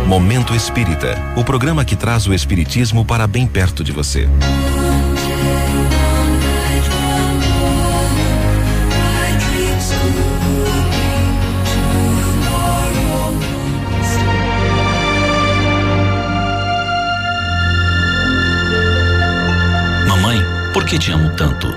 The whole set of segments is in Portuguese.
Momento Espírita, o programa que traz o espiritismo para bem perto de você. Mamãe, por que te amo tanto?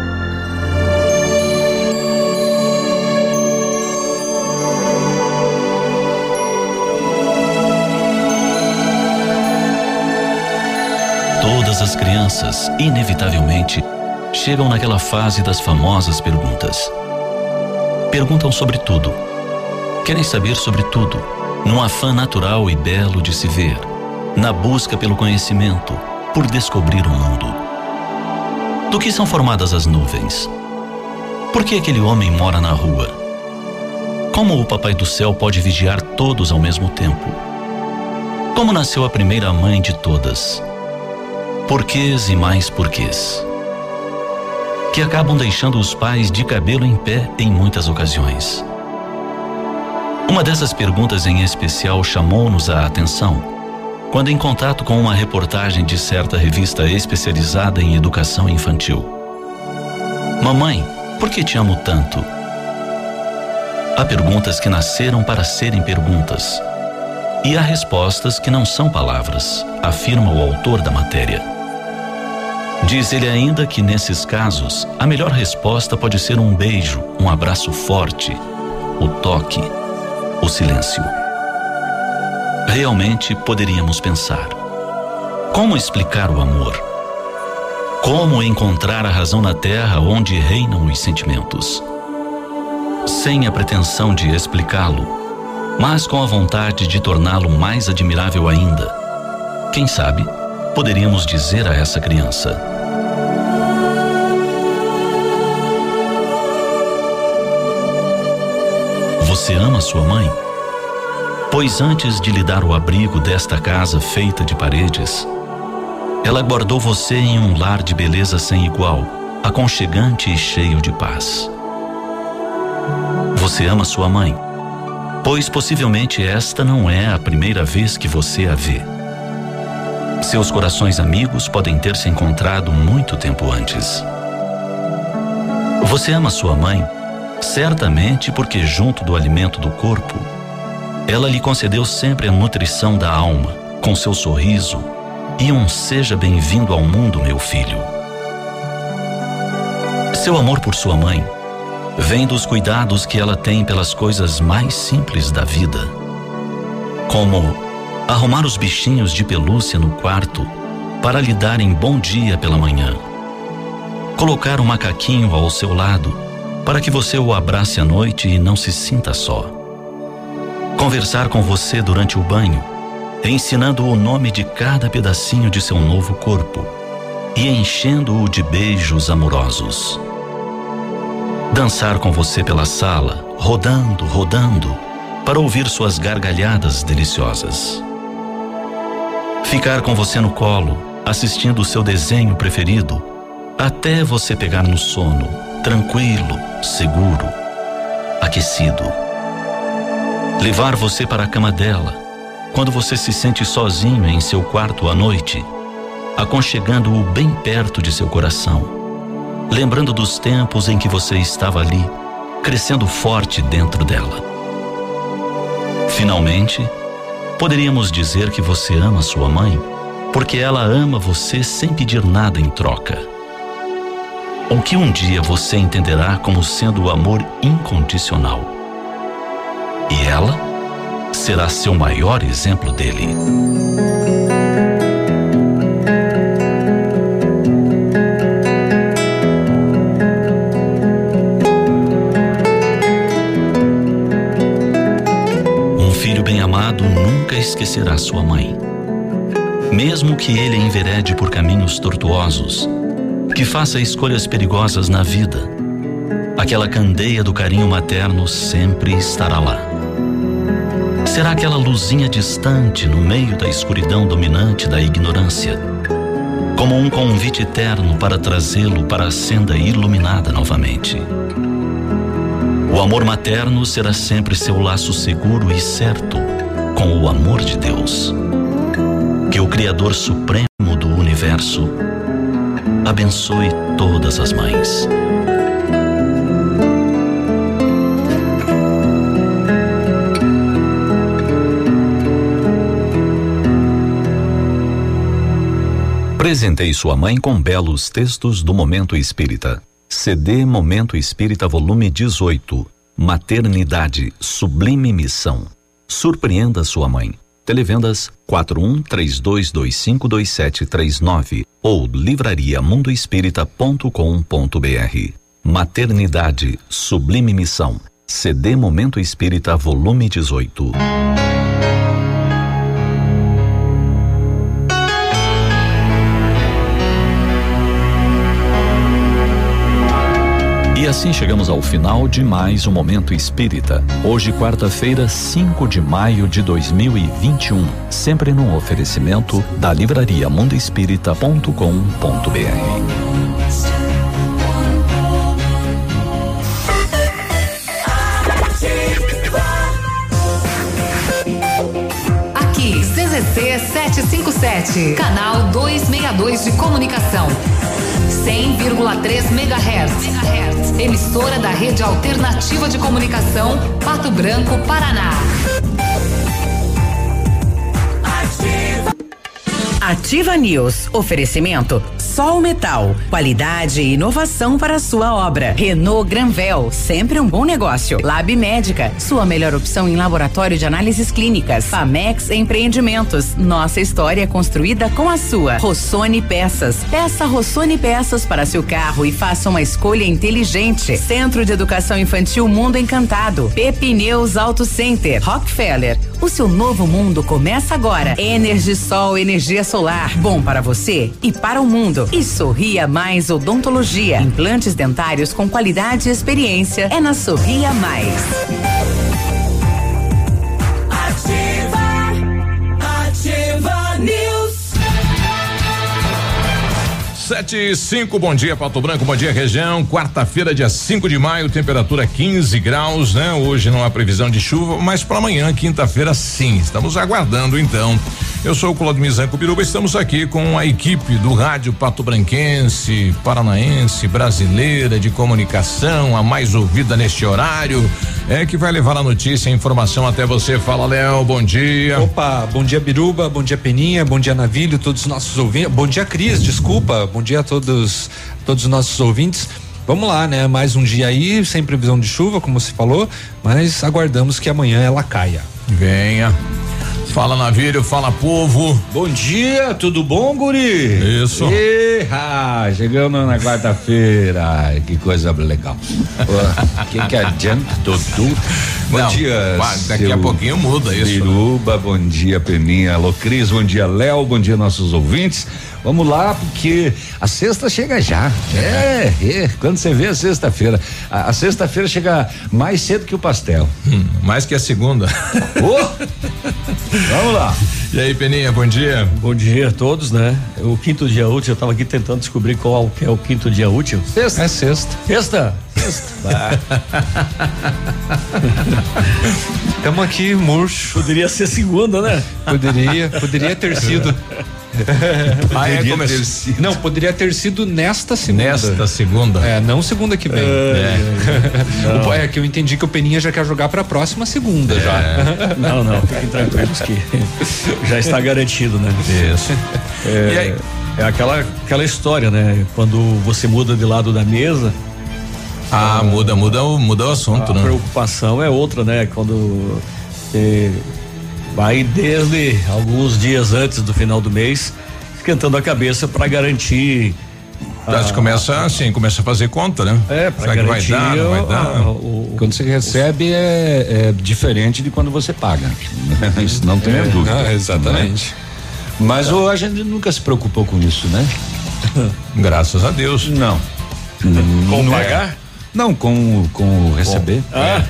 Todas as crianças, inevitavelmente, chegam naquela fase das famosas perguntas. Perguntam sobre tudo. Querem saber sobre tudo, num afã natural e belo de se ver, na busca pelo conhecimento, por descobrir o mundo. Do que são formadas as nuvens? Por que aquele homem mora na rua? Como o Papai do Céu pode vigiar todos ao mesmo tempo? Como nasceu a primeira mãe de todas? Porquês e mais porquês, que acabam deixando os pais de cabelo em pé em muitas ocasiões. Uma dessas perguntas em especial chamou-nos a atenção quando, em contato com uma reportagem de certa revista especializada em educação infantil. Mamãe, por que te amo tanto? Há perguntas que nasceram para serem perguntas, e há respostas que não são palavras, afirma o autor da matéria. Diz ele ainda que, nesses casos, a melhor resposta pode ser um beijo, um abraço forte, o toque, o silêncio. Realmente poderíamos pensar: como explicar o amor? Como encontrar a razão na terra onde reinam os sentimentos? Sem a pretensão de explicá-lo, mas com a vontade de torná-lo mais admirável ainda, quem sabe, poderíamos dizer a essa criança: você ama sua mãe? Pois antes de lhe dar o abrigo desta casa feita de paredes, ela guardou você em um lar de beleza sem igual, aconchegante e cheio de paz. Você ama sua mãe? Pois possivelmente esta não é a primeira vez que você a vê. Seus corações amigos podem ter se encontrado muito tempo antes. Você ama sua mãe? Certamente porque, junto do alimento do corpo, ela lhe concedeu sempre a nutrição da alma, com seu sorriso e um seja bem-vindo ao mundo, meu filho. Seu amor por sua mãe vem dos cuidados que ela tem pelas coisas mais simples da vida, como arrumar os bichinhos de pelúcia no quarto para lhe darem bom dia pela manhã, colocar um macaquinho ao seu lado para que você o abrace à noite e não se sinta só, conversar com você durante o banho, ensinando o nome de cada pedacinho de seu novo corpo e enchendo-o de beijos amorosos, dançar com você pela sala, rodando, rodando, para ouvir suas gargalhadas deliciosas, ficar com você no colo, assistindo o seu desenho preferido, até você pegar no sono, tranquilo, seguro, aquecido. Levar você para a cama dela, quando você se sente sozinho em seu quarto à noite, aconchegando-o bem perto de seu coração, lembrando dos tempos em que você estava ali, crescendo forte dentro dela. Finalmente, poderíamos dizer que você ama sua mãe, porque ela ama você sem pedir nada em troca. O que um dia você entenderá como sendo o amor incondicional. E ela será seu maior exemplo dele. Um filho bem amado nunca esquecerá sua mãe. Mesmo que ele enverede por caminhos tortuosos, que faça escolhas perigosas na vida, aquela candeia do carinho materno sempre estará lá. Será aquela luzinha distante no meio da escuridão dominante da ignorância, como um convite eterno para trazê-lo para a senda iluminada novamente. O amor materno será sempre seu laço seguro e certo, com o amor de Deus. Que o Criador Supremo do Universo abençoe todas as mães. Presentei sua mãe com belos textos do Momento Espírita. CD Momento Espírita volume 18. Maternidade, Sublime Missão. Surpreenda sua mãe. Televendas 4132252739 ou livrariamundoespírita.com.br. Maternidade, Sublime Missão. CD Momento Espírita volume 18. E assim chegamos ao final de mais um Momento Espírita. Hoje, quarta-feira, 5 de maio de 2021. Sempre num oferecimento da livraria mundoespírita.com.br. Aqui, CZC 757, canal 262 de comunicação. 100,3 MHz. Emissora da Rede Alternativa de Comunicação, Pato Branco, Paraná. Ativa News. Oferecimento Sol Metal. Qualidade e inovação para a sua obra. Renault Granvel. Sempre um bom negócio. Lab Médica. Sua melhor opção em laboratório de análises clínicas. Famex Empreendimentos. Nossa história construída com a sua. Rossoni Peças. Peça Rossoni Peças para seu carro e faça uma escolha inteligente. Centro de Educação Infantil Mundo Encantado. Pepineus Auto Center. Rockefeller. O seu novo mundo começa agora. Energisol, energia solar. Bom para você e para o mundo. E Sorria Mais Odontologia. Implantes dentários com qualidade e experiência. É na Sorria Mais. Ativa News. 7:05, bom dia Pato Branco, bom dia região. Quarta-feira, dia 5 de maio, temperatura 15 graus, né? Hoje não há previsão de chuva, mas para amanhã, quinta-feira, sim. Estamos aguardando então. Eu sou o Claudio Mizanco Biruba, estamos aqui com a equipe do rádio Pato Branquense, paranaense, brasileira de comunicação, a mais ouvida neste horário, que vai levar a notícia e a informação até você. Fala, Léo, bom dia. Opa, bom dia Biruba, bom dia Peninha, bom dia Navilho, todos os nossos ouvintes, bom dia Cris, desculpa, bom dia a todos os nossos ouvintes. Vamos lá, né? Mais um dia aí, sem previsão de chuva, como se falou, mas aguardamos que amanhã ela caia. Venha. Fala Navírio, fala povo. Bom dia, tudo bom, guri? Isso. Chegando na quarta-feira, ai, que coisa legal. Que adianta, Dudu? Bom dia. Daqui a pouquinho muda isso. Biruba, bom dia, Peninha, alô Cris, bom dia, Léo, bom dia, nossos ouvintes. Vamos lá, porque a sexta chega já. Quando você vê a sexta-feira, a sexta-feira chega mais cedo que o pastel. Mais que a segunda. Vamos lá. E aí, Peninha, bom dia. Bom dia a todos, né? O quinto dia útil, eu estava aqui tentando descobrir qual que é o quinto dia útil. Sexta. É sexta. Sexta? Estamos aqui murcho. Poderia ser segunda, né? Poderia ter sido. Não, poderia ter sido nesta segunda. Não segunda que vem. É que eu entendi que o Peninha já quer jogar pra próxima segunda já. Não, fiquem tranquilos que já está garantido, né? Isso. E aí? É aquela história, né? Quando você muda de lado da mesa. Muda o assunto, né? A preocupação é outra, né? Quando vai desde alguns dias antes do final do mês, esquentando a cabeça para garantir. Começa a fazer conta, né? Para garantir. Vai dar, não vai dar. Quando você recebe é diferente de quando você paga. Isso não tem dúvida. Exatamente. Né? Mas a gente nunca se preocupou com isso, né? Graças a Deus. Não. Com pagar? Não, com receber.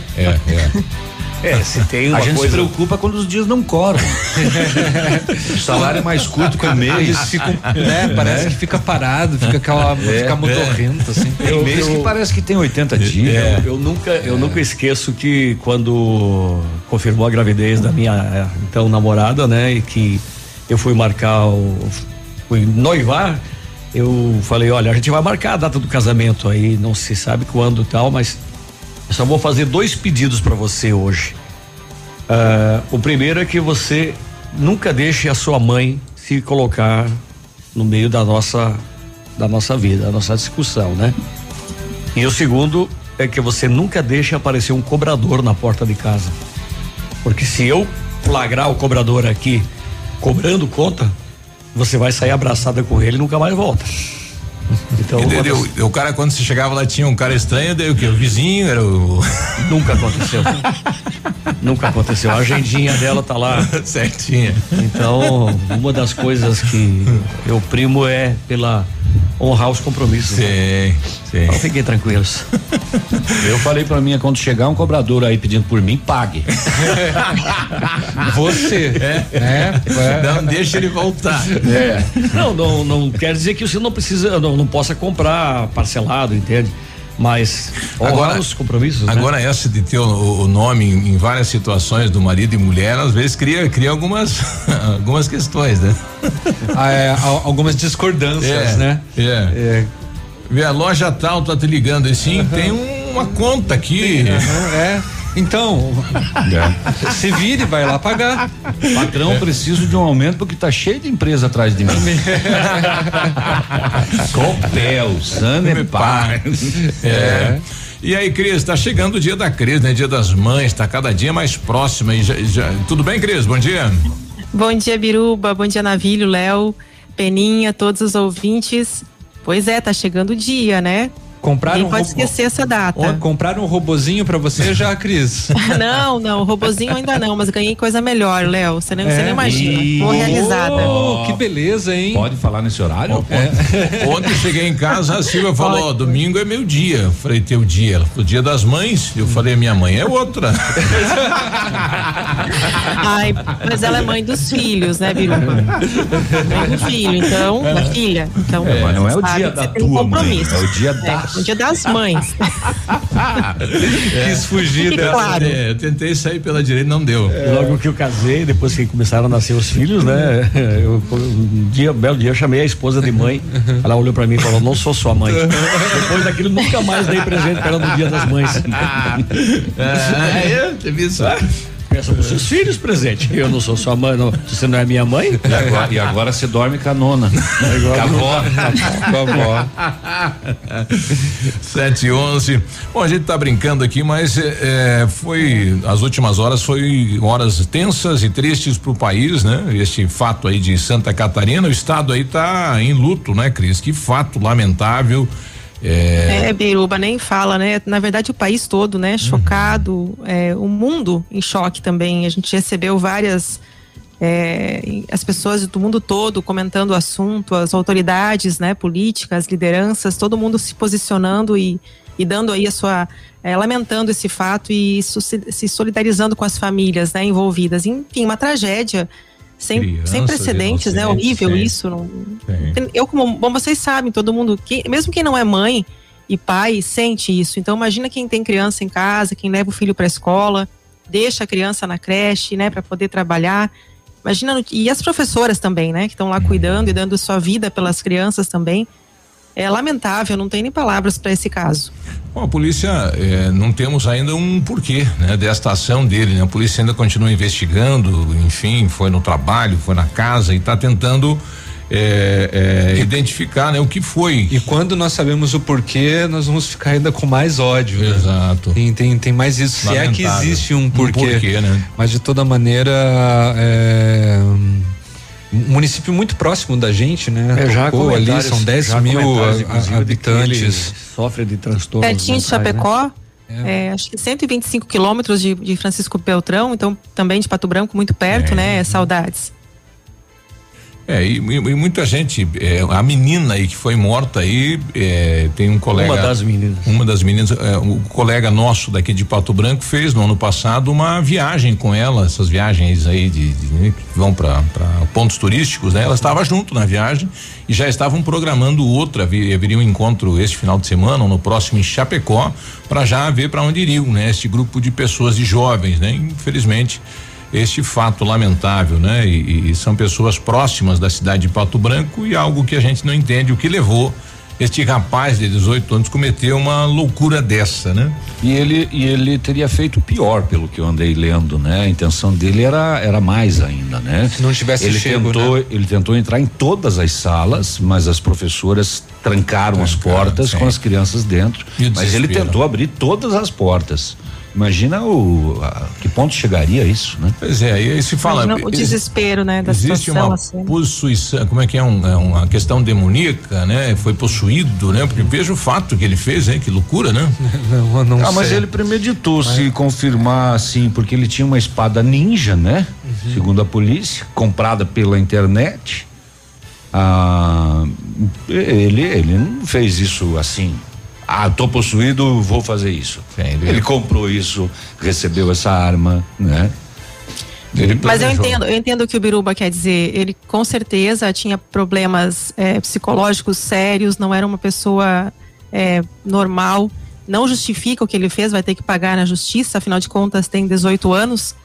Se tem uma a gente coisa... se preocupa quando os dias não correm. O salário é mais curto que o mês. Parece que fica parado, fica fica modorrento, assim. Tem mês que parece que tem 80 dias. Eu nunca esqueço que quando confirmou a gravidez da minha então namorada, né? E que eu fui fui noivar, eu falei, olha, a gente vai marcar a data do casamento aí, não se sabe quando e tal, mas eu só vou fazer 2 pedidos para você hoje. O primeiro é que você nunca deixe a sua mãe se colocar no meio da nossa vida, da nossa discussão, né? E o segundo é que você nunca deixe aparecer um cobrador na porta de casa. Porque se eu flagrar o cobrador aqui cobrando conta, você vai sair abraçada com ele e nunca mais volta. Então, o cara, quando você chegava lá, tinha um cara estranho, daí o quê? O vizinho era o... Nunca aconteceu. Nunca aconteceu. A agendinha dela tá lá certinha. Então, uma das coisas que eu primo é pela honrar os compromissos. Sim. Então, fiquem tranquilos. Eu falei pra mim, quando chegar um cobrador aí pedindo por mim, pague. Você. Não deixa ele voltar. Não quer dizer que você não precisa, não possa comprar parcelado, entende? Mas agora os compromissos. Agora, né? Essa de ter o nome em várias situações do marido e mulher, às vezes cria algumas questões, né? Algumas discordâncias, né? Vê, a loja tal tá te ligando assim, tem uma conta aqui. Então, se vire, vai lá pagar. Patrão, preciso de um aumento porque tá cheio de empresa atrás de mim. Copel, Sanepar. E aí, Cris, tá chegando o dia da Cris, né? Dia das mães, tá cada dia mais próxima. E tudo bem, Cris? Bom dia. Bom dia, Biruba. Bom dia, Navílio, Léo, Peninha, todos os ouvintes. Pois é, tá chegando o dia, né? Ninguém pode esquecer essa data. Compraram um robozinho pra você já, Cris? Não, robozinho ainda não, mas ganhei coisa melhor, Léo. Você nem imagina. Vou realizada. Que beleza, hein? Pode falar nesse horário? Ontem cheguei em casa, a Silvia falou, domingo é meu dia. Eu falei, teu dia? Ela falou, dia das mães. Eu falei, minha mãe é outra. Ai, mas ela é mãe dos filhos, né, Biruba? Mãe do filho, então, da filha. Então, mas não é o dia da tua mãe, é o dia o dia das mães. Quis fugir dessa. Claro. Eu tentei sair pela direita, não deu. Logo que eu casei, depois que começaram a nascer os filhos, né? Belo dia, eu chamei a esposa de mãe. Ela olhou pra mim e falou, não sou sua mãe. Depois daquilo, nunca mais dei presente pra ela no dia das mães. Teve isso. Peça pros seus filhos presente. Eu não sou sua mãe, não. Você não é minha mãe? E agora você dorme com a nona. Com a avó. 7:11. Bom, a gente tá brincando aqui, mas as últimas horas foi horas tensas e tristes pro país, né? Este fato aí de Santa Catarina, o estado aí tá em luto, né, Cris? Que fato lamentável. Biruba, nem fala, né? Na verdade, o país todo, né? Chocado, o mundo em choque também. A gente recebeu várias, as pessoas do mundo todo comentando o assunto, as autoridades, né? Políticas, lideranças, todo mundo se posicionando e dando aí a sua, lamentando esse fato e se solidarizando com as famílias, né? Envolvidas. Enfim, uma tragédia sem precedentes, né? Horrível isso. Bom, vocês sabem, todo mundo, mesmo quem não é mãe e pai, sente isso. Então, imagina quem tem criança em casa, quem leva o filho para a escola, deixa a criança na creche, né? Para poder trabalhar. Imagina, e as professoras também, né? Que estão lá cuidando e dando sua vida pelas crianças também. É lamentável, não tem nem palavras para esse caso. Bom, a polícia, não temos ainda um porquê, né, desta ação dele, né? A polícia ainda continua investigando, enfim, foi no trabalho, foi na casa e está tentando identificar, né, o que foi. E quando nós sabemos o porquê, nós vamos ficar ainda com mais ódio. Né? Exato. Tem mais isso, lamentável. Se é que existe um porquê, né? Mas de toda maneira, um município muito próximo da gente, né? Já ali são 10 mil habitantes. Sofre de transtorno. Pertinho de Chapecó, acho que 125 quilômetros de Francisco Beltrão, então também de Pato Branco, muito perto, né? Saudades. E muita gente, a menina aí que foi morta aí, tem um colega. Uma das meninas, um colega nosso daqui de Pato Branco fez no ano passado uma viagem com ela, essas viagens aí que vão para pontos turísticos, né? Ela estava junto na viagem e já estavam programando outra, haveria um encontro este final de semana ou no próximo em Chapecó, para já ver para onde iriam, né? Este grupo de pessoas, de jovens, né? Infelizmente, este fato lamentável, né? E são pessoas próximas da cidade de Pato Branco e algo que a gente não entende o que levou este rapaz de 18 anos cometer uma loucura dessa, né? E ele teria feito pior, pelo que eu andei lendo, né? A intenção dele era mais ainda, né? Se não tivesse ele tentou entrar em todas as salas, mas as professoras trancaram as portas com as crianças dentro, mas ele tentou abrir todas as portas. Imagina que ponto chegaria isso, né? Pois é, aí se fala. Imagina o desespero, né? Da existe situação, uma assim. possuição, como é que é uma questão demoníaca, né? Foi possuído, né? Porque veja o fato que ele fez, hein? Que loucura, né? Não sei. Mas ele premeditou, se confirmar assim, porque ele tinha uma espada ninja, né? Segundo a polícia, comprada pela internet. Ele não fez isso assim. Tô possuído, vou fazer isso. Ele comprou isso, recebeu essa arma, né? Mas eu entendo o que o Biruba quer dizer. Ele com certeza tinha problemas psicológicos sérios, não era uma pessoa normal. Não justifica o que ele fez, vai ter que pagar na justiça, afinal de contas tem 18 anos.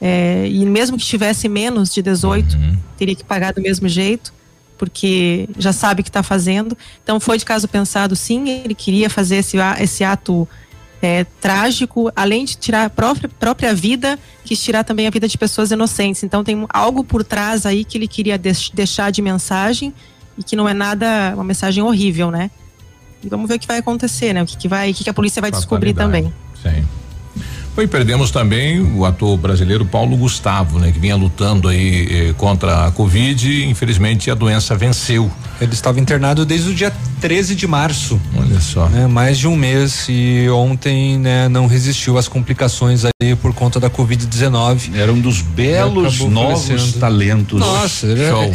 E mesmo que tivesse menos de 18, teria que pagar do mesmo jeito, porque já sabe o que está fazendo. Então foi de caso pensado, sim, ele queria fazer esse ato trágico, além de tirar a própria vida, quis tirar também a vida de pessoas inocentes. Então tem algo por trás aí que ele queria deixar de mensagem, e que não é nada, uma mensagem horrível, né? E vamos ver o que vai acontecer, né? O que a polícia vai descobrir também. Sim. E perdemos também o ator brasileiro Paulo Gustavo, né? Que vinha lutando aí contra a Covid, e infelizmente a doença venceu. Ele estava internado desde o dia 13 de março. Olha só. Né? Mais de um mês, e ontem, né, não resistiu às complicações aí por conta da Covid-19. Era um dos belos novos talentos. Nossa,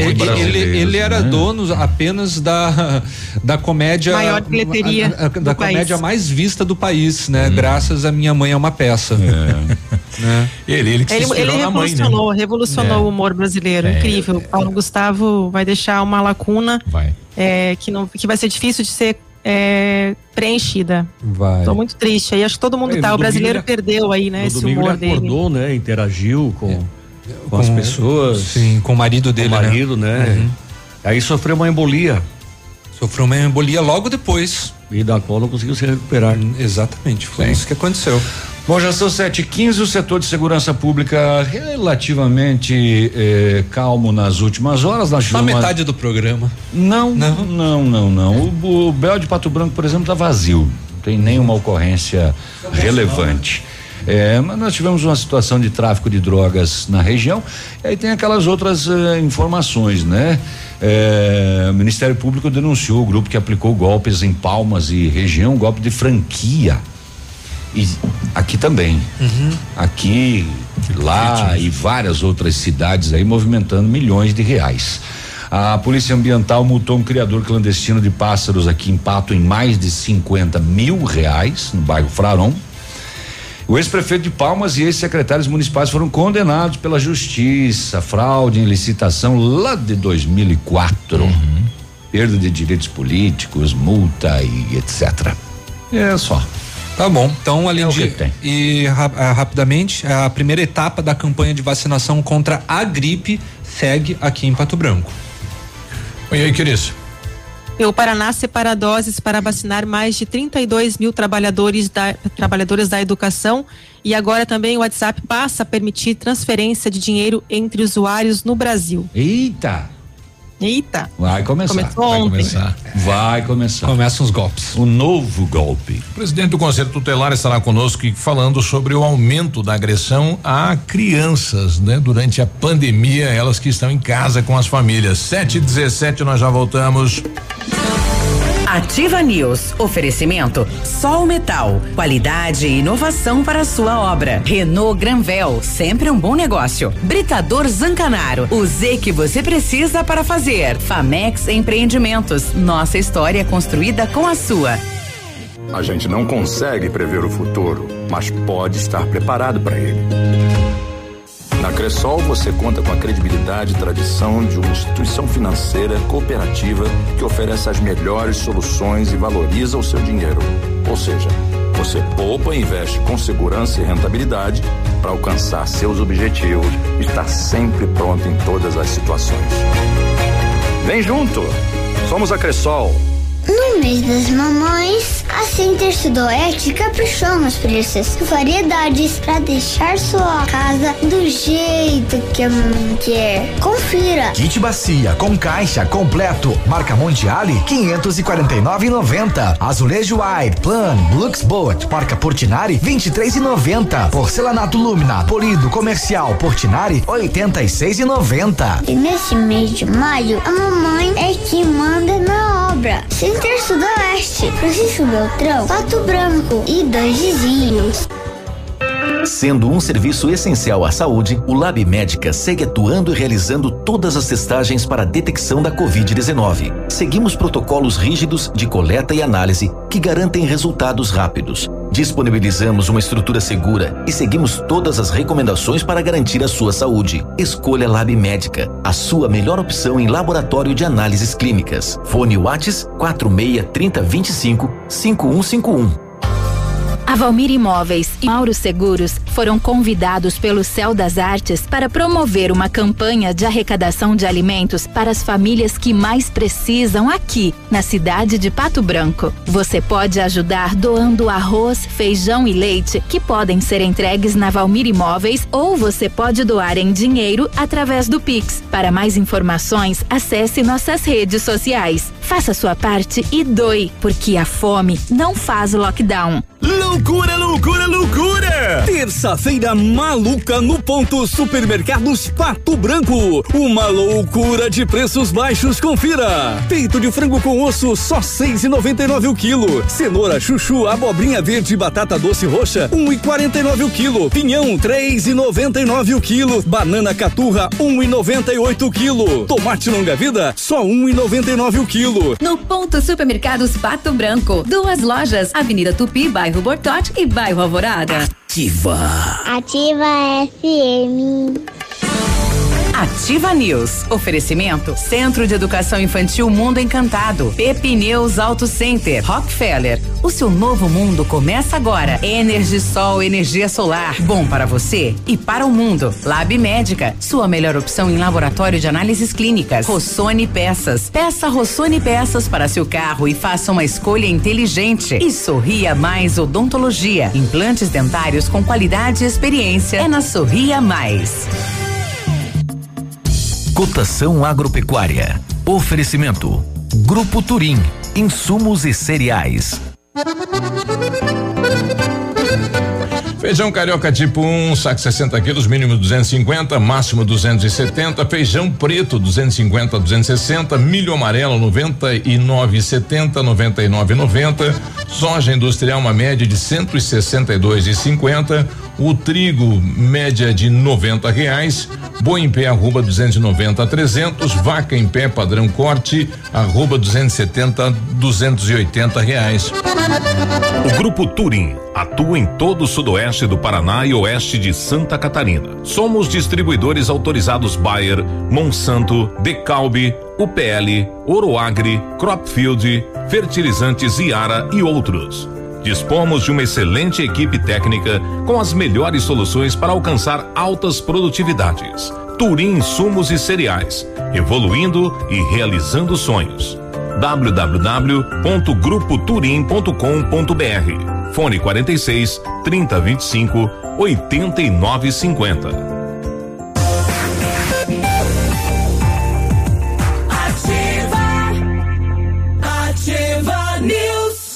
ele era dono apenas da comédia maior bilheteria da comédia mais vista do país, né? Graças a Minha Mãe é uma Peça. Né? Ele que se inspirou na mãe, né? Revolucionou o humor brasileiro. Incrível. Paulo Gustavo vai deixar uma lacuna que vai ser difícil de ser preenchida. Tô muito triste. Aí acho que todo mundo tá. O brasileiro perdeu aí, né? Esse humor dele. Ele acordou, né? Interagiu com as pessoas. Sim, com o marido dele. Né? Aí sofreu uma embolia. Sofreu uma embolia logo depois. E da qual não conseguiu se recuperar. Exatamente, foi isso que aconteceu. Bom, já são 7h15, o setor de segurança pública relativamente calmo nas últimas horas. Só metade do programa. Não. O BO de Pato Branco, por exemplo, tá vazio. Não tem nenhuma ocorrência relevante. Mas nós tivemos uma situação de tráfico de drogas na região, e aí tem aquelas outras informações, né? O Ministério Público denunciou o grupo que aplicou golpes em Palmas e região, golpe de franquia. E aqui também. Aqui, lá e várias outras cidades aí movimentando milhões de reais. A Polícia Ambiental multou um criador clandestino de pássaros aqui em Pato em mais de R$50 mil, no bairro Fraron. O ex-prefeito de Palmas e ex-secretários municipais foram condenados pela justiça, fraude em licitação lá de 2004. Perda de direitos políticos, multa e etc. É só. Tá bom, então além rapidamente, a primeira etapa da campanha de vacinação contra a gripe segue aqui em Pato Branco. E aí, Cris? O Paraná separa doses para vacinar mais de 32 mil trabalhadores da educação, e agora também o WhatsApp passa a permitir transferência de dinheiro entre usuários no Brasil. Eita! Vai começar. Começou ontem. Vai começar. Começam os golpes. O novo golpe. O presidente do Conselho Tutelar estará conosco falando sobre o aumento da agressão a crianças, né? Durante a pandemia, elas que estão em casa com as famílias. 7h17, nós já voltamos. Ativa News. Oferecimento Sol Metal. Qualidade e inovação para a sua obra. Renault Granvel. Sempre um bom negócio. Britador Zancanaro. O Z que você precisa para fazer. Famex Empreendimentos. Nossa história construída com a sua. A gente não consegue prever o futuro, mas pode estar preparado para ele. Na Cressol, você conta com a credibilidade e tradição de uma instituição financeira cooperativa que oferece as melhores soluções e valoriza o seu dinheiro. Ou seja, você poupa e investe com segurança e rentabilidade para alcançar seus objetivos e estar sempre pronto em todas as situações. Vem junto! Somos a Cressol. No mês das mamães, a Center Sudoeste caprichou nos preços e variedades para deixar sua casa do jeito que a mamãe quer. Confira. Kit bacia com caixa completo, marca Mondiale, 549,90. Azulejo Wide, Plan, Luxboat, marca Portinari, 23,90. Porcelanato Lumina, polido comercial Portinari, 86,90. E nesse mês de maio, a mamãe é que manda na obra. Center Sudoeste, Francisco Beltrão, Pato Branco e 2 vizinhos. Sendo um serviço essencial à saúde, o Lab Médica segue atuando e realizando todas as testagens para a detecção da Covid-19. Seguimos protocolos rígidos de coleta e análise que garantem resultados rápidos. Disponibilizamos uma estrutura segura e seguimos todas as recomendações para garantir a sua saúde. Escolha Lab Médica, a sua melhor opção em laboratório de análises clínicas. Fone Whats 46 30 25 5151. A Valmir Imóveis e Mauro Seguros foram convidados pelo Céu das Artes para promover uma campanha de arrecadação de alimentos para as famílias que mais precisam aqui, na cidade de Pato Branco. Você pode ajudar doando arroz, feijão e leite, que podem ser entregues na Valmir Imóveis, ou você pode doar em dinheiro através do Pix. Para mais informações, acesse nossas redes sociais. Faça sua parte e doe, porque a fome não faz lockdown. Loucura, loucura, loucura! Terça-feira maluca no Ponto Supermercados Pato Branco. Uma loucura de preços baixos, confira. Peito de frango com osso, só 6,99 o quilo. Cenoura, chuchu, abobrinha verde e batata doce roxa, 1,49 o quilo. Pinhão, 3,99 o quilo. Banana caturra, 1,98 o quilo. Tomate longa-vida, só 1,99 o quilo. No Ponto Supermercados Pato Branco, 2 lojas, Avenida Tupi, bairro Bortote e bairro Alvorada. Ativa FM. Ativa News. Oferecimento Centro de Educação Infantil Mundo Encantado. Pepineus Auto Center. Rockefeller. O seu novo mundo começa agora. Energisol, energia solar. Bom para você e para o mundo. Lab Médica. Sua melhor opção em laboratório de análises clínicas. Rossoni Peças. Peça Rossoni Peças para seu carro e faça uma escolha inteligente. E Sorria Mais Odontologia. Implantes dentários com qualidade e experiência. É na Sorria Mais. Cotação agropecuária. Oferecimento. Grupo Turim. Insumos e cereais. Feijão carioca tipo 1, saco 60 quilos, mínimo 250, máximo 270. Feijão preto 250 a 260. Milho amarelo 99,70, 99,90. Soja industrial uma média de 162,50. O trigo média de R$90. Boi em pé arroba 290 a 300. Vaca em pé padrão corte arroba 270 a 280 reais. O Grupo Turim atua em todo o sudoeste do Paraná e oeste de Santa Catarina. Somos distribuidores autorizados Bayer, Monsanto, Decalbe, UPL, Oroagri, Cropfield, Fertilizantes Iara e outros. Dispomos de uma excelente equipe técnica com as melhores soluções para alcançar altas produtividades. Turim Insumos e Cereais, evoluindo e realizando sonhos. www.grupoturim.com.br. Fone 46 30 25 89 50. Ativa News.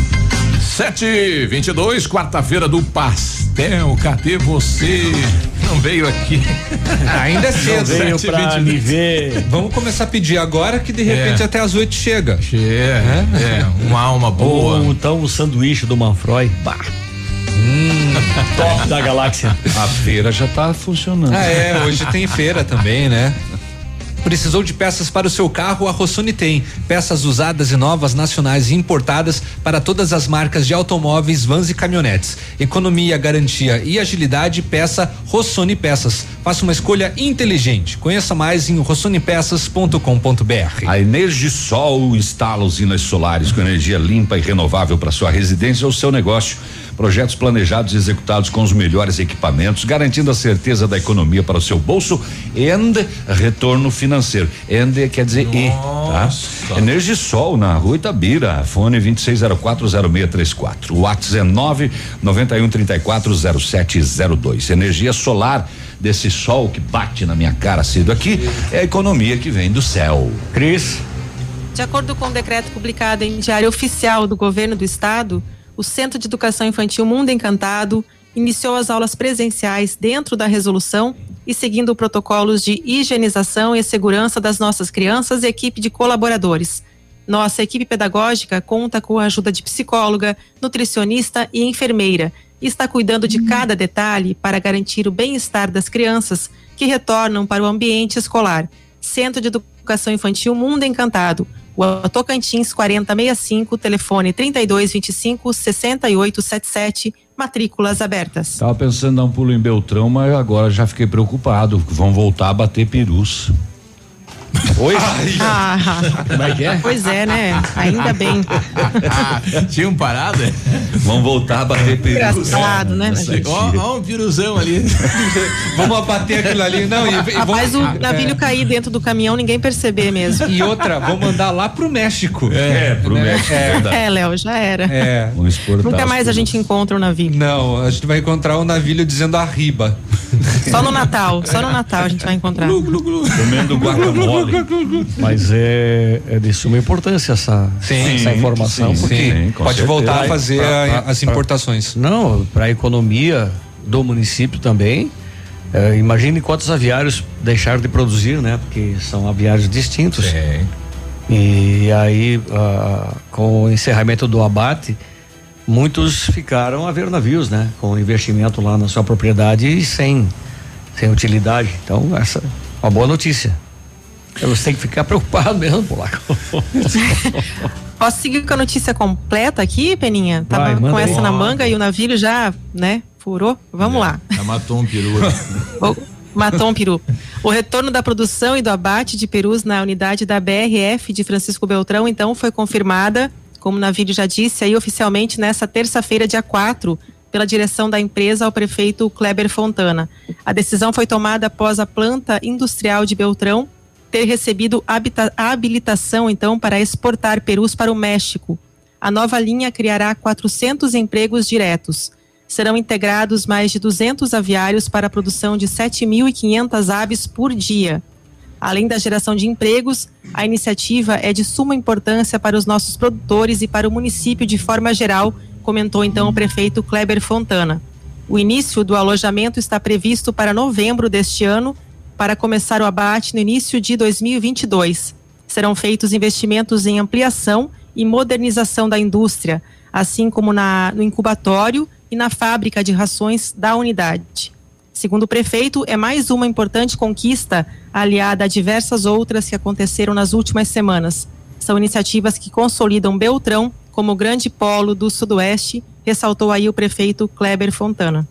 7:22, quarta-feira do pastel. Cadê você? não veio aqui. Ainda é cedo. Veio pra me ver. Vamos começar a pedir agora que de repente até às 8 chega. Uma alma boa. Ou então o sanduíche do Manfroy. Bah. Top da galáxia. A feira já tá funcionando. Hoje tem feira também, né? Precisou de peças para o seu carro? A Rossoni tem. Peças usadas e novas, nacionais e importadas para todas as marcas de automóveis, vans e caminhonetes. Economia, garantia e agilidade, peça Rossoni Peças. Faça uma escolha inteligente. Conheça mais em rossonipeças.com.br. A Energisol instala usinas solares com energia limpa e renovável para sua residência ou seu negócio. Projetos planejados e executados com os melhores equipamentos, garantindo a certeza da economia para o seu bolso e retorno financeiro. Quer dizer tá? Energisol na Rua Itabira, fone 26040634. O WhatsApp é 991340702. Energia solar desse sol que bate na minha cara cedo aqui é a economia que vem do céu. Cris. De acordo com o decreto publicado em Diário Oficial do Governo do Estado, o Centro de Educação Infantil Mundo Encantado iniciou as aulas presenciais dentro da resolução e seguindo protocolos de higienização e segurança das nossas crianças e equipe de colaboradores. Nossa equipe pedagógica conta com a ajuda de psicóloga, nutricionista e enfermeira e está cuidando de cada detalhe para garantir o bem-estar das crianças que retornam para o ambiente escolar. Centro de Educação Infantil Mundo Encantado, Rua Tocantins 4065, telefone 3225-6877, matrículas abertas. Tava pensando em dar um pulo em Beltrão, mas agora já fiquei preocupado, vão voltar a bater perus. Oi? Como é que é? Pois é, né? Ainda bem. Tinham parado? Vão voltar a bater perus. Engraçado, né? Ó um piruzão ali. Vamos abater aquilo ali. Não, Rapaz, o navilho cair dentro do caminhão, ninguém perceber mesmo. E outra, vamos mandar lá pro México. Pro México. Léo, já era. Vamos exportar. Nunca mais a gente encontra o navilho. Não, a gente vai encontrar o navilho dizendo arriba. Só no Natal a gente vai encontrar. Comendo guacamole. Mas é de suma importância essa informação, porque pode voltar a fazer as importações. Não, para a economia do município também. Imagine quantos aviários deixaram de produzir, né? Porque são aviários distintos. E aí, com o encerramento do abate, muitos ficaram a ver navios, né? Com investimento lá na sua propriedade e sem utilidade. Então, essa é uma boa notícia. Você tem que ficar preocupado mesmo, Polaco. Posso seguir com a notícia completa aqui, Peninha? Tava com essa na manga e o navio já, né, furou? Vamos lá. Já matou um peru. Matou um peru. O retorno da produção e do abate de perus na unidade da BRF de Francisco Beltrão, então, foi confirmada, como o navio já disse, aí oficialmente nessa terça-feira, dia 4, pela direção da empresa ao prefeito Kleber Fontana. A decisão foi tomada após a planta industrial de Beltrão ter recebido a habilitação, então, para exportar perus para o México. A nova linha criará 400 empregos diretos. Serão integrados mais de 200 aviários para a produção de 7.500 aves por dia. Além da geração de empregos, a iniciativa é de suma importância para os nossos produtores e para o município de forma geral, comentou então o prefeito Kleber Fontana. O início do alojamento está previsto para novembro deste ano, para começar o abate no início de 2022. Serão feitos investimentos em ampliação e modernização da indústria, assim como no incubatório e na fábrica de rações da unidade. Segundo o prefeito, é mais uma importante conquista aliada a diversas outras que aconteceram nas últimas semanas. São iniciativas que consolidam Beltrão como grande polo do Sudoeste, ressaltou aí o prefeito Kleber Fontana.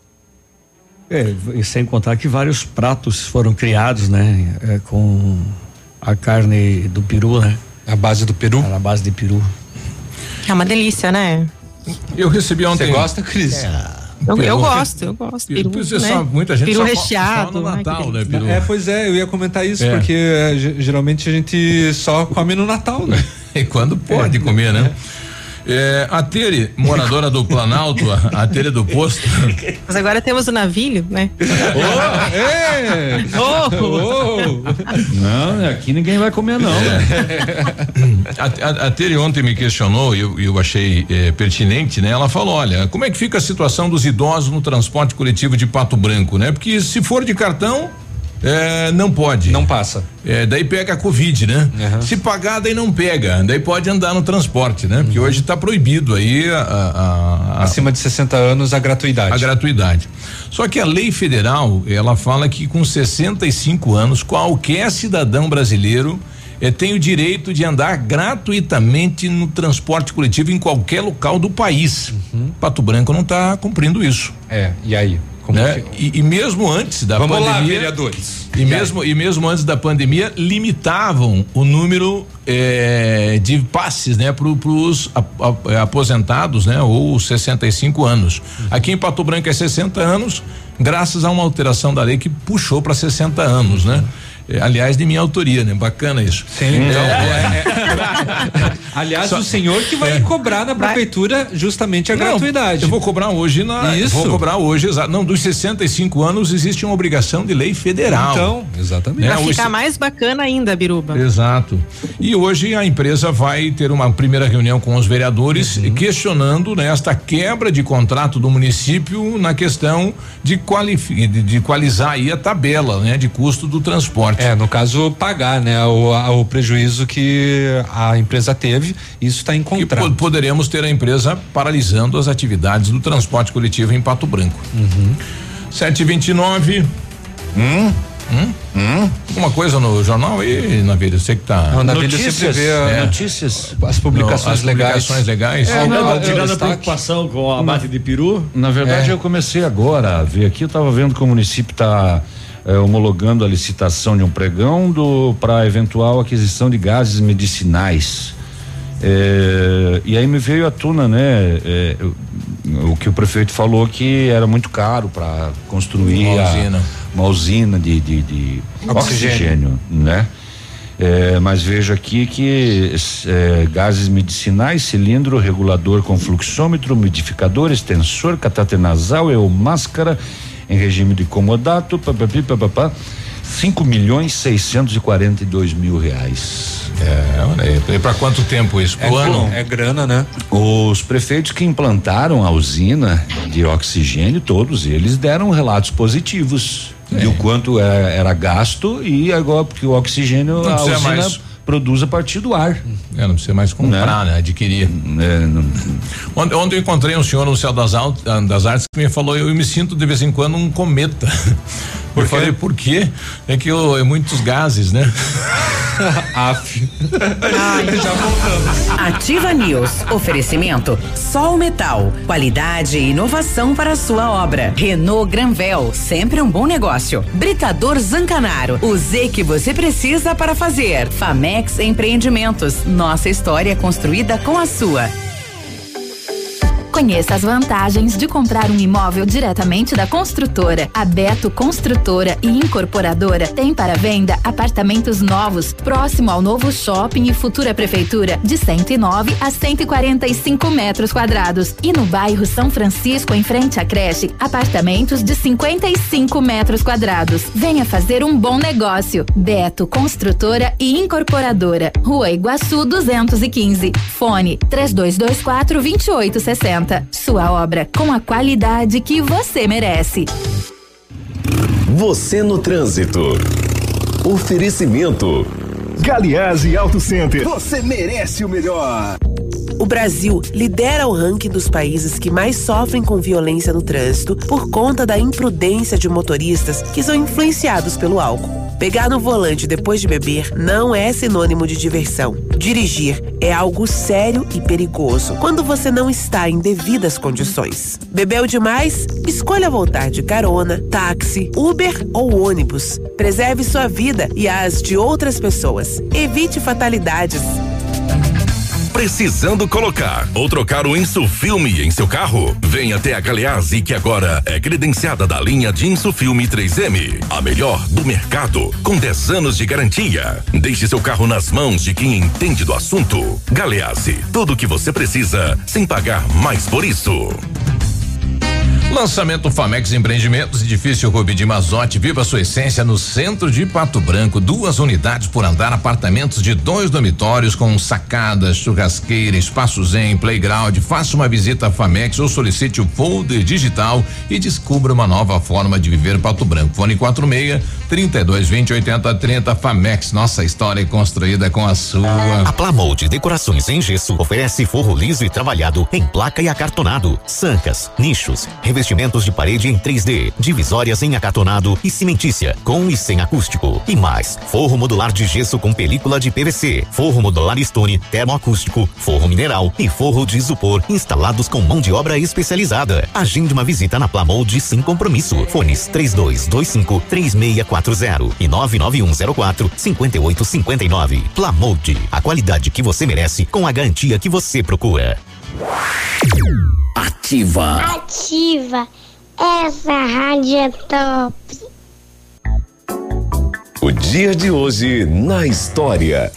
E sem contar que vários pratos foram criados, né? Com a carne do peru, né? A base do peru? A base de peru. É uma delícia, né? Eu recebi ontem. Você gosta, Cris? Eu gosto. Peru, né? Muita gente peru só recheado. Só no Natal, né? Peru. Pois é, eu ia comentar isso, porque geralmente a gente só come no Natal, né? E quando pode comer, né? A Tere, moradora do Planalto, a Tere do Posto. Mas agora temos o Navilho, né? Não, aqui ninguém vai comer, não. A Tere ontem me questionou e eu achei pertinente, né? Ela falou, olha, como é que fica a situação dos idosos no transporte coletivo de Pato Branco, né? Porque se for de cartão, não pode. Não passa. Daí pega a Covid, né? Uhum. Se pagar, daí não pega. Daí pode andar no transporte, né? Porque hoje está proibido aí acima de 60 anos a gratuidade. A gratuidade. Só que a lei federal, ela fala que com 65 anos, qualquer cidadão brasileiro tem o direito de andar gratuitamente no transporte coletivo em qualquer local do país. Uhum. Pato Branco não está cumprindo isso. E aí? Né? E mesmo antes da pandemia. Vamos lá, vereadores. E mesmo antes da pandemia, limitavam o número de passes, né, para os aposentados, né, ou 65 anos. Aqui em Pato Branco é 60 anos, graças a uma alteração da lei que puxou para 60 anos, né? Aliás, de minha autoria, né? Bacana isso. Sim. Aliás, o senhor que vai cobrar na prefeitura justamente a gratuidade. Eu vou cobrar hoje Vou cobrar hoje, exato. Não, dos 65 anos existe uma obrigação de lei federal. Então, exatamente. Vai ficar mais bacana ainda, Biruba. Exato. E hoje a empresa vai ter uma primeira reunião com os vereadores questionando, né, esta quebra de contrato do município na questão de equalizar aí a tabela, né, de custo do transporte. No caso, pagar, né, o prejuízo que a empresa teve, isso está em contrato. E poderemos ter a empresa paralisando as atividades do transporte coletivo em Pato Branco. 7h29. Alguma coisa no jornal aí, Navilho? Você que tá. Notícias, sempre vê notícias. As publicações legais. Tirando a preocupação com o abate de peru. Na verdade, eu comecei agora a ver aqui, eu estava vendo que o município está homologando a licitação de um pregão para eventual aquisição de gases medicinais. E aí me veio à tona, né? O que o prefeito falou que era muito caro para construir uma usina de oxigênio, né? Mas vejo aqui que gases medicinais, cilindro, regulador com fluxômetro, umidificador, extensor, catéter nasal, máscara em regime de comodato, 5.642.000 reais. E para quanto tempo isso? Pro ano? É grana, né? Os prefeitos que implantaram a usina de oxigênio, todos eles deram relatos positivos de o quanto era gasto e agora porque o oxigênio a usina produz a partir do ar. Não precisa mais comprar, né? Adquirir. Ontem eu encontrei um senhor no Céu das Artes que me falou, eu me sinto de vez em quando um cometa. Eu falei, por quê? É que muitos gases, né? Já voltamos. Ativa News. Oferecimento Sol Metal. Qualidade e inovação para a sua obra. Renault Granvel. Sempre um bom negócio. Britador Zancanaro. O Z que você precisa para fazer. Famex Empreendimentos. Nossa história construída com a sua. Conheça as vantagens de comprar um imóvel diretamente da construtora. A Beto Construtora e Incorporadora tem para venda apartamentos novos, próximo ao novo shopping e futura prefeitura, de 109 a 145 metros quadrados. E no bairro São Francisco, em frente à creche, apartamentos de 55 metros quadrados. Venha fazer um bom negócio. Beto Construtora e Incorporadora. Rua Iguaçu 215. Fone 3224-2860. Sua obra com a qualidade que você merece. Você no trânsito. Oferecimento Galiase Auto Center. Você merece o melhor. O Brasil lidera o ranking dos países que mais sofrem com violência no trânsito por conta da imprudência de motoristas que são influenciados pelo álcool. Pegar no volante depois de beber não é sinônimo de diversão. Dirigir é algo sério e perigoso quando você não está em devidas condições. Bebeu demais? Escolha voltar de carona, táxi, Uber ou ônibus. Preserve sua vida e as de outras pessoas. Evite fatalidades. Precisando colocar ou trocar o Insufilme em seu carro? Venha até a Galeazzi, que agora é credenciada da linha de Insufilme 3M, a melhor do mercado, com 10 anos de garantia. Deixe seu carro nas mãos de quem entende do assunto. Galeazzi, tudo o que você precisa, sem pagar mais por isso. Lançamento Famex Empreendimentos, edifício Rubi de Mazotti, viva sua essência no centro de Pato Branco, 2 unidades por andar, apartamentos de 2 dormitórios com sacadas, churrasqueira, espaço zen, playground. Faça uma visita à Famex ou solicite o folder digital e descubra uma nova forma de viver Pato Branco. Fone 46-3220-8030. Famex, nossa história é construída com a sua. A Plamold Decorações em Gesso oferece forro liso e trabalhado em placa e acartonado, sancas, nichos, revestimentos de parede em 3D, divisórias em acartonado e cimentícia, com e sem acústico. E mais, forro modular de gesso com película de PVC, forro modular Stone, termoacústico, forro mineral e forro de isopor, instalados com mão de obra especializada. Agende uma visita na Plamold sem compromisso. Fones 3225-3640 e 99104-5859. Plamold, a qualidade que você merece com a garantia que você procura. Ativa. Ativa. Essa rádio é top. O dia de hoje na história.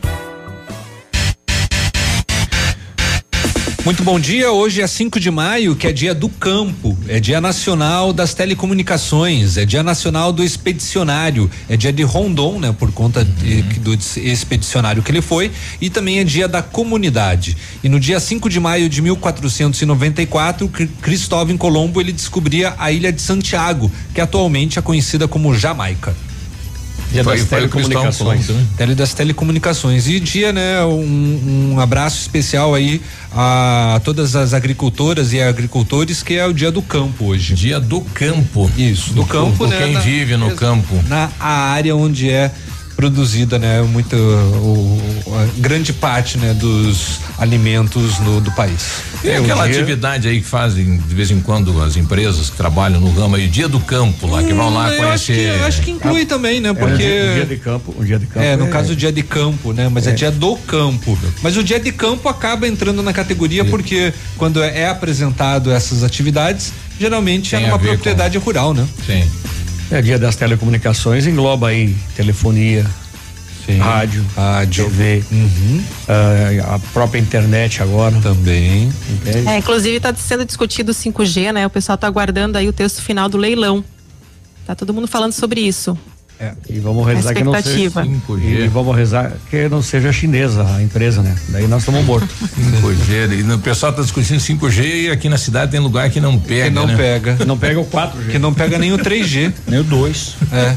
Muito bom dia, hoje é 5 de maio, que é dia do campo, é dia nacional das telecomunicações, é dia nacional do expedicionário, é dia de Rondon, né, por conta do expedicionário que ele foi, e também é dia da comunidade. E no dia 5 de maio de 1494, Cristóvão Colombo, ele descobria a ilha de Santiago, que atualmente é conhecida como Jamaica. Dia das telecomunicações, né? Dia das telecomunicações. E dia, né, um abraço especial aí a todas as agricultoras e agricultores, que é o dia do campo hoje. Dia do campo. Isso, do campo, né? Quem vive no campo. Na área onde é produzida, né, a grande parte, né, dos alimentos do país. Tem aquela atividade aí que fazem de vez em quando as empresas que trabalham no ramo aí, dia do campo lá, que vão lá conhecer. Eu acho que inclui também, né, porque um dia de campo. No caso o dia de campo, né, mas é dia do campo. Mas o dia de campo acaba entrando na categoria porque quando é apresentado essas atividades, geralmente é numa propriedade rural, né? Sim. É dia das telecomunicações, engloba aí telefonia, rádio, TV, a própria internet agora. Também. Inclusive está sendo discutido o 5G, né? O pessoal está aguardando aí o texto final do leilão. Tá todo mundo falando sobre isso. E vamos rezar que não seja 5G. E vamos rezar que não seja chinesa a empresa, né? Daí nós estamos mortos. 5G. E o pessoal está discutindo 5G e aqui na cidade tem lugar que não pega. Que não pega. Não pega o 4G. Que não pega nem o 3G. Nem o 2.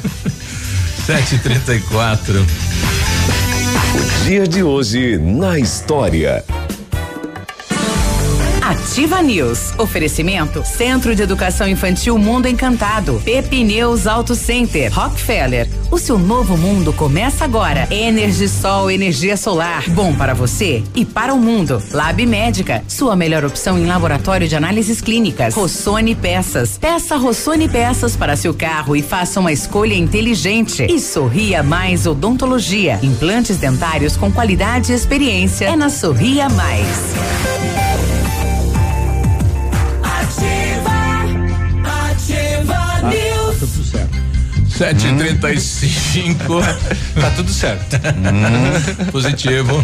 7h34. O dia de hoje na história. Ativa News. Oferecimento Centro de Educação Infantil Mundo Encantado. Pepineus Auto Center. Rockefeller. O seu novo mundo começa agora. Energisol, energia solar. Bom para você e para o mundo. Lab Médica. Sua melhor opção em laboratório de análises clínicas. Rossoni Peças. Peça Rossoni Peças para seu carro e faça uma escolha inteligente. E Sorria Mais Odontologia. Implantes dentários com qualidade e experiência. É na Sorria Mais. News. Tudo certo. 7h35. Tá tudo certo. Positivo.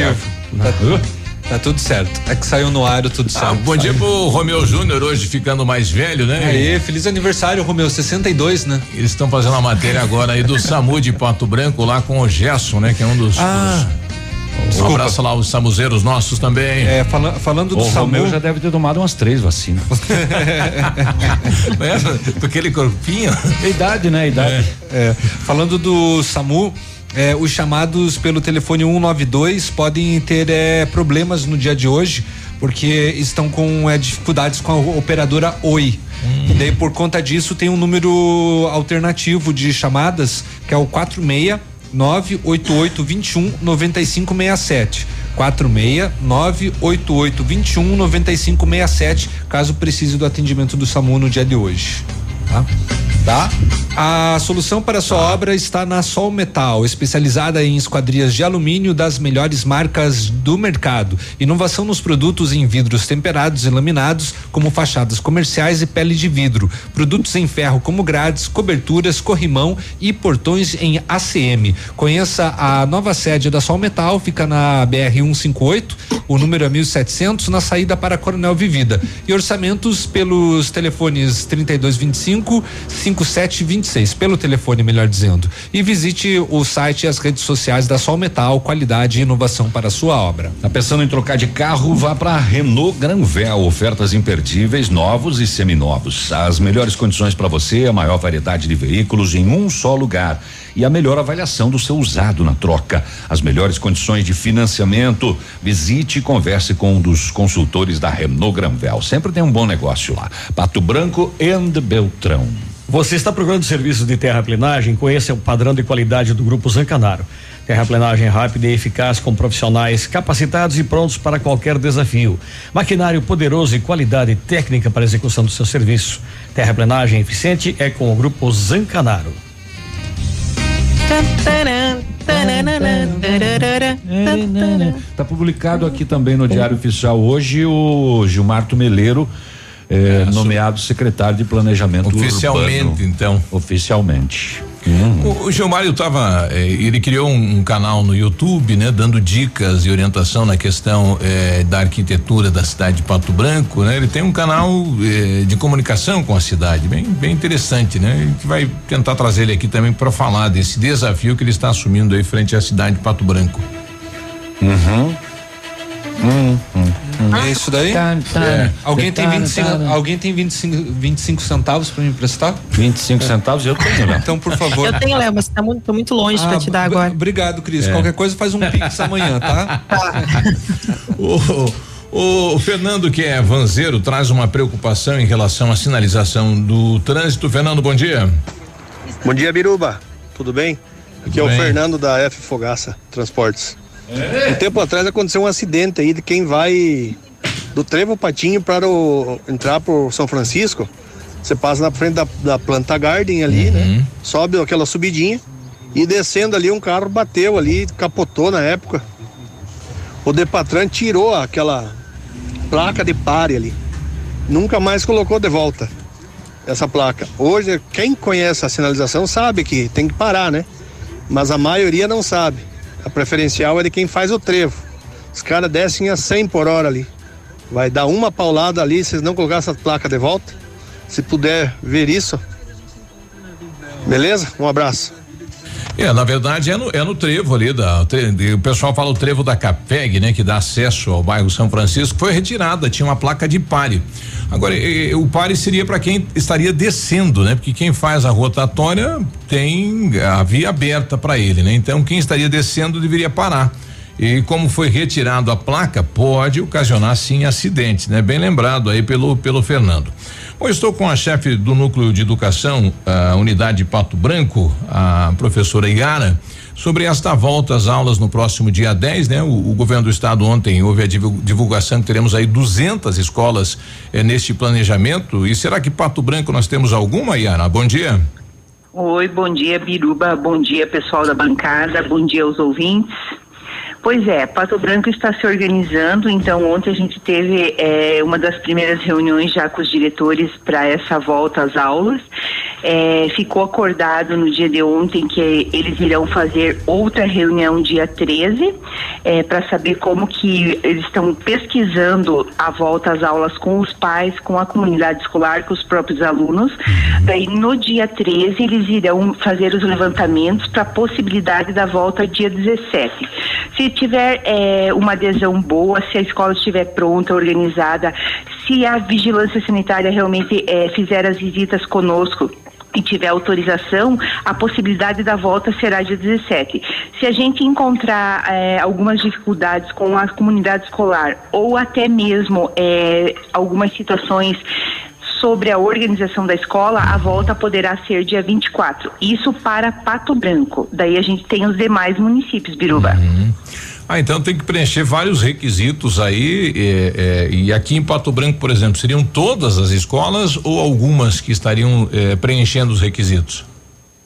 Tá tudo certo. É que saiu no ar tudo certo. Bom dia pro Romeu Júnior, hoje ficando mais velho, né? Aí, feliz aniversário, Romeu, 62, né? Eles estão fazendo uma matéria agora aí do SAMU de Pato Branco, lá com o Gerson, né? Que é um dos. Um abraço lá aos samuzeiros nossos também. Falando do SAMU. O Romeu já deve ter tomado umas 3 vacinas. Com aquele corpinho. Idade, né? Idade. Falando do SAMU, os chamados pelo telefone 192 podem ter problemas no dia de hoje, porque estão com dificuldades com a operadora Oi. E daí, por conta disso, tem um número alternativo de chamadas, que é o 46988219567. 46988219567, caso precise do atendimento do SAMU no dia de hoje. Tá? A solução para a sua obra está na Sol Metal, especializada em esquadrias de alumínio das melhores marcas do mercado. Inovação nos produtos em vidros temperados e laminados, como fachadas comerciais e pele de vidro. Produtos em ferro como grades, coberturas, corrimão e portões em ACM. Conheça a nova sede da Sol Metal, fica na BR 158, o número é 1700, na saída para Coronel Vivida. E orçamentos pelos telefones 3225-5726. Pelo telefone, melhor dizendo. E visite o site e as redes sociais da Sol Metal, qualidade e inovação para a sua obra. Tá pensando em trocar de carro? Vá para Renault Granvel, ofertas imperdíveis, novos e seminovos. As melhores condições para você, a maior variedade de veículos em um só lugar e a melhor avaliação do seu usado na troca. As melhores condições de financiamento. Visite e converse com um dos consultores da Renault Granvel. Sempre tem um bom negócio lá. Pato Branco e Beltrão. Você está procurando serviços de terraplenagem? Conheça o padrão de qualidade do Grupo Zancanaro. Terraplenagem rápida e eficaz com profissionais capacitados e prontos para qualquer desafio. Maquinário poderoso e qualidade técnica para execução do seu serviço. Terraplenagem eficiente é com o Grupo Zancanaro. Tá publicado aqui também no Diário Oficial hoje o Gilmarto Meleiro, nomeado secretário de Planejamento oficialmente, Urbano. Então. Oficialmente. O Gilmário ele criou um canal no YouTube, né? Dando dicas e orientação na questão da arquitetura da cidade de Pato Branco, né? Ele tem um canal de comunicação com a cidade, bem interessante, né? A gente vai tentar trazer ele aqui também para falar desse desafio que ele está assumindo aí frente à cidade de Pato Branco. É isso daí? Alguém tem 25 centavos para me emprestar? 25 centavos eu tenho, Léo. Então, por favor. Eu tenho, Léo, mas tô muito longe para te dar agora. Obrigado, Cris. Qualquer coisa faz um pix amanhã, tá? O Fernando, que é vanzeiro, traz uma preocupação em relação à sinalização do trânsito. Fernando, bom dia. Bom dia, Biruba. Tudo bem? Aqui é o Fernando da F Fogaça Transportes. Um tempo atrás aconteceu um acidente aí de quem vai do Trevo Patinho para entrar por São Francisco. Você passa na frente da Planta Garden ali, né? Sobe aquela subidinha e descendo ali um carro bateu ali, capotou na época. O Depatran tirou aquela placa de pare ali. Nunca mais colocou de volta essa placa. Hoje, quem conhece a sinalização sabe que tem que parar, né? Mas a maioria não sabe. A preferencial é de quem faz o trevo. Os caras descem a 100 por hora ali. Vai dar uma paulada ali se não colocar essa placa de volta. Se puder ver isso. Beleza? Um abraço. Na verdade é no trevo ali o pessoal fala o trevo da Capeg, né? Que dá acesso ao bairro São Francisco, foi retirada, tinha uma placa de pare. Agora, o pare seria para quem estaria descendo, né? Porque quem faz a rotatória tem a via aberta para ele, né? Então quem estaria descendo deveria parar. E como foi retirado a placa, pode ocasionar sim acidentes, né? Bem lembrado aí pelo Fernando. Bom, estou com a chefe do Núcleo de Educação, a unidade Pato Branco, a professora Iara, sobre esta volta às aulas no próximo dia 10, né? O governo do estado ontem houve a divulgação que teremos aí 200 escolas neste planejamento. E será que Pato Branco nós temos alguma, Iara? Bom dia. Oi, bom dia, Biruba, bom dia, pessoal da bancada, bom dia aos ouvintes. Pois é, Pato Branco está se organizando, então ontem a gente teve uma das primeiras reuniões já com os diretores para essa volta às aulas. Ficou acordado no dia de ontem que eles irão fazer outra reunião dia 13, para saber como que eles estão pesquisando a volta às aulas com os pais, com a comunidade escolar, com os próprios alunos. Daí no dia 13 eles irão fazer os levantamentos para a possibilidade da volta dia 17. Se tiver uma adesão boa, se a escola estiver pronta, organizada, se a vigilância sanitária realmente fizer as visitas conosco e tiver autorização, a possibilidade da volta será dia 17. Se a gente encontrar algumas dificuldades com a comunidade escolar ou até mesmo algumas situações sobre a organização da escola, a volta poderá ser dia 24. Isso para Pato Branco. Daí a gente tem os demais municípios, Biruba. Então tem que preencher vários requisitos aí, e aqui em Pato Branco, por exemplo, seriam todas as escolas ou algumas que estariam preenchendo os requisitos?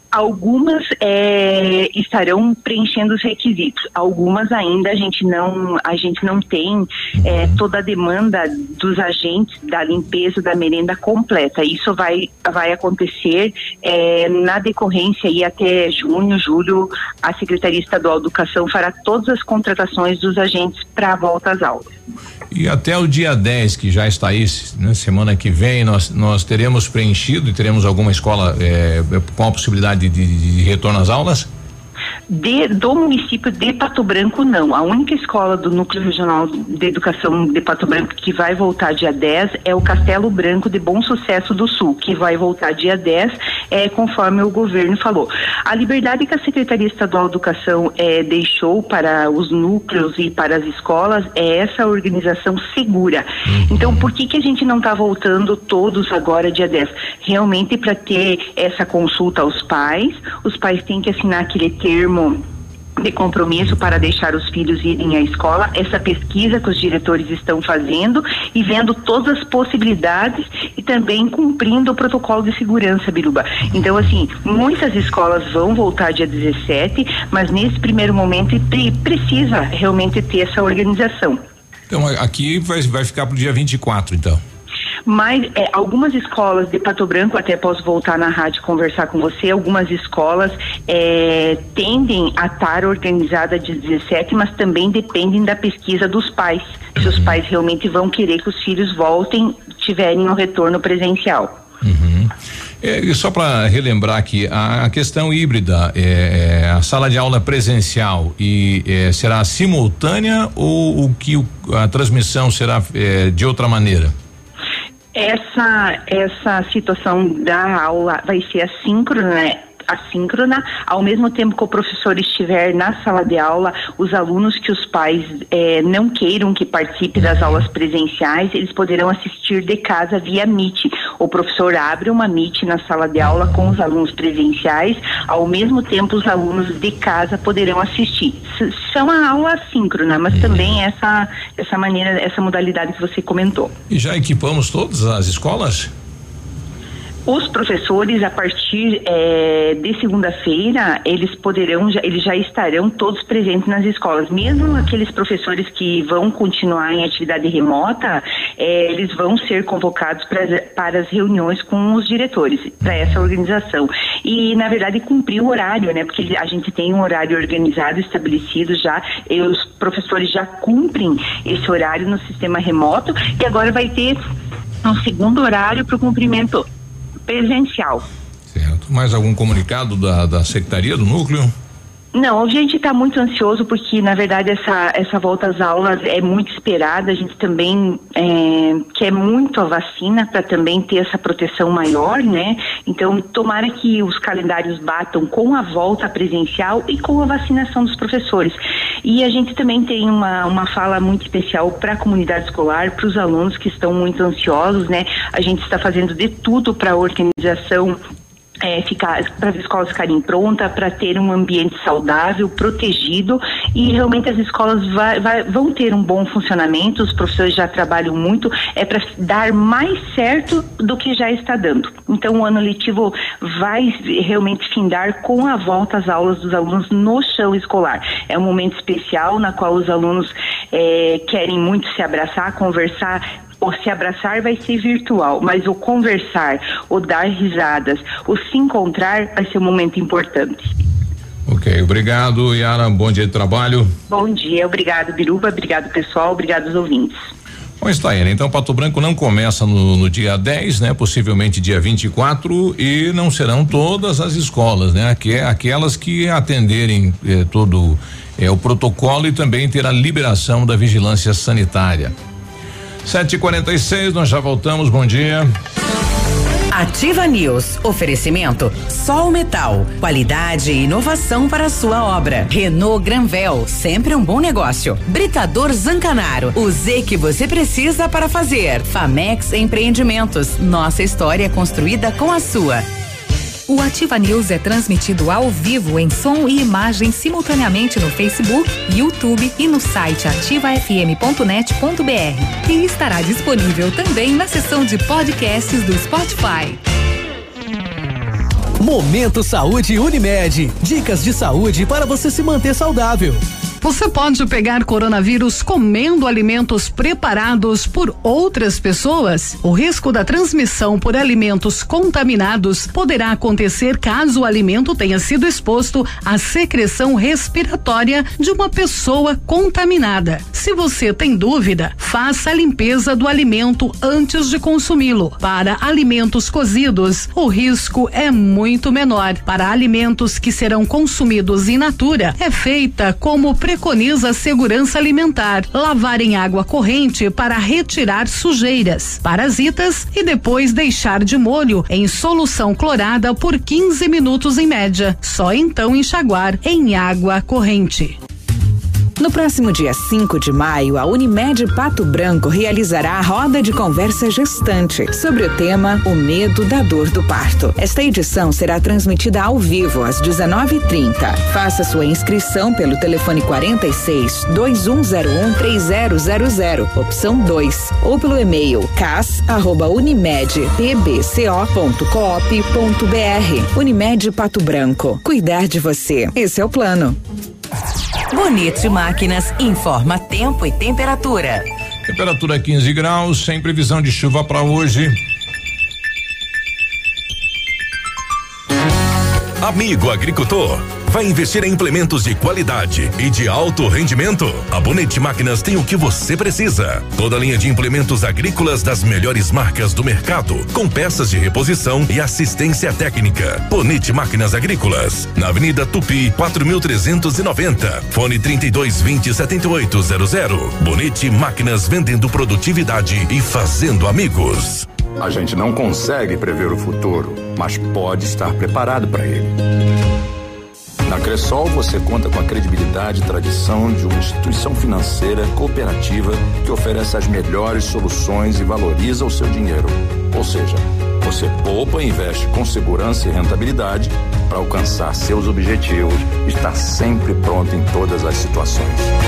Algumas estarão preenchendo os requisitos. Algumas ainda a gente não tem toda a demanda dos agentes da limpeza da merenda completa. Isso vai acontecer na decorrência e até junho, julho, a Secretaria Estadual de Educação fará todas as contratações dos agentes para a volta às aulas. E até o dia 10, que já está aí, né, semana que vem, nós teremos preenchido e teremos alguma escola com a possibilidade de retorno às aulas? Do município de Pato Branco, não. A única escola do Núcleo Regional de Educação de Pato Branco que vai voltar dia 10 é o Castelo Branco de Bom Sucesso do Sul, que vai voltar dia 10, conforme o governo falou. A liberdade que a Secretaria Estadual de Educação deixou para os núcleos e para as escolas é essa organização segura. Então, por que a gente não está voltando todos agora dia 10? Realmente para ter essa consulta aos pais, os pais têm que assinar aquele termo de compromisso para deixar os filhos irem à escola, essa pesquisa que os diretores estão fazendo e vendo todas as possibilidades e também cumprindo o protocolo de segurança, Biruba. Então, assim, muitas escolas vão voltar dia 17, mas nesse primeiro momento precisa realmente ter essa organização. Então, aqui vai ficar pro dia 24, então. Mas algumas escolas de Pato Branco, até posso voltar na rádio conversar com você, algumas escolas tendem a estar organizadas de 17, mas também dependem da pesquisa dos pais, se os pais realmente vão querer que os filhos voltem, tiverem um retorno presencial. E só para relembrar aqui, a questão híbrida, a sala de aula presencial será simultânea ou a transmissão será de outra maneira? Essa situação da aula vai ser assíncrona, ao mesmo tempo que o professor estiver na sala de aula, os alunos que os pais não queiram que participe das aulas presenciais, eles poderão assistir de casa via Meet. O professor abre uma Meet na sala de aula com os alunos presenciais, ao mesmo tempo os alunos de casa poderão assistir. São uma aula assíncrona, mas também essa maneira, essa modalidade que você comentou. E já equipamos todas as escolas? Os professores, a partir de segunda-feira, eles já estarão todos presentes nas escolas. Mesmo aqueles professores que vão continuar em atividade remota, eles vão ser convocados para as reuniões com os diretores, para essa organização. E, na verdade, cumprir o horário, né? Porque a gente tem um horário organizado, estabelecido já, e os professores já cumprem esse horário no sistema remoto, e agora vai ter um segundo horário para o cumprimento presencial. Certo. Mais algum comunicado da Secretaria do Núcleo? Não, a gente está muito ansioso porque, na verdade, essa volta às aulas é muito esperada. A gente também quer muito a vacina para também ter essa proteção maior, né? Então, tomara que os calendários batam com a volta presencial e com a vacinação dos professores. E a gente também tem uma fala muito especial para a comunidade escolar, para os alunos que estão muito ansiosos, né? A gente está fazendo de tudo para a organização para as escolas ficarem prontas, para ter um ambiente saudável, protegido, e realmente as escolas vão ter um bom funcionamento. Os professores já trabalham muito, para dar mais certo do que já está dando. Então o ano letivo vai realmente findar com a volta às aulas dos alunos no chão escolar. É um momento especial na qual os alunos querem muito se abraçar, conversar. O se abraçar vai ser virtual, mas o conversar, o dar risadas, o se encontrar vai ser um momento importante. Ok, obrigado, Yara, bom dia de trabalho. Bom dia, obrigado, Biruba, obrigado, pessoal, obrigado aos ouvintes. Bom, está aí, então Pato Branco não começa no dia 10, né? Possivelmente dia 24, e não serão todas as escolas, né? Aquelas que atenderem todo o protocolo e também ter a liberação da vigilância sanitária. 7h46, nós já voltamos, bom dia. Ativa News, oferecimento Sol Metal, qualidade e inovação para a sua obra. Renault Granvel, sempre um bom negócio. Britador Zancanaro, o Z que você precisa para fazer. Famex Empreendimentos, nossa história construída com a sua. O Ativa News é transmitido ao vivo em som e imagem simultaneamente no Facebook, YouTube e no site ativafm.net.br. E estará disponível também na seção de podcasts do Spotify. Momento Saúde Unimed. Dicas de saúde para você se manter saudável. Você pode pegar coronavírus comendo alimentos preparados por outras pessoas? O risco da transmissão por alimentos contaminados poderá acontecer caso o alimento tenha sido exposto à secreção respiratória de uma pessoa contaminada. Se você tem dúvida, faça a limpeza do alimento antes de consumi-lo. Para alimentos cozidos, o risco é muito menor. Para alimentos que serão consumidos in natura, é feita como preconiza a segurança alimentar: lavar em água corrente para retirar sujeiras, parasitas e depois deixar de molho em solução clorada por 15 minutos em média. Só então enxaguar em água corrente. No próximo dia 5 de maio, a Unimed Pato Branco realizará a roda de conversa gestante sobre o tema O Medo da Dor do Parto. Esta edição será transmitida ao vivo às 19h30. Faça sua inscrição pelo telefone 46 2101 3000, opção 2, ou pelo e-mail cas@unimedpbco.coop.br. Unimed Pato Branco. Cuidar de você. Esse é o plano. Bonito Máquinas informa tempo e temperatura. Temperatura 15 graus, sem previsão de chuva para hoje. Amigo agricultor, vai investir em implementos de qualidade e de alto rendimento? A Bonete Máquinas tem o que você precisa. Toda a linha de implementos agrícolas das melhores marcas do mercado, com peças de reposição e assistência técnica. Bonete Máquinas Agrícolas, na Avenida Tupi, 4390, fone 3220-7800. Bonete Máquinas, vendendo produtividade e fazendo amigos. A gente não consegue prever o futuro, mas pode estar preparado para ele. Na Cressol, você conta com a credibilidade e tradição de uma instituição financeira cooperativa que oferece as melhores soluções e valoriza o seu dinheiro. Ou seja, você poupa e investe com segurança e rentabilidade para alcançar seus objetivos e estar sempre pronto em todas as situações.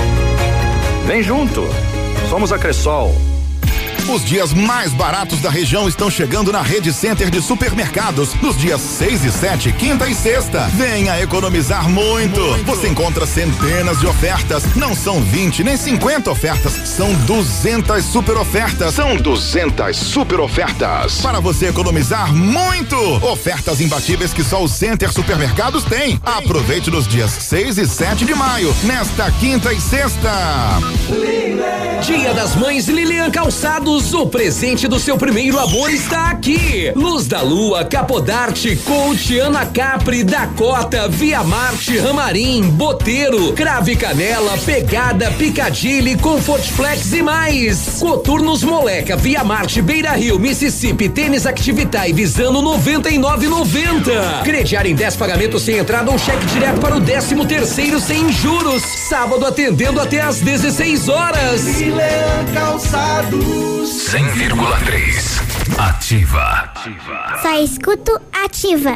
Vem junto! Somos a Cressol. Os dias mais baratos da região estão chegando na Rede Center de Supermercados, nos dias 6 e 7, quinta e sexta. Venha economizar muito. Você encontra centenas de ofertas. Não são 20 nem 50 ofertas, são 200 super ofertas. São 200 super ofertas. Para você economizar muito. Ofertas imbatíveis que só o Center Supermercados tem. Aproveite nos dias 6 e 7 de maio, nesta quinta e sexta. Dia das Mães Lilian Calçados. O presente do seu primeiro amor está aqui. Luz da Lua, Capodarte, Coach, Ana Capri, Dakota, Via Marte, Ramarim, Boteiro, Crave Canela, Pegada, Picadilly, Comfort Flex e mais. Coturnos Moleca, Via Marte, Beira Rio, Mississippi, Tênis Activita e Visano 99,90. Crediário em 10 pagamentos sem entrada ou cheque direto para o 13º sem juros. Sábado atendendo até às 16 horas. Lilian Calçados 100,3 Ativa. Só escuto Ativa.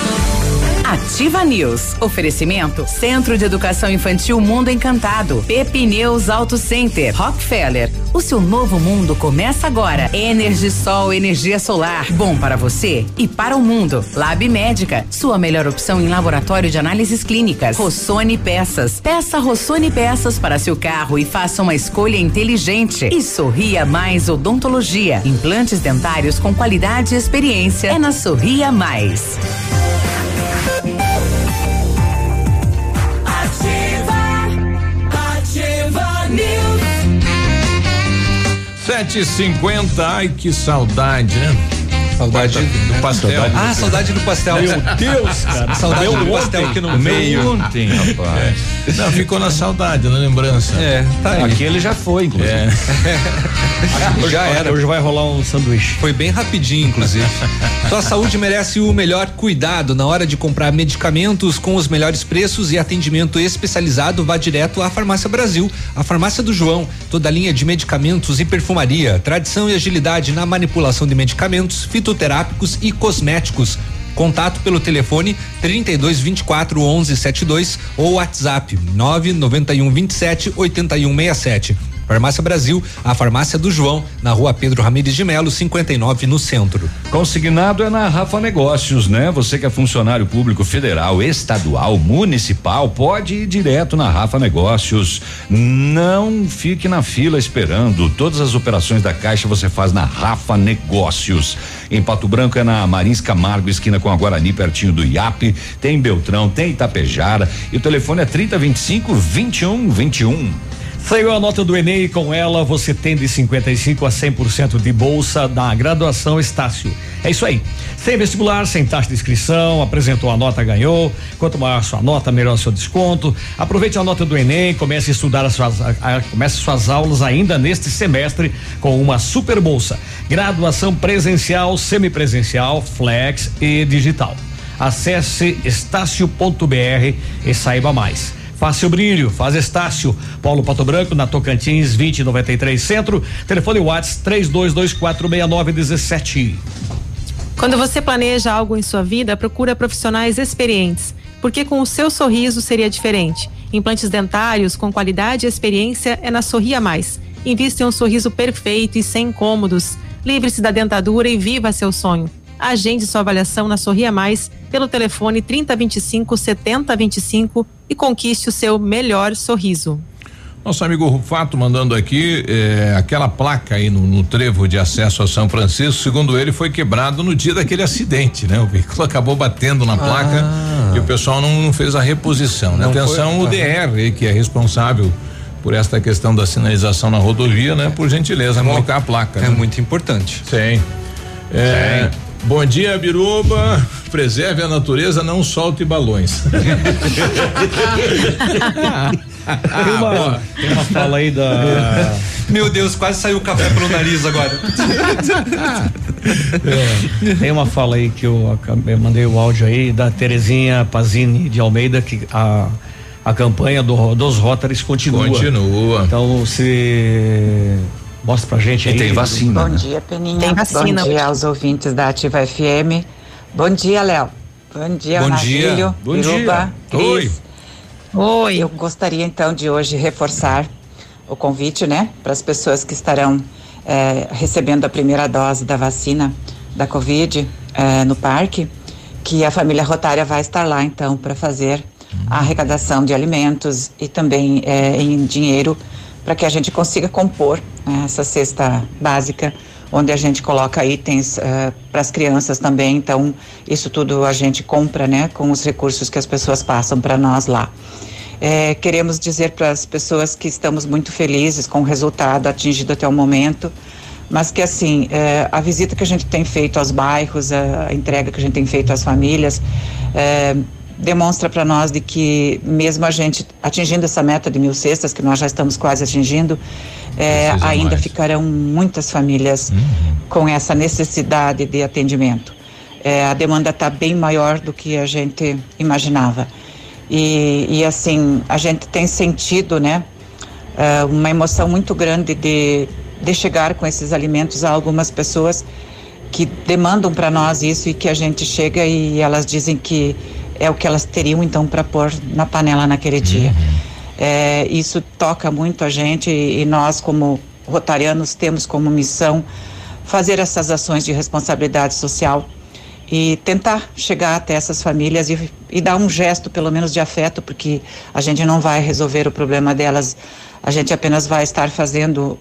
Ativa News. Oferecimento Centro de Educação Infantil Mundo Encantado. Pepineus Auto Center. Rockefeller. O seu novo mundo começa agora. Energisol, energia solar. Bom para você e para o mundo. Lab Médica. Sua melhor opção em laboratório de análises clínicas. Rossoni Peças. Peça Rossoni Peças para seu carro e faça uma escolha inteligente. E Sorria Mais Odontologia. Implantes dentários com qualidade e experiência. É na Sorria Mais. Ativa News. 7h50, ai que saudade, né? Saudade do pastel. Saudade do pastel. Meu Deus, cara. Saudade do pastel que não veio. Ontem, rapaz. Não, ficou na saudade, na lembrança. Tá aí. Aquele já foi, inclusive. Já era. Hoje vai rolar um sanduíche. Foi bem rapidinho, inclusive. Sua saúde merece o melhor cuidado. Na hora de comprar medicamentos com os melhores preços e atendimento especializado, vá direto à Farmácia Brasil, a Farmácia do João. Toda a linha de medicamentos e perfumaria. Tradição e agilidade na manipulação de medicamentos, fitoterápicos e cosméticos. Contato pelo telefone 3224 1172 ou WhatsApp 991 27 8167. Farmácia Brasil, a farmácia do João, na rua Pedro Ramires de Melo, 59, no centro. Consignado é na Rafa Negócios, né? Você que é funcionário público federal, estadual, municipal, pode ir direto na Rafa Negócios. Não fique na fila esperando. Todas as operações da Caixa você faz na Rafa Negócios. Em Pato Branco é na Marins Camargo, esquina com a Guarani, pertinho do IAP. Tem Beltrão, tem Itapejara e o telefone é 3025-2121. Saiu a nota do Enem e com ela você tem de 55% a 100% de bolsa da graduação Estácio. É isso aí. Sem vestibular, sem taxa de inscrição, apresentou a nota, ganhou. Quanto maior a sua nota, melhor o seu desconto. Aproveite a nota do Enem, comece a estudar comece suas aulas ainda neste semestre com uma super bolsa. Graduação presencial, semipresencial, flex e digital. Acesse estácio.br e saiba mais. Faça o brilho, faz Estácio. Paulo Pato Branco, na Tocantins, 2093 Centro. Telefone WhatsApp 32246917. Quando você planeja algo em sua vida, procura profissionais experientes, porque com o seu sorriso seria diferente. Implantes dentários com qualidade e experiência é na Sorria Mais. Invista em um sorriso perfeito e sem incômodos. Livre-se da dentadura e viva seu sonho. Agende sua avaliação na Sorria Mais pelo telefone 3025-7025 e conquiste o seu melhor sorriso. Nosso amigo Rufato mandando aqui aquela placa aí no trevo de acesso a São Francisco, segundo ele, foi quebrado no dia daquele acidente, né? O veículo acabou batendo na placa e o pessoal não fez a reposição, né? Atenção, o DR, que é responsável por esta questão da sinalização na rodovia, né? Por gentileza, colocar a placa. É, né? Muito importante. Sim. Bom dia, Biruba. Preserve a natureza, não solte balões. Tem uma fala aí da. Meu Deus, quase saiu o café pelo nariz agora. Tem uma fala aí que eu mandei o áudio aí da Terezinha Pazini de Almeida, que a campanha dos Rotaries continua. Então, se mostra pra gente aí. Tem vacina. Bom dia, Peninha. Tem vacina. Bom dia aos ouvintes da Ativa FM. Bom dia, Léo. Bom dia, Navilho, Biruba, Cris. Oi. Eu gostaria então de hoje reforçar o convite, né, para as pessoas que estarão recebendo a primeira dose da vacina da Covid no parque, que a família Rotária vai estar lá então para fazer a arrecadação de alimentos e também em dinheiro para que a gente consiga compor essa cesta básica, onde a gente coloca itens para as crianças também. Então, isso tudo a gente compra, né, com os recursos que as pessoas passam para nós lá. Queremos dizer para as pessoas que estamos muito felizes com o resultado atingido até o momento, mas que assim, a visita que a gente tem feito aos bairros, a entrega que a gente tem feito às famílias, demonstra para nós de que mesmo a gente atingindo essa meta de 1.000 cestas, que nós já estamos quase atingindo, ainda ficarão muitas famílias com essa necessidade de atendimento. A demanda está bem maior do que a gente imaginava. E assim, a gente tem sentido, né, uma emoção muito grande de chegar com esses alimentos a algumas pessoas que demandam para nós isso, e que a gente chega e elas dizem que é o que elas teriam então para pôr na panela naquele dia. Isso toca muito a gente, e nós como rotarianos temos como missão fazer essas ações de responsabilidade social e tentar chegar até essas famílias e dar um gesto pelo menos de afeto, porque a gente não vai resolver o problema delas, a gente apenas vai estar fazendo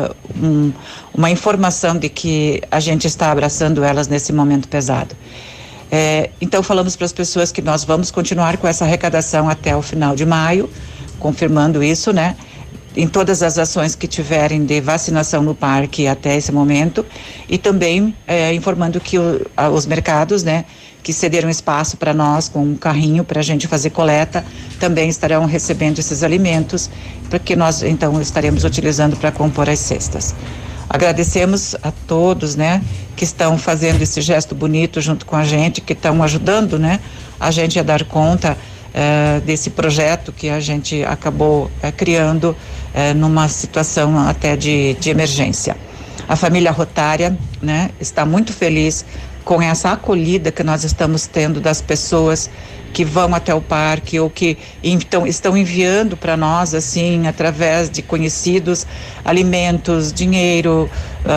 uma informação de que a gente está abraçando elas nesse momento pesado. Então falamos para as pessoas que nós vamos continuar com essa arrecadação até o final de maio, confirmando isso, né? Em todas as ações que tiverem de vacinação no parque até esse momento, e também informando que os mercados, né, que cederam espaço para nós com um carrinho para a gente fazer coleta, também estarão recebendo esses alimentos, porque nós então estaremos utilizando para compor as cestas. Agradecemos a todos, né, que estão fazendo esse gesto bonito junto com a gente, que estão ajudando, né, a gente a dar conta desse projeto que a gente acabou criando numa situação até de emergência. A família Rotária, né, está muito feliz com essa acolhida que nós estamos tendo das pessoas que vão até o parque ou que então estão enviando para nós, assim, através de conhecidos, alimentos, dinheiro,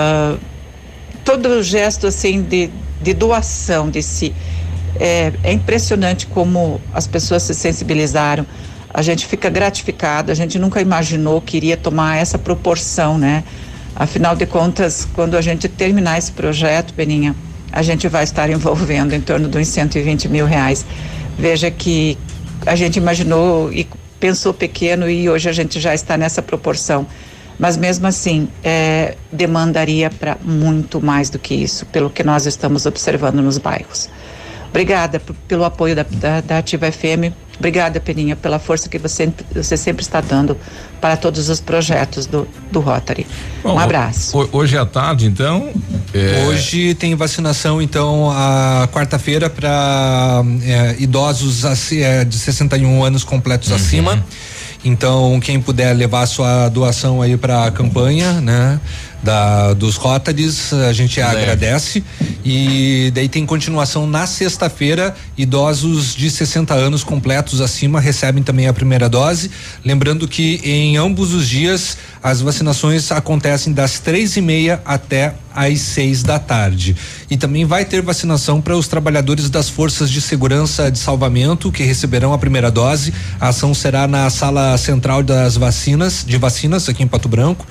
todo o gesto, assim, de doação de si. É impressionante como as pessoas se sensibilizaram. A gente fica gratificado, a gente nunca imaginou que iria tomar essa proporção, né? Afinal de contas, quando a gente terminar esse projeto, Peninha, a gente vai estar envolvendo em torno de uns 120 mil reais. Veja que a gente imaginou e pensou pequeno e hoje a gente já está nessa proporção. Mas mesmo assim, demandaria para muito mais do que isso, pelo que nós estamos observando nos bairros. Obrigada pelo apoio da Ativa FM. Obrigada, Peninha, pela força que você sempre está dando para todos os projetos do Rotary. Bom, um abraço. Hoje à tarde, então? Hoje tem vacinação, então, a quarta-feira para idosos de 61 anos completos acima. Então, quem puder levar sua doação aí para a campanha, né? Dos Rotaries, a gente agradece. E daí tem continuação na sexta-feira, idosos de 60 anos completos acima recebem também a primeira dose. Lembrando que em ambos os dias as vacinações acontecem das 3:30 até às 6 da tarde. E também vai ter vacinação para os trabalhadores das forças de segurança de salvamento que receberão a primeira dose. A ação será na sala central de vacinas aqui em Pato Branco,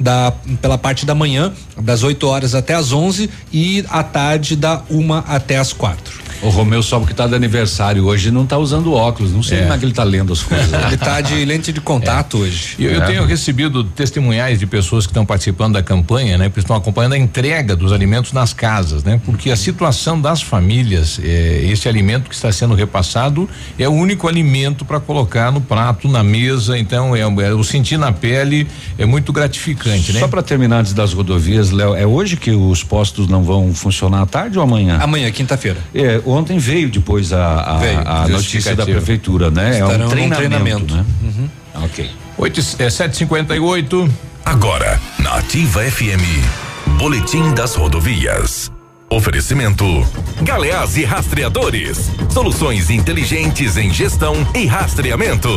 pela parte da manhã, das 8 horas até às 11 e à tarde da 1 até às 4. O Romeu Sobo, que tá de aniversário hoje, não tá usando óculos, não sei como é que ele tá lendo as coisas. Ele tá de lente de contato hoje. Eu tenho recebido testemunhais de pessoas que estão participando da campanha, né? Que estão acompanhando a entrega dos alimentos nas casas, né? Porque a situação das famílias, esse alimento que está sendo repassado é o único alimento para colocar no prato, na mesa, então eu senti na pele, é muito gratificante, né? Só para terminar antes das rodovias, Léo, é hoje que os postos não vão funcionar à tarde ou amanhã? Amanhã, quinta-feira. Ontem veio depois a notícia da prefeitura, né? Estarão é um treinamento, né? Ok. 7:58. Agora, na Ativa FM, Boletim das Rodovias. Oferecimento Galeás e Rastreadores. Soluções inteligentes em gestão e rastreamento.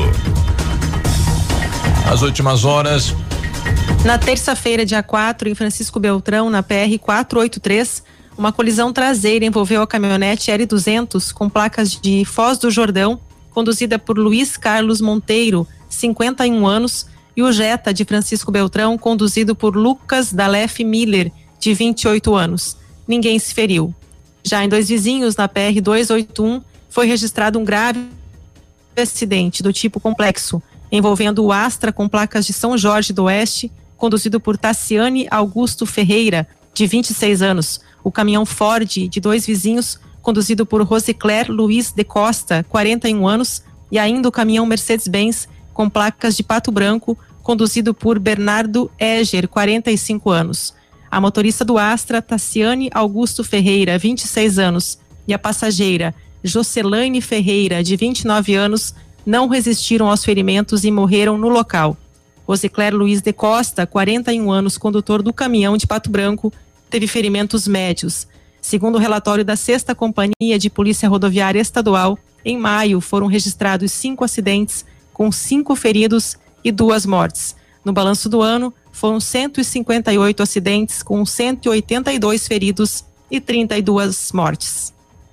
As últimas horas. Na terça-feira, dia 4, em Francisco Beltrão, na PR 483, uma colisão traseira envolveu a caminhonete L200 com placas de Foz do Jordão, conduzida por Luiz Carlos Monteiro, 51 anos, e o Jetta de Francisco Beltrão, conduzido por Lucas Dalef Miller, de 28 anos. Ninguém se feriu. Já em Dois Vizinhos, na PR 281, foi registrado um grave acidente do tipo complexo, envolvendo o Astra com placas de São Jorge do Oeste, conduzido por Tassiane Augusto Ferreira, de 26 anos. O caminhão Ford de Dois Vizinhos, conduzido por Rosicler Luiz de Costa, 41 anos, e ainda o caminhão Mercedes-Benz com placas de Pato Branco, conduzido por Bernardo Eger, 45 anos. A motorista do Astra, Tassiane Augusto Ferreira, 26 anos, e a passageira Jocelaine Ferreira, de 29 anos, não resistiram aos ferimentos e morreram no local. Rosicler Luiz de Costa, 41 anos, condutor do caminhão de Pato Branco, teve ferimentos médios. Segundo o relatório da 6ª Companhia de Polícia Rodoviária Estadual, em maio foram registrados 5 acidentes, com 5 feridos e 2 mortes. No balanço do ano, foram 158 acidentes, com 182 feridos e 32 mortes.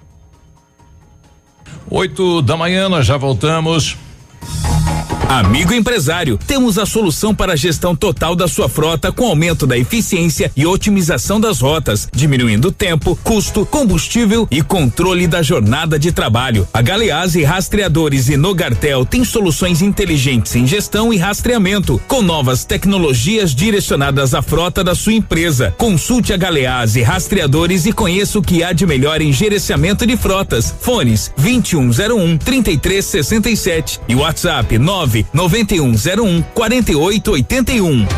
8 da manhã, nós já voltamos. Amigo empresário, temos a solução para a gestão total da sua frota com aumento da eficiência e otimização das rotas, diminuindo tempo, custo, combustível e controle da jornada de trabalho. A Galeás e Rastreadores e Nogartel tem soluções inteligentes em gestão e rastreamento, com novas tecnologias direcionadas à frota da sua empresa. Consulte a Galeás e Rastreadores e conheça o que há de melhor em gerenciamento de frotas. Fones 2101-3367 e WhatsApp 99101-4881.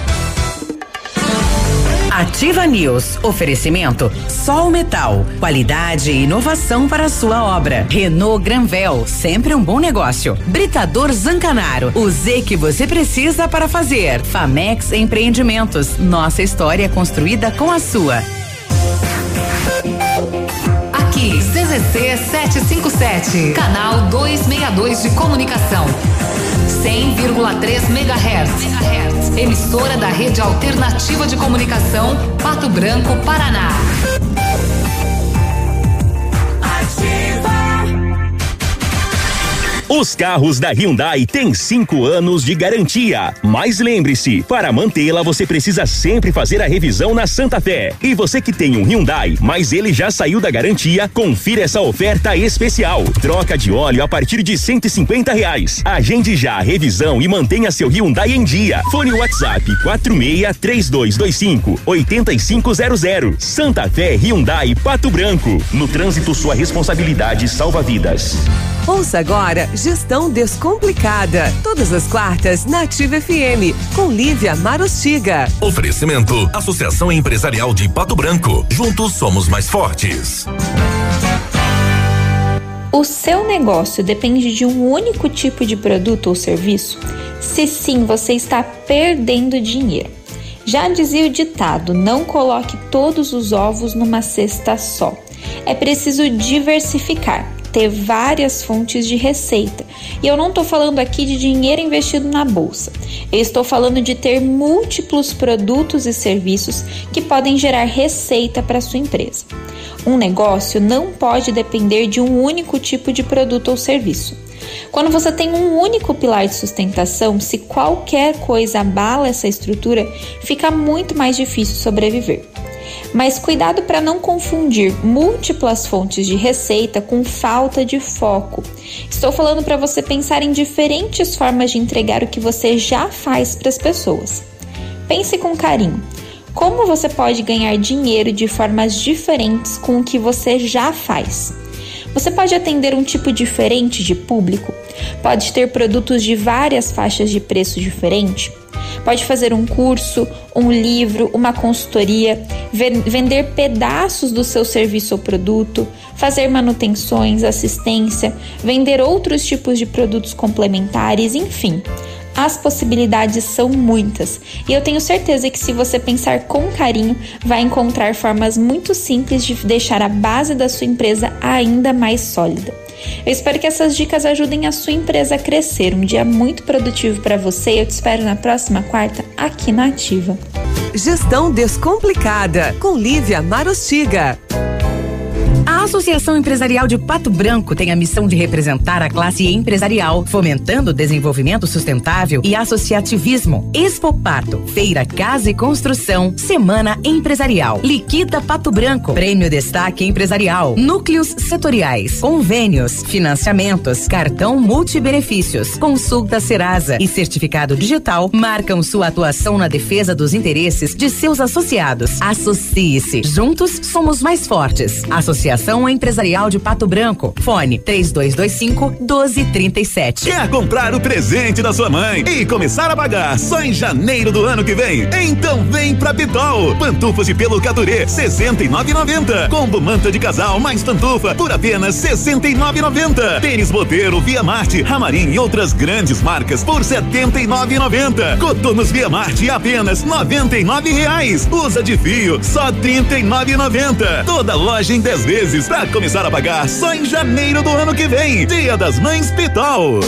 Ativa News. Oferecimento Sol Metal. Qualidade e inovação para a sua obra. Renault Granvel. Sempre um bom negócio. Britador Zancanaro. O Z que você precisa para fazer. Famex Empreendimentos. Nossa história construída com a sua. Aqui, CZC 757, canal 262 de comunicação. 100,3 MHz. Emissora da Rede Alternativa de Comunicação, Pato Branco, Paraná. Os carros da Hyundai têm 5 anos de garantia. Mas lembre-se, para mantê-la você precisa sempre fazer a revisão na Santa Fé. E você que tem um Hyundai, mas ele já saiu da garantia, confira essa oferta especial. Troca de óleo a partir de R$150. Agende já a revisão e mantenha seu Hyundai em dia. Fone WhatsApp 46-3225-8500. Santa Fé Hyundai Pato Branco. No trânsito, sua responsabilidade salva vidas. Ouça agora Gestão Descomplicada, todas as quartas na Ativa FM, com Lívia Marostiga. Oferecimento: Associação Empresarial de Pato Branco. Juntos somos mais fortes. O seu negócio depende de um único tipo de produto ou serviço? Se sim, você está perdendo dinheiro. Já dizia o ditado: não coloque todos os ovos numa cesta só. É preciso diversificar, ter várias fontes de receita. E eu não estou falando aqui de dinheiro investido na bolsa. Eu estou falando de ter múltiplos produtos e serviços que podem gerar receita para sua empresa. Um negócio não pode depender de um único tipo de produto ou serviço. Quando você tem um único pilar de sustentação, se qualquer coisa abala essa estrutura, fica muito mais difícil sobreviver. Mas cuidado para não confundir múltiplas fontes de receita com falta de foco. Estou falando para você pensar em diferentes formas de entregar o que você já faz para as pessoas. Pense com carinho. Como você pode ganhar dinheiro de formas diferentes com o que você já faz? Você pode atender um tipo diferente de público? Pode ter produtos de várias faixas de preço diferente? Pode fazer um curso, um livro, uma consultoria, vender pedaços do seu serviço ou produto, fazer manutenções, assistência, vender outros tipos de produtos complementares, enfim. As possibilidades são muitas e eu tenho certeza que se você pensar com carinho, vai encontrar formas muito simples de deixar a base da sua empresa ainda mais sólida. Eu espero que essas dicas ajudem a sua empresa a crescer. Um dia muito produtivo para você e eu te espero na próxima quarta aqui na Ativa. Gestão Descomplicada, com Lívia Marostiga. A Associação Empresarial de Pato Branco tem a missão de representar a classe empresarial, fomentando o desenvolvimento sustentável e associativismo. Expo Pato, Feira Casa e Construção, Semana Empresarial, Liquida Pato Branco, Prêmio Destaque Empresarial, Núcleos Setoriais, Convênios, Financiamentos, Cartão Multibenefícios, Consulta Serasa e Certificado Digital marcam sua atuação na defesa dos interesses de seus associados. Associe-se. Juntos somos mais fortes. Associação Empresarial de Pato Branco. Fone 3225-1237. Quer comprar o presente da sua mãe e começar a pagar só em janeiro do ano que vem? Então vem pra Pitol. Pantufas de pelo Caturê, R$69,90. Combo manta de casal mais pantufa por apenas R$69,90. Tênis Boteiro, Via Marte, Ramarim e outras grandes marcas por R$79,90. Coturnos Via Marte apenas R$99. Usa de fio, só R$39,90. Toda loja em 10 vezes pra começar a pagar só em janeiro do ano que vem. Dia das Mães Pitol.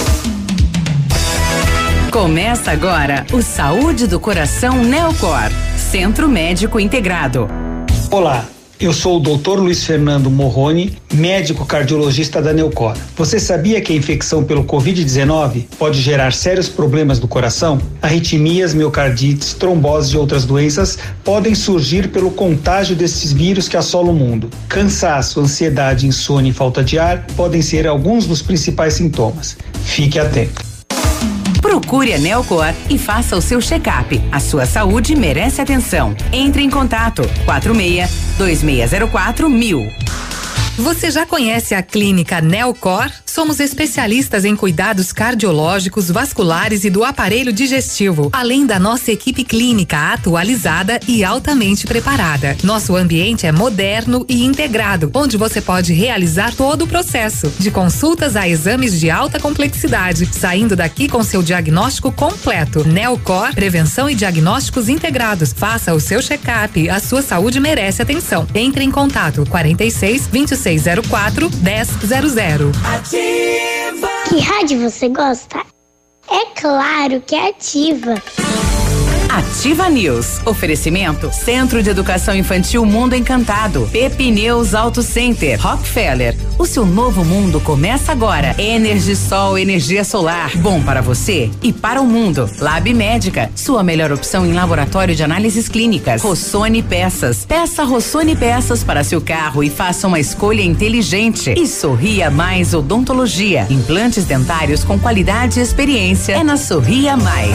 Começa agora o Saúde do Coração Neocor, Centro Médico Integrado. Olá, eu sou o Dr. Luiz Fernando Morrone, médico cardiologista da Neocor. Você sabia que a infecção pelo Covid-19 pode gerar sérios problemas do coração? Arritmias, miocardites, tromboses e outras doenças podem surgir pelo contágio desses vírus que assolam o mundo. Cansaço, ansiedade, insônia e falta de ar podem ser alguns dos principais sintomas. Fique atento. Procure a Neocor e faça o seu check-up. A sua saúde merece atenção. Entre em contato 46-2604-1000. Você já conhece a clínica Neocor? Somos especialistas em cuidados cardiológicos, vasculares e do aparelho digestivo, além da nossa equipe clínica atualizada e altamente preparada. Nosso ambiente é moderno e integrado, onde você pode realizar todo o processo, de consultas a exames de alta complexidade, saindo daqui com seu diagnóstico completo. Neocor, prevenção e diagnósticos integrados. Faça o seu check-up, a sua saúde merece atenção. Entre em contato 46 26 3604-1000. Ativa. Que rádio você gosta? É claro que é Ativa. Ativa News. Oferecimento Centro de Educação Infantil Mundo Encantado. Pepineus Auto Center. Rockefeller. O seu novo mundo começa agora. Energisol, energia solar. Bom para você e para o mundo. Lab Médica. Sua melhor opção em laboratório de análises clínicas. Rossoni Peças. Peça Rossoni Peças para seu carro e faça uma escolha inteligente. E Sorria Mais Odontologia. Implantes dentários com qualidade e experiência. É na Sorria Mais.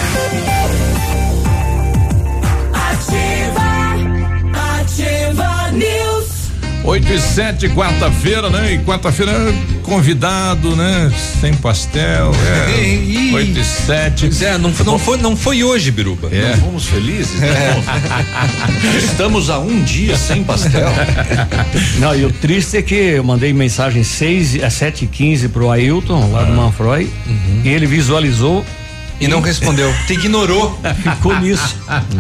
8:07, quarta-feira, né? E quarta-feira convidado, né? Sem pastel. 8:07. Pois é, não foi hoje, Biruba. Não fomos felizes, né? Estamos há um dia sem pastel. Não, e o triste é que eu mandei mensagem 7h15 pro Ailton, lá do Manfroy, e ele visualizou e não respondeu. Te ignorou. Ficou nisso.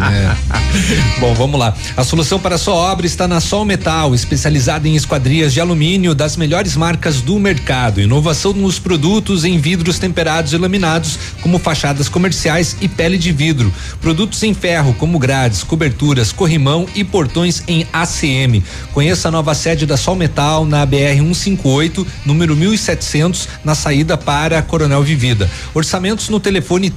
Bom, vamos lá. A solução para a sua obra está na Sol Metal, especializada em esquadrias de alumínio das melhores marcas do mercado. Inovação nos produtos em vidros temperados e laminados, como fachadas comerciais e pele de vidro. Produtos em ferro, como grades, coberturas, corrimão e portões em ACM. Conheça a nova sede da Sol Metal na BR 158, número 1700, na saída para Coronel Vivida. Orçamentos no telefone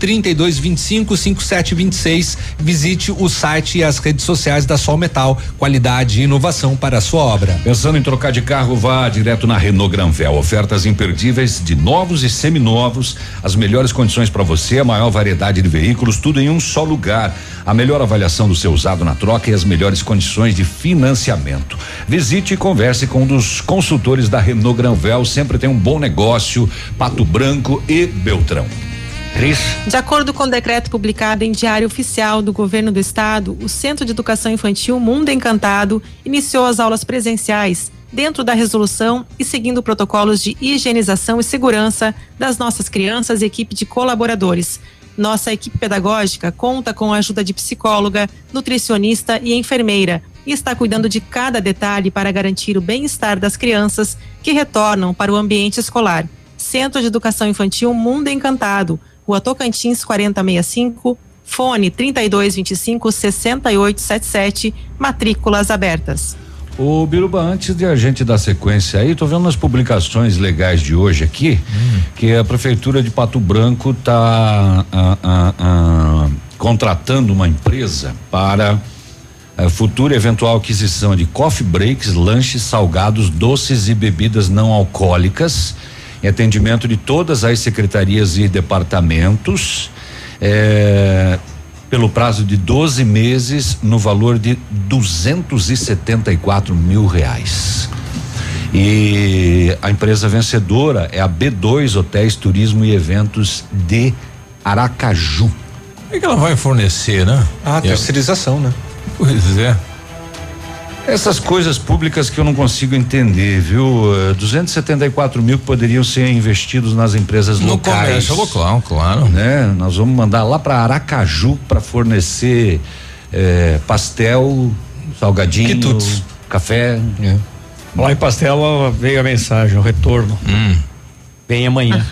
3225-5726. Visite o site e as redes sociais da Sol Metal. Qualidade e inovação para a sua obra. Pensando em trocar de carro, vá direto na Renault Granvel. Ofertas imperdíveis de novos e seminovos, as melhores condições para você, a maior variedade de veículos, tudo em um só lugar. A melhor avaliação do seu usado na troca e as melhores condições de financiamento. Visite e converse com um dos consultores da Renault Granvel. Sempre tem um bom negócio. Pato Branco e Beltrão. Cris. De acordo com o decreto publicado em Diário Oficial do Governo do Estado, o Centro de Educação Infantil Mundo Encantado iniciou as aulas presenciais dentro da resolução e seguindo protocolos de higienização e segurança das nossas crianças e equipe de colaboradores. Nossa equipe pedagógica conta com a ajuda de psicóloga, nutricionista e enfermeira e está cuidando de cada detalhe para garantir o bem-estar das crianças que retornam para o ambiente escolar. Centro de Educação Infantil Mundo Encantado, Rua Tocantins 4065, fone 3225-6877, matrículas abertas. Ô Biruba, antes de a gente dar sequência aí, tô vendo nas publicações legais de hoje aqui, que a Prefeitura de Pato Branco tá contratando uma empresa para a futura eventual aquisição de coffee breaks, lanches, salgados, doces e bebidas não alcoólicas, em atendimento de todas as secretarias e departamentos, pelo prazo de 12 meses, no valor de R$274 mil. E a empresa vencedora é a B2 Hotéis, Turismo e Eventos de Aracaju. Como é que ela vai fornecer, né? Terceirização, né? Pois é. Essas coisas públicas que eu não consigo entender, viu? 274 mil que poderiam ser investidos nas empresas locais. No comércio local, claro. Né? Nós vamos mandar lá para Aracaju para fornecer pastel, salgadinho, café. Lá em pastel veio a mensagem, o retorno. Vem amanhã.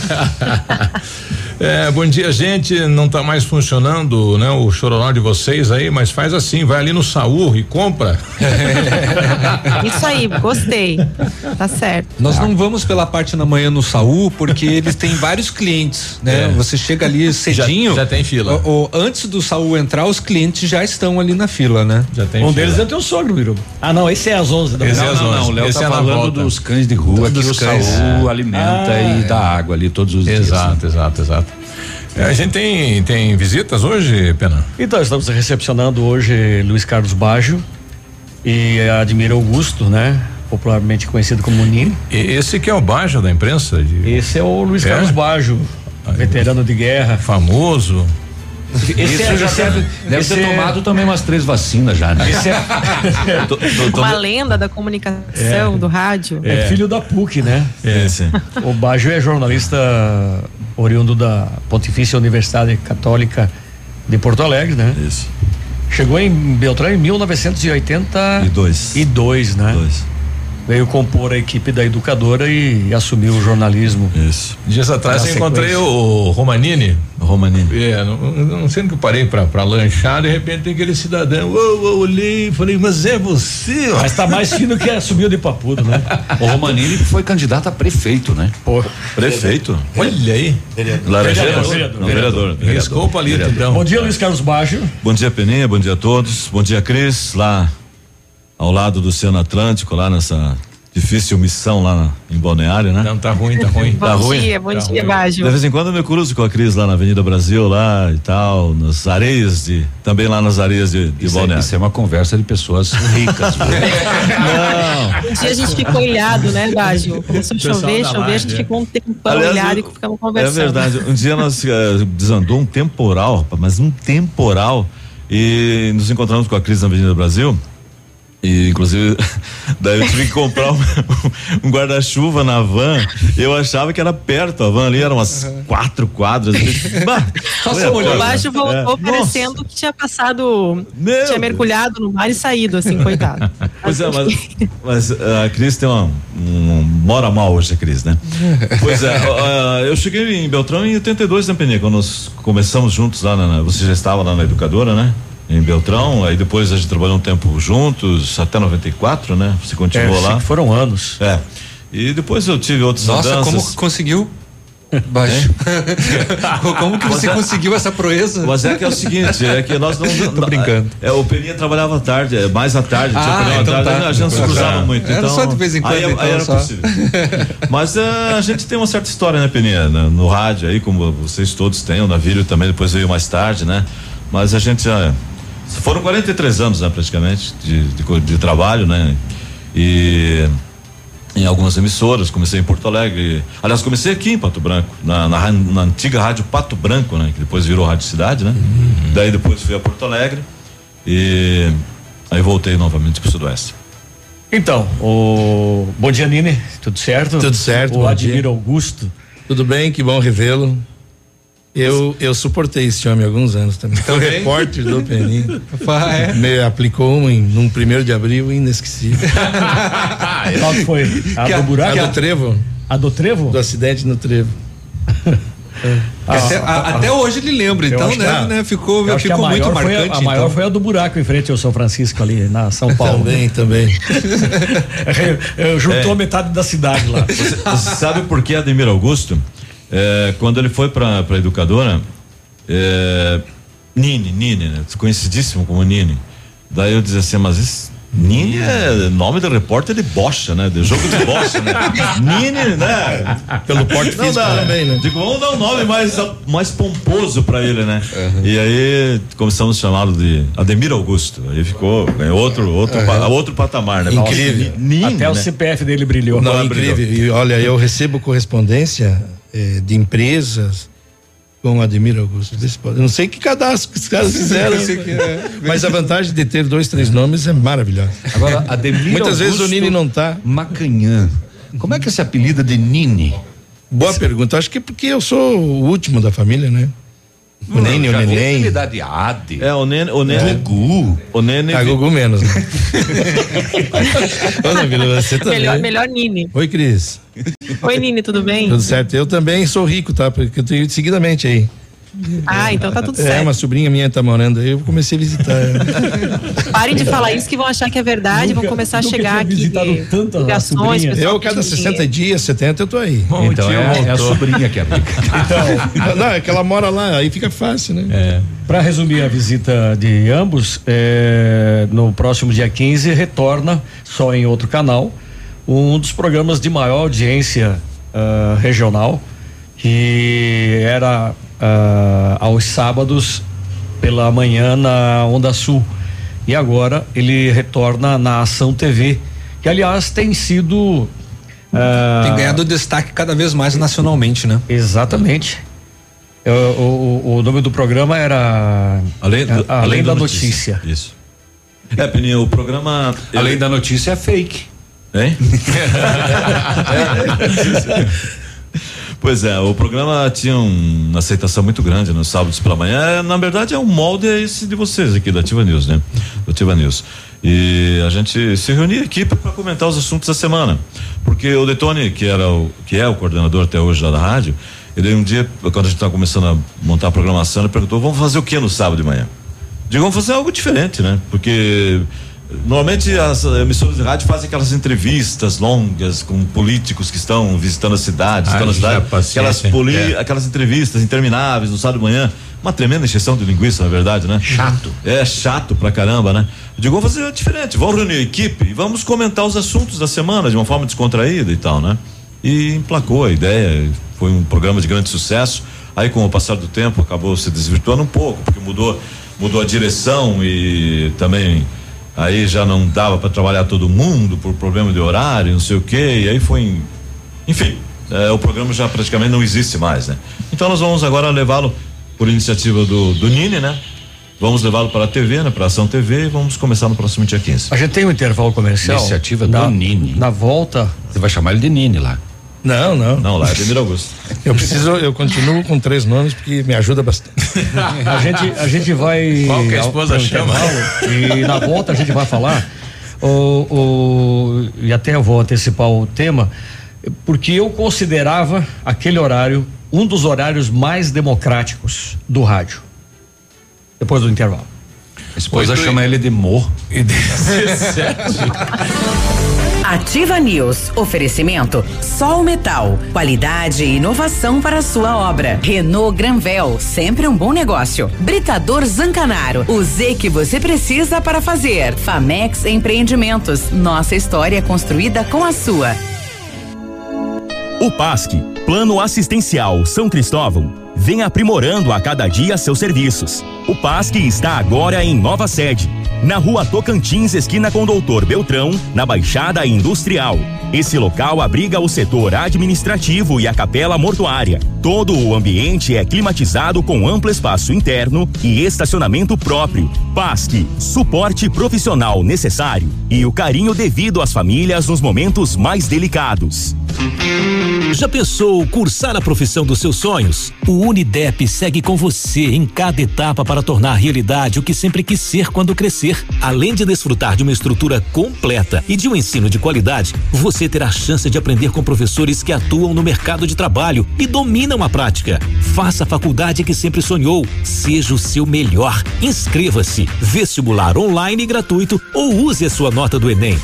Bom dia, gente. Não tá mais funcionando, né? O chororó de vocês aí, mas faz assim, vai ali no Saúl e compra. Isso aí, gostei. Tá certo. Nós não vamos pela parte da manhã no Saúl, porque eles têm vários clientes, né? Você chega ali cedinho. Já tem fila. Antes do Saúl entrar, os clientes já estão ali na fila, né? Já tem fila. deles é teu sogro, Biruba. Ah, não, esse é às 11 da manhã. Não, o Léo tá falando dos cães de rua que o Saúl alimenta e dá água ali todos os dias. Exato. A gente tem visitas hoje, Pena? Então, estamos recepcionando hoje Luiz Carlos Baggio e Admir Augusto, né? Popularmente conhecido como Nini. Esse que é o Baggio da imprensa? Esse é o Luiz Carlos Baggio, veterano de guerra. Famoso. Esse já deve ter tomado também umas 3 vacinas já, né? Uma lenda da comunicação, do rádio. É filho da PUC, né? O Baggio é jornalista oriundo da Pontifícia Universidade Católica de Porto Alegre, né? Isso. Chegou em Beltrão em 1982, né? veio compor a equipe da educadora e assumiu o jornalismo. Isso. Dias atrás eu encontrei o Romanini. Não sei no que eu parei pra lanchar, de repente tem aquele cidadão, eu olhei e falei, mas é você? Mas tá mais fino que subiu de Papudo, né? O Romanini foi candidato a prefeito, né? Pô. Prefeito. Olha aí. Vereador. Riscou o palito, então. Bom dia, Luiz Carlos Baixo. Bom dia, Peninha, bom dia a todos. Bom dia, Cris, lá ao lado do Oceano Atlântico, lá nessa difícil missão lá em Balneário, né? Não, tá ruim. Bom dia, Baggio. De vez em quando eu me cruzo com a Cris lá na Avenida Brasil, lá e tal, nas areias também lá nas areias de Balneário. Isso é uma conversa de pessoas ricas. Um dia a gente ficou ilhado, né, Baggio? Começou a chover, a gente ficou um tempão ilhado e ficamos conversando. É verdade, um dia nós desandou um temporal, rapaz, mas um temporal, e nos encontramos com a Cris na Avenida Brasil. E inclusive daí eu tive que comprar um guarda-chuva na van. Eu achava que era perto, a van ali era umas 4 quadras. O Baixo voltou parecendo que tinha passado, tinha mergulhado no mar e saído, assim, coitado. Pois é, mas a Cris tem mora mal hoje, a Cris, né? Pois é, eu cheguei em Beltrão em 82, né, Peninha? Quando nós começamos juntos lá, você já estava lá na educadora, né? Em Beltrão, aí depois a gente trabalhou um tempo juntos, até 94, né? Você continuou lá. Foram anos. E depois eu tive outras mudanças. Nossa, como conseguiu? Baixo. Como que você conseguiu essa proeza? Mas é que é o seguinte, é que nós não. Tô brincando. O Peninha trabalhava à tarde, mais à tarde, a gente não se cruzava muito. Era só de vez em quando. Aí era possível. Mas a gente tem uma certa história, né, Peninha? No rádio aí, como vocês todos têm, o Navírio também depois veio mais tarde, né? Mas a gente já. Foram 43 anos, né, praticamente, de trabalho, né? E em algumas emissoras, comecei em Porto Alegre. Aliás, comecei aqui em Pato Branco, na antiga rádio Pato Branco, né? Que depois virou Rádio Cidade, né? Daí depois fui a Porto Alegre e aí voltei novamente pro Sudoeste. Então, bom dia, Nini, tudo certo? Tudo certo, o Admir Augusto. Tudo bem, que bom revê-lo. Eu suportei esse homem há alguns anos também. O repórter do Peninha me aplicou num 1º de abril inesquecível. Qual que foi? A do buraco? A do Trevo. A do Trevo? Do acidente no Trevo. Até hoje ele lembra, então, né? Ficou muito marcante. A maior foi a do buraco em frente ao São Francisco ali na São Paulo. Também. Juntou metade da cidade lá. Você sabe por que Ademir Augusto? Quando ele foi pra educadora, Nini, né? Conhecidíssimo como Nini. Daí eu dizia assim, mas esse Nini é nome de repórter de bocha, né? De jogo de bocha, né? Nini, né? Pelo porte físico também, né? Digo, vamos dar um nome mais pomposo pra ele, né? E aí começamos a chamá-lo de Ademir Augusto. Aí ficou outro patamar, né? Incrível. Nini, até o CPF dele brilhou. Não, incrível. E olha, eu recebo correspondência de empresas com Ademir Augusto. Eu não sei que cadastro que os caras fizeram, mas a vantagem de ter 2, 3 nomes é maravilhosa. Agora, Ademir muitas Augusto vezes o Nini não tá. Macanhã. Como é que esse apelido de Nini? Boa pergunta. Acho que é porque eu sou o último da família, né? O Nene, o Neném. O Nene. Gugu. O Nene. Gugu menos, né? Ô, Navila, você também. Melhor Nini. Oi, Cris. Oi, Nini, tudo bem? Tudo certo. Eu também sou rico, tá? Porque eu tenho ido seguidamente aí. Então tá tudo certo. Uma sobrinha minha tá morando aí, eu comecei a visitar. Parem de falar isso que vão achar que é verdade, vão começar a chegar aqui. Ligações. Eu, cada 60 dias, 70, eu tô aí. Então é a sobrinha que é rica. Não, é que ela mora lá, aí fica fácil, né? Para resumir a visita de ambos, no próximo dia 15 retorna, só em outro canal, um dos programas de maior audiência regional, que era aos sábados pela manhã na Onda Sul, e agora ele retorna na Ação TV, que aliás tem sido tem ganhado destaque cada vez mais nacionalmente, né? Exatamente. O nome do programa era Além da Notícia. Isso. Peninha, o programa Além da Notícia é fake. Hein? Pois o programa tinha uma aceitação muito grande nos sábados pela manhã. Na verdade, é um molde esse de vocês aqui da Ativa News, né? do Ativa News. E a gente se reunia equipe para comentar os assuntos da semana, porque o Detone, que é o coordenador até hoje lá da rádio, ele um dia, quando a gente estava começando a montar a programação, ele perguntou: vamos fazer o que no sábado de manhã? Digo, vamos fazer algo diferente, né? Porque normalmente as emissoras de rádio fazem aquelas entrevistas longas com políticos que estão visitando as cidades, aquelas entrevistas intermináveis no sábado de manhã, uma tremenda encheção de linguiça, na verdade, né? Chato. É chato pra caramba, né? Eu digo, vamos fazer diferente, vamos reunir a equipe e vamos comentar os assuntos da semana de uma forma descontraída e tal, né? E emplacou a ideia, foi um programa de grande sucesso. Aí, com o passar do tempo, acabou se desvirtuando um pouco, porque mudou a direção e também aí já não dava para trabalhar todo mundo por problema de horário, não sei o quê, e aí foi, enfim, o programa já praticamente não existe mais, né? Então nós vamos agora levá-lo por iniciativa do Nini, né? Vamos levá-lo para a TV, né? Para a Ação TV, e vamos começar no próximo dia 15. A gente tem um intervalo comercial. Iniciativa do Nini. Na volta. Você vai chamar ele de Nini lá. Não. Não, lá é Ademir Augusto. Eu continuo com 3 nomes porque me ajuda bastante. A gente vai. Qual que a esposa chama? E na volta a gente vai falar. E até eu vou antecipar o tema, porque eu considerava aquele horário um dos horários mais democráticos do rádio. Depois do intervalo. A esposa chama ele de Mo. Ativa News. Oferecimento Sol Metal. Qualidade e inovação para a sua obra. Renault Granvel. Sempre um bom negócio. Britador Zancanaro. O Z que você precisa para fazer. Famex Empreendimentos. Nossa história construída com a sua. O PASC, Plano Assistencial São Cristóvão, vem aprimorando a cada dia seus serviços. O PASC está agora em nova sede, na Rua Tocantins, esquina com Doutor Beltrão, na Baixada Industrial. Esse local abriga o setor administrativo e a capela mortuária. Todo o ambiente é climatizado com amplo espaço interno e estacionamento próprio. PASC, suporte profissional necessário e o carinho devido às famílias nos momentos mais delicados. Já pensou cursar a profissão dos seus sonhos? O Unidep segue com você em cada etapa para tornar realidade o que sempre quis ser quando crescer. Além de desfrutar de uma estrutura completa e de um ensino de qualidade, você terá a chance de aprender com professores que atuam no mercado de trabalho e dominam a prática. Faça a faculdade que sempre sonhou. Seja o seu melhor. Inscreva-se. Vestibular online gratuito ou use a sua nota do Enem.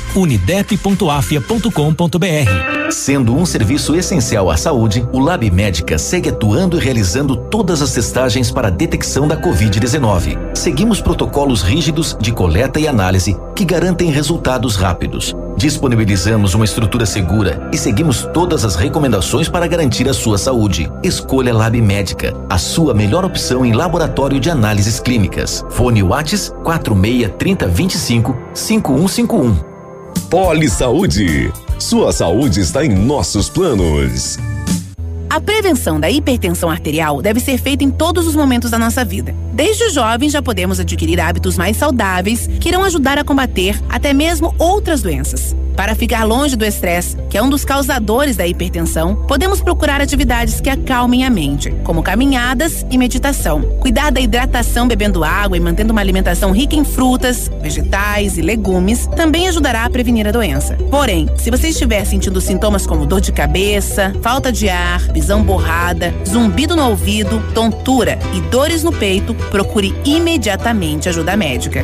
unidep.afia.com.br. Sendo um serviço essencial à saúde, o Lab Médica segue atuando e realizando todas as testagens para a detecção da Covid-19. Seguimos protocolos rígidos de coleta e análise que garantem resultados rápidos. Disponibilizamos uma estrutura segura e seguimos todas as recomendações para garantir a sua saúde. Escolha Lab Médica, a sua melhor opção em laboratório de análises clínicas. Fone Whats 46 30 25 5151. Poli Saúde. Sua saúde está em nossos planos. A prevenção da hipertensão arterial deve ser feita em todos os momentos da nossa vida. Desde os jovens já podemos adquirir hábitos mais saudáveis que irão ajudar a combater até mesmo outras doenças. Para ficar longe do estresse, que é um dos causadores da hipertensão, podemos procurar atividades que acalmem a mente, como caminhadas e meditação. Cuidar da hidratação bebendo água e mantendo uma alimentação rica em frutas, vegetais e legumes também ajudará a prevenir a doença. Porém, se você estiver sentindo sintomas como dor de cabeça, falta de ar, visão borrada, zumbido no ouvido, tontura e dores no peito, procure imediatamente ajuda médica.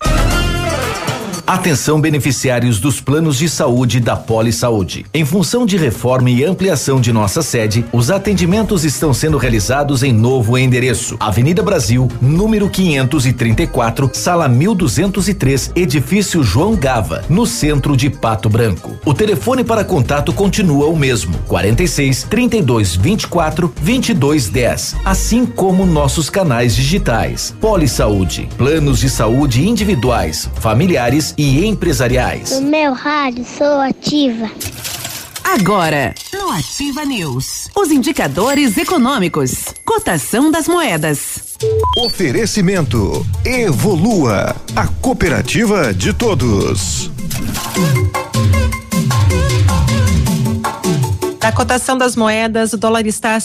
Atenção beneficiários dos planos de saúde da Poli Saúde. Em função de reforma e ampliação de nossa sede, os atendimentos estão sendo realizados em novo endereço. Avenida Brasil, número 534, sala 1203, edifício João Gava, no centro de Pato Branco. O telefone para contato continua o mesmo, 46 32 24 22 10, assim como nossos canais digitais. Poli Saúde, planos de saúde individuais, familiares e empresariais. No meu rádio sou ativa. Agora, no Ativa News, os indicadores econômicos, cotação das moedas. Oferecimento Evolua, a cooperativa de todos. A cotação das moedas, o dólar está a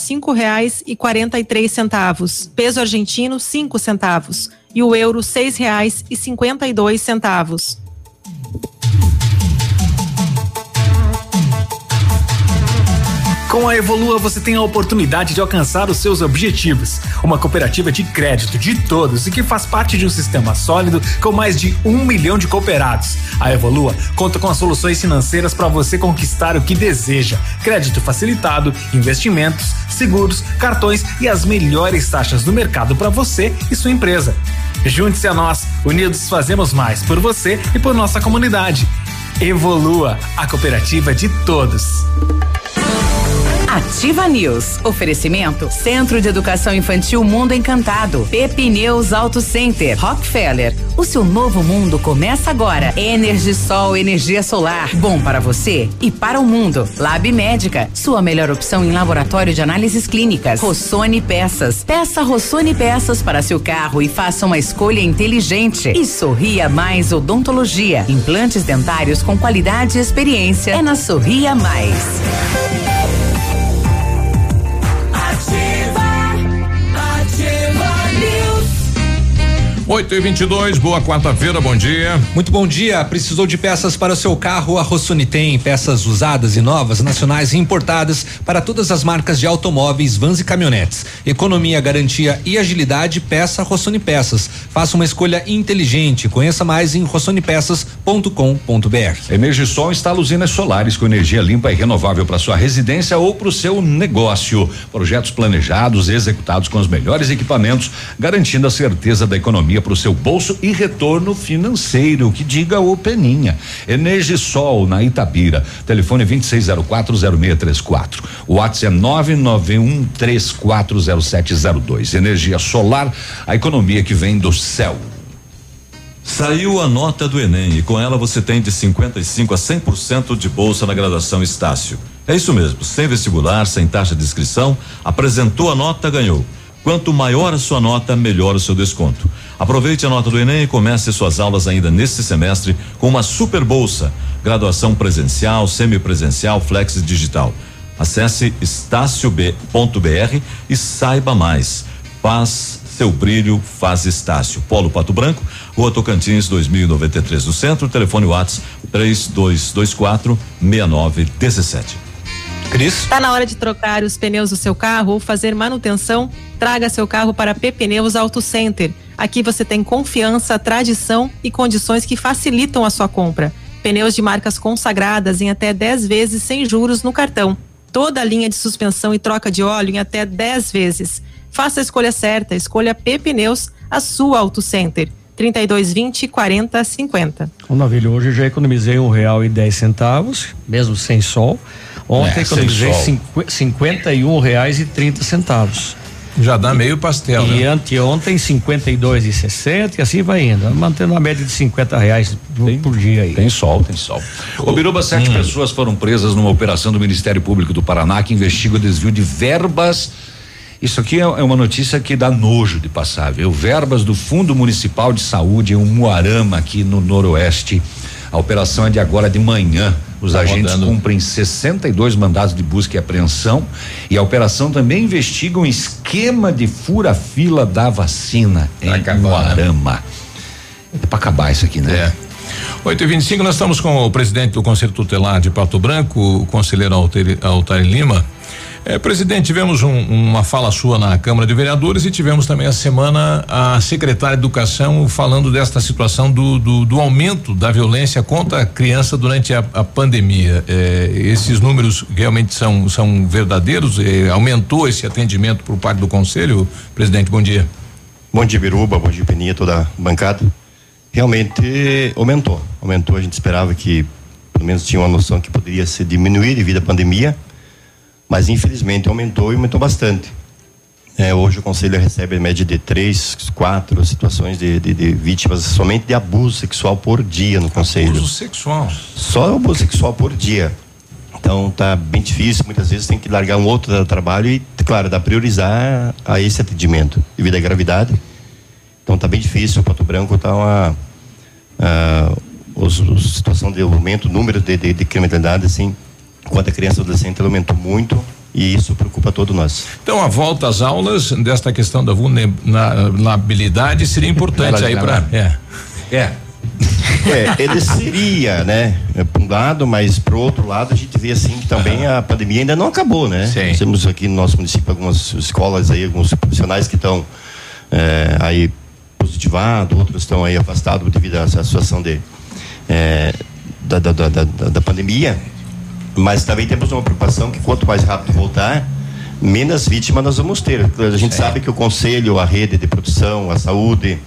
R$5,43, peso argentino 5 centavos e o euro R$6,52. Com a Evolua você tem a oportunidade de alcançar os seus objetivos. Uma cooperativa de crédito de todos e que faz parte de um sistema sólido com mais de 1 milhão de cooperados. A Evolua conta com as soluções financeiras para você conquistar o que deseja: crédito facilitado, investimentos, seguros, cartões e as melhores taxas do mercado para você e sua empresa. Junte-se a nós, unidos fazemos mais por você e por nossa comunidade. Evolua, a cooperativa de todos. Ativa News. Oferecimento Centro de Educação Infantil Mundo Encantado. Pepineus Auto Center. Rockefeller. O seu novo mundo começa agora. Energisol, energia solar. Bom para você e para o mundo. Lab Médica. Sua melhor opção em laboratório de análises clínicas. Rossoni Peças. Peça Rossoni Peças para seu carro e faça uma escolha inteligente. E Sorria Mais Odontologia. Implantes dentários com qualidade e experiência. É na Sorria Mais. 8h22, boa quarta-feira, bom dia. Muito bom dia. Precisou de peças para o seu carro? A Rossoni tem peças usadas e novas, nacionais e importadas para todas as marcas de automóveis, vans e caminhonetes. Economia, garantia e agilidade, peça Rossoni Peças. Faça uma escolha inteligente. Conheça mais em rossonipeças.com.br. Energisol instala usinas solares com energia limpa e renovável para sua residência ou para o seu negócio. Projetos planejados e executados com os melhores equipamentos, garantindo a certeza da economia para o seu bolso e retorno financeiro, que diga o Peninha. Energisol na Itabira, telefone 26040634. O WhatsApp é 991340702. Energia solar, a economia que vem do céu. Saiu a nota do Enem e com ela você tem de 55% a 100% de bolsa na graduação Estácio. É isso mesmo, sem vestibular, sem taxa de inscrição, apresentou a nota, ganhou. Quanto maior a sua nota, melhor o seu desconto. Aproveite a nota do Enem e comece suas aulas ainda neste semestre com uma super bolsa. Graduação presencial, semipresencial, flex digital. Acesse estácio.br e saiba mais. Faz seu brilho, faz Estácio. Polo Pato Branco, Rua Tocantins, 2093 no centro. Telefone WhatsApp 32246917. Cris? Tá na hora de trocar os pneus do seu carro ou fazer manutenção? Traga seu carro para Pepineus Auto Center. Aqui você tem confiança, tradição e condições que facilitam a sua compra. Pneus de marcas consagradas em até 10 vezes sem juros no cartão. Toda a linha de suspensão e troca de óleo em até 10 vezes. Faça a escolha certa, escolha Pepineus, a sua Auto Center. 3220-4050. Navilho, hoje eu já economizei R$1,10, mesmo sem sol. Ontem economizei R$51,30. Já dá meio pastel, e né? anteontem R$52,60 e assim vai indo, mantendo a média de R$50 por dia aí. Tem sol. Ô Biruba, 7 pessoas foram presas numa operação do Ministério Público do Paraná que investiga o desvio de verbas. Isso aqui é uma notícia que dá nojo de passar, viu? Verbas do Fundo Municipal de Saúde em Umuarama, aqui no Noroeste. A operação é de agora de manhã. Os agentes cumprem 62 mandados de busca e apreensão e a operação também investiga um esquema de fura-fila da vacina em Umuarama. É pra acabar isso aqui, né? 8h25, nós estamos com o presidente do Conselho Tutelar de Pato Branco, o conselheiro Altair Lima. Presidente, tivemos uma fala sua na Câmara de Vereadores e tivemos também a semana a secretária de Educação falando desta situação do aumento da violência contra a criança durante a pandemia. Esses números realmente são verdadeiros? Aumentou esse atendimento por parte do Conselho? Presidente, bom dia. Bom dia, Biruba, bom dia, Peninha, toda a bancada. Realmente aumentou, a gente esperava que pelo menos tinha uma noção que poderia se diminuir devido à pandemia, mas infelizmente aumentou bastante. Hoje o Conselho recebe a média de 3, 4 situações de vítimas somente de abuso sexual por dia no Conselho. Abuso sexual? Só abuso sexual por dia. Então tá bem difícil, muitas vezes tem que largar um outro trabalho e, claro, dá priorizar a esse atendimento devido à gravidade. Então tá bem difícil, o Pato Branco tá situação de aumento, número de criminalidade, assim, quanto a criança e adolescente, ela aumentou muito e isso preocupa todos nós. Então, a volta às aulas desta questão da vulnerabilidade seria importante aí para ele seria, né, por um lado, mas pro outro lado a gente vê assim que também a pandemia ainda não acabou, né? Sim. Nós temos aqui no nosso município algumas escolas aí, alguns profissionais que estão aí positivados, outros estão aí afastados devido a essa situação da pandemia, mas também temos uma preocupação que quanto mais rápido voltar, menos vítimas nós vamos ter. A gente sabe que o conselho, a rede de produção, a saúde,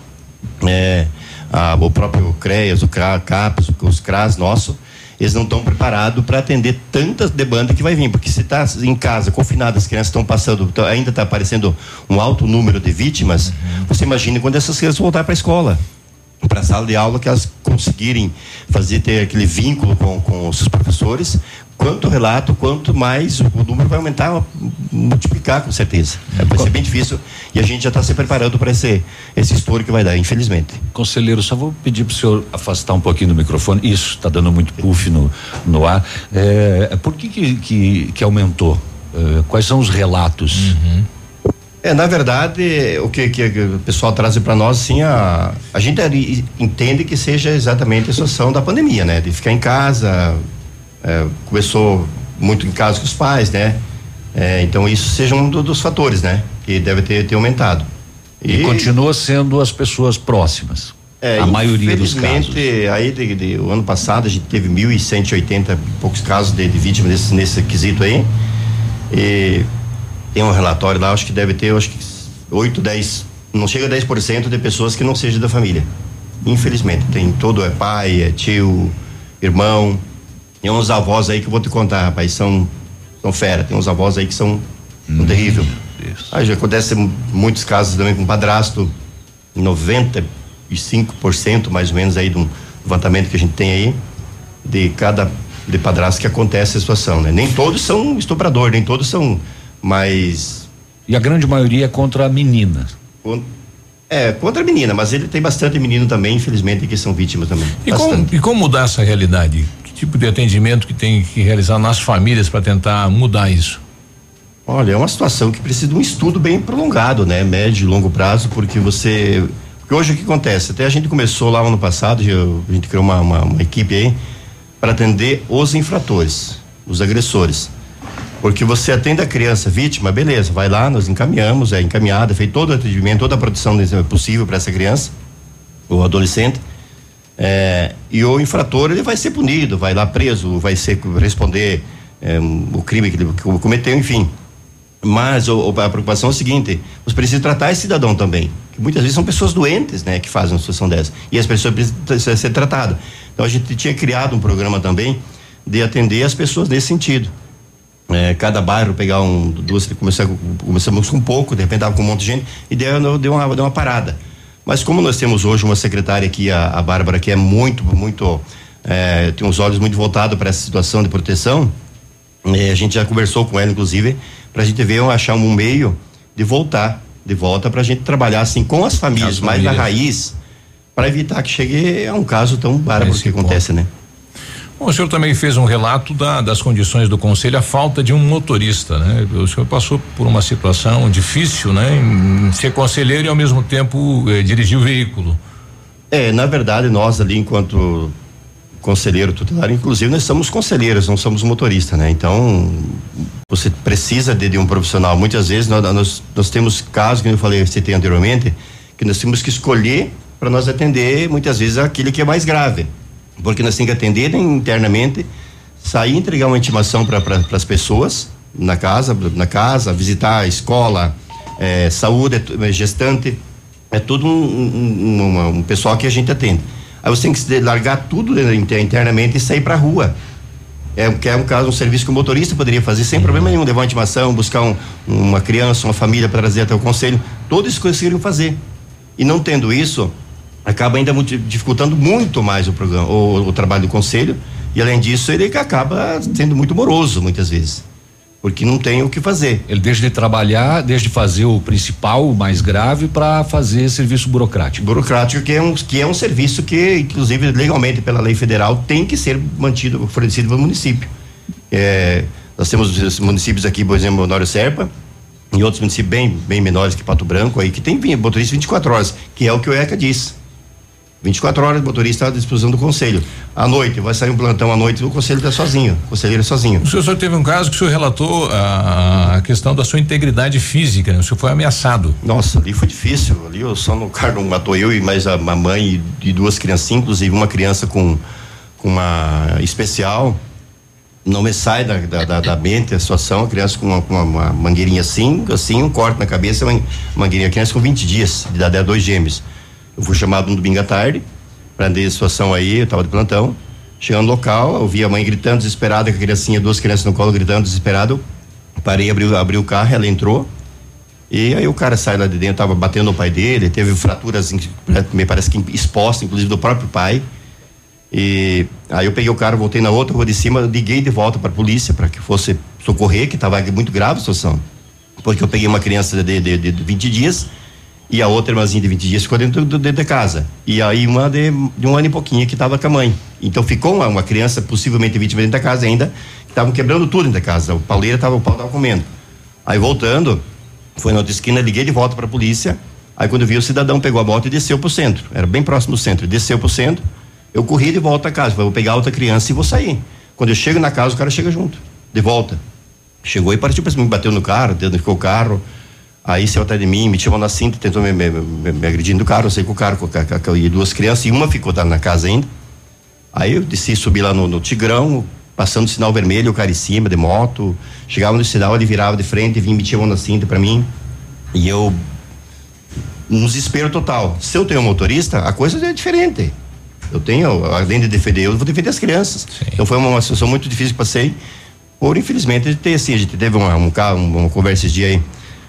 o próprio CREAS, o CAPES, os CRAS nosso, eles não estão preparados para atender tanta demanda que vai vir, porque se está em casa, confinado, as crianças estão passando, ainda está aparecendo um alto número de vítimas, você imagina quando essas crianças voltar para a escola, para a sala de aula, que elas conseguirem ter aquele vínculo com os seus professores, quanto relato, quanto mais o número vai aumentar, multiplicar com certeza. Vai ser bem difícil e a gente já está se preparando para esse estouro que vai dar, infelizmente. Conselheiro, só vou pedir para o senhor afastar um pouquinho do microfone. Isso, está dando muito puff no ar. Por que aumentou? Quais são os relatos? Na verdade, o que o pessoal traz para nós, assim, a gente entende que seja exatamente a situação da pandemia, né? De ficar em casa, começou muito em casa com os pais, né? Então isso seja um dos fatores, né? Que deve ter aumentado. E continua sendo as pessoas próximas. A maioria dos casos. Aí o ano passado a gente teve 1.180 poucos casos de vítimas nesse quesito aí. E tem um relatório lá, acho que deve ter, 8, 10, não chega a 10% de pessoas que não sejam da família. Infelizmente, tem todo, pai, tio, irmão, tem uns avós aí que eu vou te contar, rapaz, são fera, tem uns avós aí que são terrível. Aí já acontece muitos casos também com padrasto, 95% mais ou menos aí de um levantamento que a gente tem aí, de padrasto que acontece a situação, né? Nem todos são estupradores, nem todos são, mas... E a grande maioria é contra a menina. Contra a menina, mas ele tem bastante menino também, infelizmente, que são vítimas também. E como mudar essa realidade? Que tipo de atendimento que tem que realizar nas famílias para tentar mudar isso? Olha, é uma situação que precisa de um estudo bem prolongado, né? Médio e longo prazo, porque hoje o que acontece? Até a gente começou lá ano passado, a gente criou uma equipe aí para atender os infratores, os agressores. Porque você atende a criança vítima, beleza, vai lá, nós encaminhamos, encaminhada, feito todo o atendimento, toda a proteção possível para essa criança, ou adolescente, e o infrator, ele vai ser punido, vai lá preso, vai responder o crime que ele cometeu, enfim. Mas a preocupação é o seguinte, você precisa tratar esse cidadão também, que muitas vezes são pessoas doentes, né, que fazem uma situação dessa, e as pessoas precisam ser tratadas. Então a gente tinha criado um programa também de atender as pessoas nesse sentido. Cada bairro pegar começamos com pouco, de repente dava com um monte de gente e deu uma parada. Mas como nós temos hoje uma secretária aqui, a Bárbara, que é muito, tem os olhos muito voltados para essa situação de proteção, a gente já conversou com ela, inclusive, para a gente achar um meio de volta para a gente trabalhar assim com as famílias, mais na raiz, para evitar que chegue a um caso tão bárbaro que acontece, né? Bom, o senhor também fez um relato das condições do conselho, a falta de um motorista, né? O senhor passou por uma situação difícil, né? Em ser conselheiro e ao mesmo tempo dirigir o veículo. Na verdade, nós ali enquanto conselheiro tutelar, inclusive nós somos conselheiros, não somos motorista, né? Então, você precisa de um profissional. Muitas vezes nós temos casos, que eu citei anteriormente, que nós temos que escolher para nós atender, muitas vezes, aquele que é mais grave. Porque nós temos que atender internamente, sair, entregar uma intimação para as pessoas na casa, visitar a escola, saúde, gestante, é tudo um pessoal que a gente atende. Aí você tem que largar tudo internamente e sair para a rua. Que é um caso, um serviço que o motorista poderia fazer sem problema nenhum, levar uma intimação, buscar uma criança, uma família para trazer até o conselho, todas as coisas que queriam fazer. E não tendo isso, acaba ainda dificultando muito mais o programa, o trabalho do conselho, e além disso ele acaba sendo muito moroso muitas vezes, porque não tem o que fazer. Ele deixa de trabalhar, deixa de fazer o principal, o mais grave, para fazer serviço burocrático. Burocrático, que é um serviço que, inclusive, legalmente pela lei federal, tem que ser fornecido pelo município. Nós temos municípios aqui, por exemplo, Honório Serpa, e outros municípios bem menores que Pato Branco, aí que tem motorista 24 horas, que é o que o ECA diz. 24 horas o motorista à disposição do conselho. À noite, vai sair um plantão à noite, o conselho está sozinho, o conselheiro é sozinho. O senhor teve um caso que o senhor relatou a questão da sua integridade física, né? O senhor foi ameaçado. Nossa, ali foi difícil, ali eu só no carro matou eu e mais a mãe e 2 criancinhas, inclusive uma criança com uma especial. Não me sai da mente a situação, a criança com uma mangueirinha assim, um corte na cabeça, uma mangueirinha, a criança com 20 dias, de idade, 2 gêmeos. Eu fui chamado no domingo à tarde, para atender a situação aí, eu estava de plantão. Chegando no local, eu vi a mãe gritando desesperada, com a criancinha, 2 crianças no colo gritando desesperado. Parei, abri o carro, ela entrou. E aí o cara sai lá de dentro, tava batendo no pai dele, teve fraturas, me parece que exposta, inclusive do próprio pai. E aí eu peguei o carro, voltei na outra rua de cima, liguei de volta para a polícia para que fosse socorrer, que estava muito grave a situação. Porque eu peguei uma criança de 20 dias e a outra irmãzinha de 20 dias ficou dentro de casa. E aí uma de 1 ano e pouquinho que estava com a mãe. Então ficou uma criança possivelmente vítima dentro da casa ainda, que estavam quebrando tudo dentro da casa. O pau tava comendo. Aí voltando, foi na outra esquina, liguei de volta para a polícia. Aí quando eu vi, o cidadão pegou a moto e desceu pro centro. Era bem próximo do centro. Desceu pro centro. Eu corri de volta à casa. Vou pegar outra criança e vou sair. Quando eu chego na casa, o cara chega junto. De volta. Chegou e partiu para cima, me bateu no carro, danificou o carro. Aí saiu atrás de mim, me tirou na cinta, tentou me agredir no carro. Eu saí com o carro e 2 crianças, e uma ficou na casa ainda. Aí eu desci, subi lá no Tigrão, passando o sinal vermelho, o cara em cima de moto. Chegava no sinal, ele virava de frente, vinha, me tirou na cinta para mim. E eu, um desespero total. Se eu tenho um motorista, a coisa é diferente. Eu tenho, além de defender, eu vou defender as crianças. Sim. Então foi uma situação muito difícil que passei. Por infelizmente, a gente teve uma conversa esse dia aí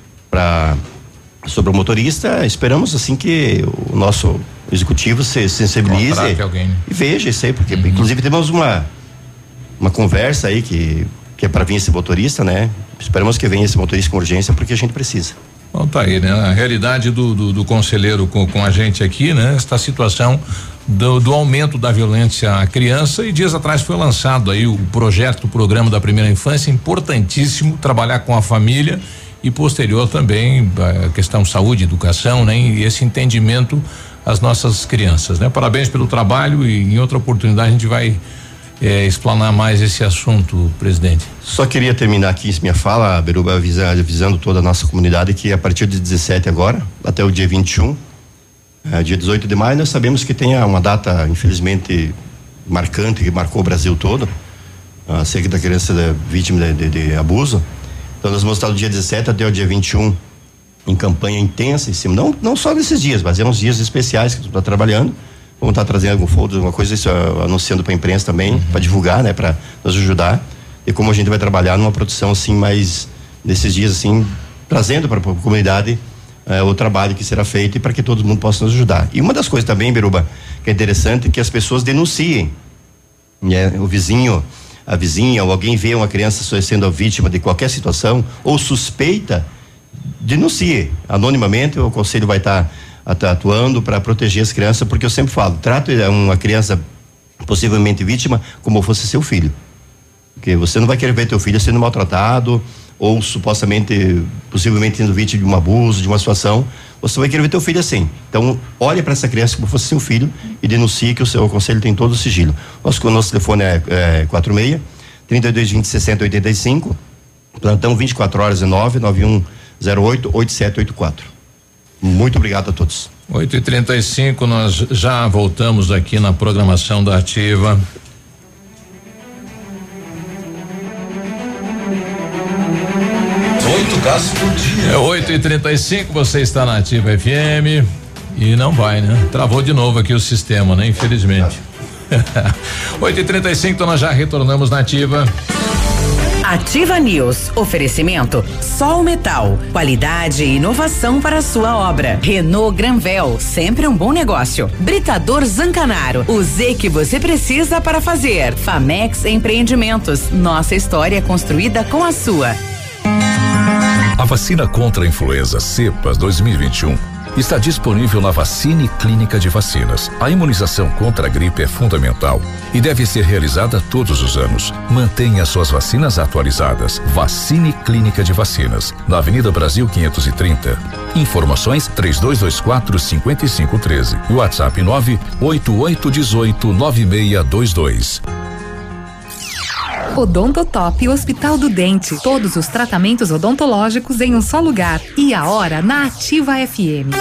sobre o motorista. Esperamos assim que o nosso executivo se sensibilize e veja isso aí, porque inclusive temos uma conversa aí que é para vir esse motorista, né? Esperamos que venha esse motorista com urgência, porque a gente precisa. Bom, tá aí, né? A realidade do conselheiro com a gente aqui, né? Esta situação do aumento da violência à criança, e dias atrás foi lançado aí o programa da primeira infância, importantíssimo trabalhar com a família e posterior também a questão saúde, educação, né? E esse entendimento às nossas crianças, né? Parabéns pelo trabalho, e em outra oportunidade a gente vai explanar mais esse assunto, presidente. Só queria terminar aqui minha fala, Biruba, avisando toda a nossa comunidade que a partir de 17 agora, até o dia 21, dia 18 de maio, nós sabemos que tem uma data, infelizmente, marcante, que marcou o Brasil todo, acerca da criança vítima de abuso. Então nós vamos estar do dia 17 até o dia 21 em campanha intensa em cima, não só nesses dias, mas é uns dias especiais que a gente está trabalhando. Vamos estar trazendo algum folder, alguma coisa, isso, anunciando para a imprensa também, para divulgar, né, para nos ajudar. E como a gente vai trabalhar numa produção assim, mais nesses dias assim, trazendo para a comunidade o trabalho que será feito, e para que todo mundo possa nos ajudar. E uma das coisas também, Biruba, que é interessante, é que as pessoas denunciem, né? O vizinho, a vizinha, ou alguém vê uma criança sendo vítima de qualquer situação ou suspeita, denuncie anonimamente. O conselho vai estar atuando para proteger as crianças, porque eu sempre falo, trato uma criança possivelmente vítima como fosse seu filho, porque você não vai querer ver teu filho sendo maltratado ou possivelmente sendo vítima de um abuso, de uma situação. Você vai querer ver teu filho assim. Então olhe para essa criança como fosse seu filho e denuncie, que o conselho tem todo o sigilo. Nosso telefone é 46 3220 6085, plantão 24 horas 99108 8784. Muito obrigado a todos. 8h35, nós já voltamos aqui na programação da Ativa. Casos por dia. 8h35, você está na Ativa FM e não vai, né? Travou de novo aqui o sistema, né? Infelizmente. 8h35, então nós já retornamos na Ativa. Ativa News. Oferecimento Sol Metal. Qualidade e inovação para a sua obra. Renault Granvel. Sempre um bom negócio. Britador Zancanaro. O Z que você precisa para fazer. Famex Empreendimentos. Nossa história construída com a sua. A vacina contra a influenza cepas 2021 está disponível na Vacine Clínica de Vacinas. A imunização contra a gripe é fundamental e deve ser realizada todos os anos. Mantenha suas vacinas atualizadas. Vacine Clínica de Vacinas, na Avenida Brasil 530. Informações 3224-5513. WhatsApp 988189622. Odontotop Hospital do Dente. Todos os tratamentos odontológicos em um só lugar. E a hora na Ativa FM.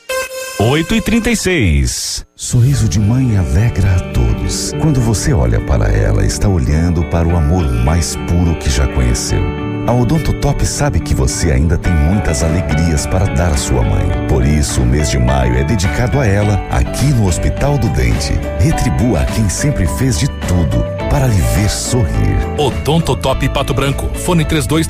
8h36. Sorriso de mãe alegra a todos. Quando você olha para ela, está olhando para o amor mais puro que já conheceu. A Odontotop sabe que você ainda tem muitas alegrias para dar à sua mãe. Por isso, o mês de maio é dedicado a ela, aqui no Hospital do Dente. Retribua a quem sempre fez de tudo para lhe ver sorrir. Odontotop Pato Branco. Fone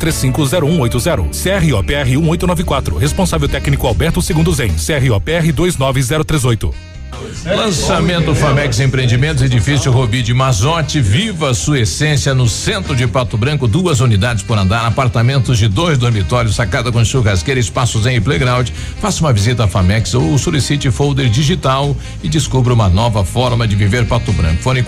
32350180. CROPR 1894. Responsável técnico Alberto Segundo Zen. CROPR 29038. Lançamento Famex Empreendimentos, edifício Rovide Mazotti. Viva sua essência no centro de Pato Branco. 2 unidades por andar, apartamentos de 2 dormitórios, sacada com churrasqueira, espaços em playground. Faça uma visita à Famex ou solicite folder digital e descubra uma nova forma de viver Pato Branco. Fone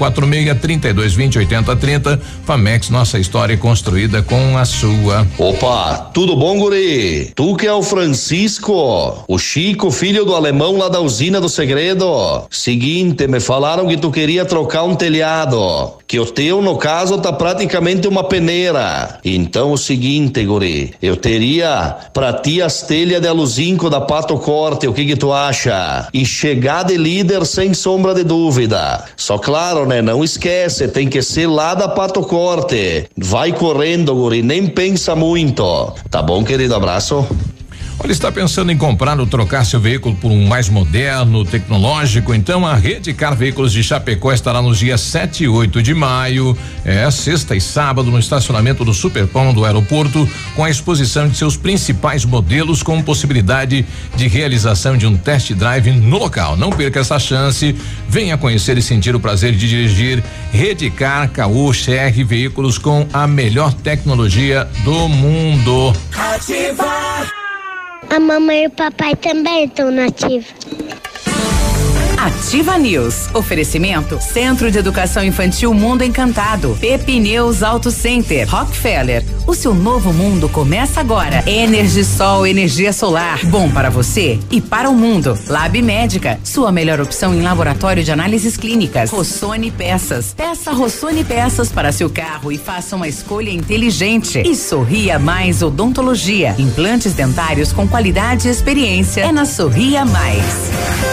46-3220-8030. Famex, nossa história é construída com a sua. Opa, tudo bom, guri? Tu que é o Francisco, o Chico, filho do alemão lá da usina do segredo. Seguinte, me falaram que tu queria trocar um telhado, que o teu, no caso, tá praticamente uma peneira. Então, o seguinte, guri, eu teria pra ti as telhas de aluzinco da Pato Corte, o que tu acha? E chegar de líder sem sombra de dúvida. Só claro, né, não esquece, tem que ser lá da Pato Corte. Vai correndo, guri, nem pensa muito. Tá bom, querido? Abraço. Olha, está pensando em comprar ou trocar seu veículo por um mais moderno, tecnológico? Então a Redcar Veículos de Chapecó estará nos dias 7 e 8 de maio, sexta e sábado, no estacionamento do Superpão do aeroporto, com a exposição de seus principais modelos, com possibilidade de realização de um test drive no local. Não perca essa chance, venha conhecer e sentir o prazer de dirigir Redcar Caô CR Veículos com a melhor tecnologia do mundo. Ativa! A mamãe e o papai também estão na Ativa. Ativa News. Oferecimento Centro de Educação Infantil Mundo Encantado. Pepineus Auto Center. Rockefeller. O seu novo mundo começa agora. Energisol, energia solar. Bom para você e para o mundo. Lab Médica. Sua melhor opção em laboratório de análises clínicas. Rossoni Peças. Peça Rossoni Peças para seu carro e faça uma escolha inteligente. E Sorria Mais Odontologia. Implantes dentários com qualidade e experiência. É na Sorria Mais.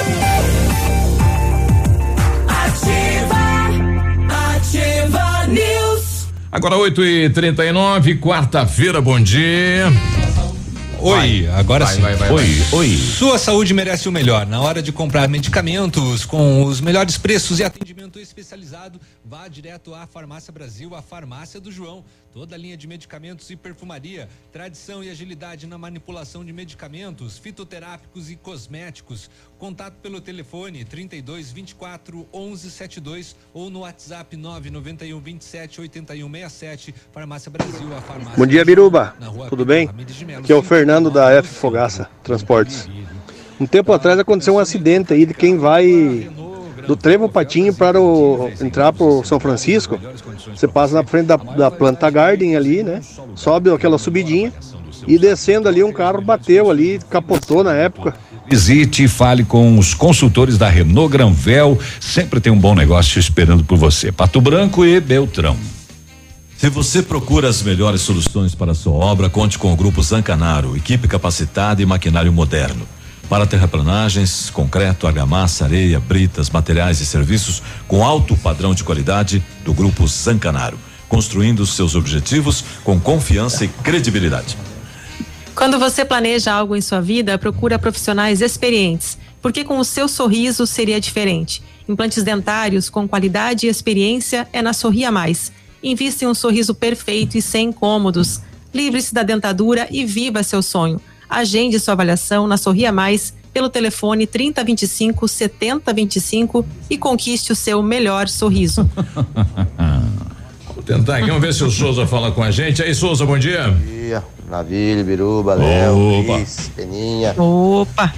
Ativa News. Agora 8h39, quarta-feira, bom dia. Oi, agora vai, sim. Vai. Oi. Sua saúde merece o melhor. Na hora de comprar medicamentos com os melhores preços e atendimento especializado, vá direto à Farmácia Brasil, a farmácia do João. Toda a linha de medicamentos e perfumaria, tradição e agilidade na manipulação de medicamentos, fitoterápicos e cosméticos. Contato pelo telefone 3224-1172 ou no WhatsApp 991278167. Farmácia Brasil, a farmácia. Bom dia, Biruba. Tudo bem? Aqui é o Fernando da F Fogaça Transportes. Um tempo atrás aconteceu um acidente aí de quem vai do Trevo Patinho para entrar por São Francisco. Você passa na frente da Planta Garden ali, né? Sobe aquela subidinha e descendo ali um carro bateu ali, capotou na época. Visite e fale com os consultores da Renault Granvel, sempre tem um bom negócio esperando por você. Pato Branco e Beltrão. Se você procura as melhores soluções para a sua obra, conte com o Grupo Zancanaro, equipe capacitada e maquinário moderno. Para terraplanagens, concreto, argamassa, areia, britas, materiais e serviços com alto padrão de qualidade do Grupo Zancanaro, construindo seus objetivos com confiança e credibilidade. Quando você planeja algo em sua vida, procura profissionais experientes, porque com o seu sorriso seria diferente. Implantes dentários com qualidade e experiência é na Sorria Mais. Invista em um sorriso perfeito e sem incômodos. Livre-se da dentadura e viva seu sonho. Agende sua avaliação na Sorria Mais pelo telefone 3025-7025 e conquiste o seu melhor sorriso. Vou tentar aqui, vamos ver se o Souza fala com a gente. Aí, Souza, bom dia. Bom dia, Navilho, Biruba, Léo, Luiz, Peninha. Opa!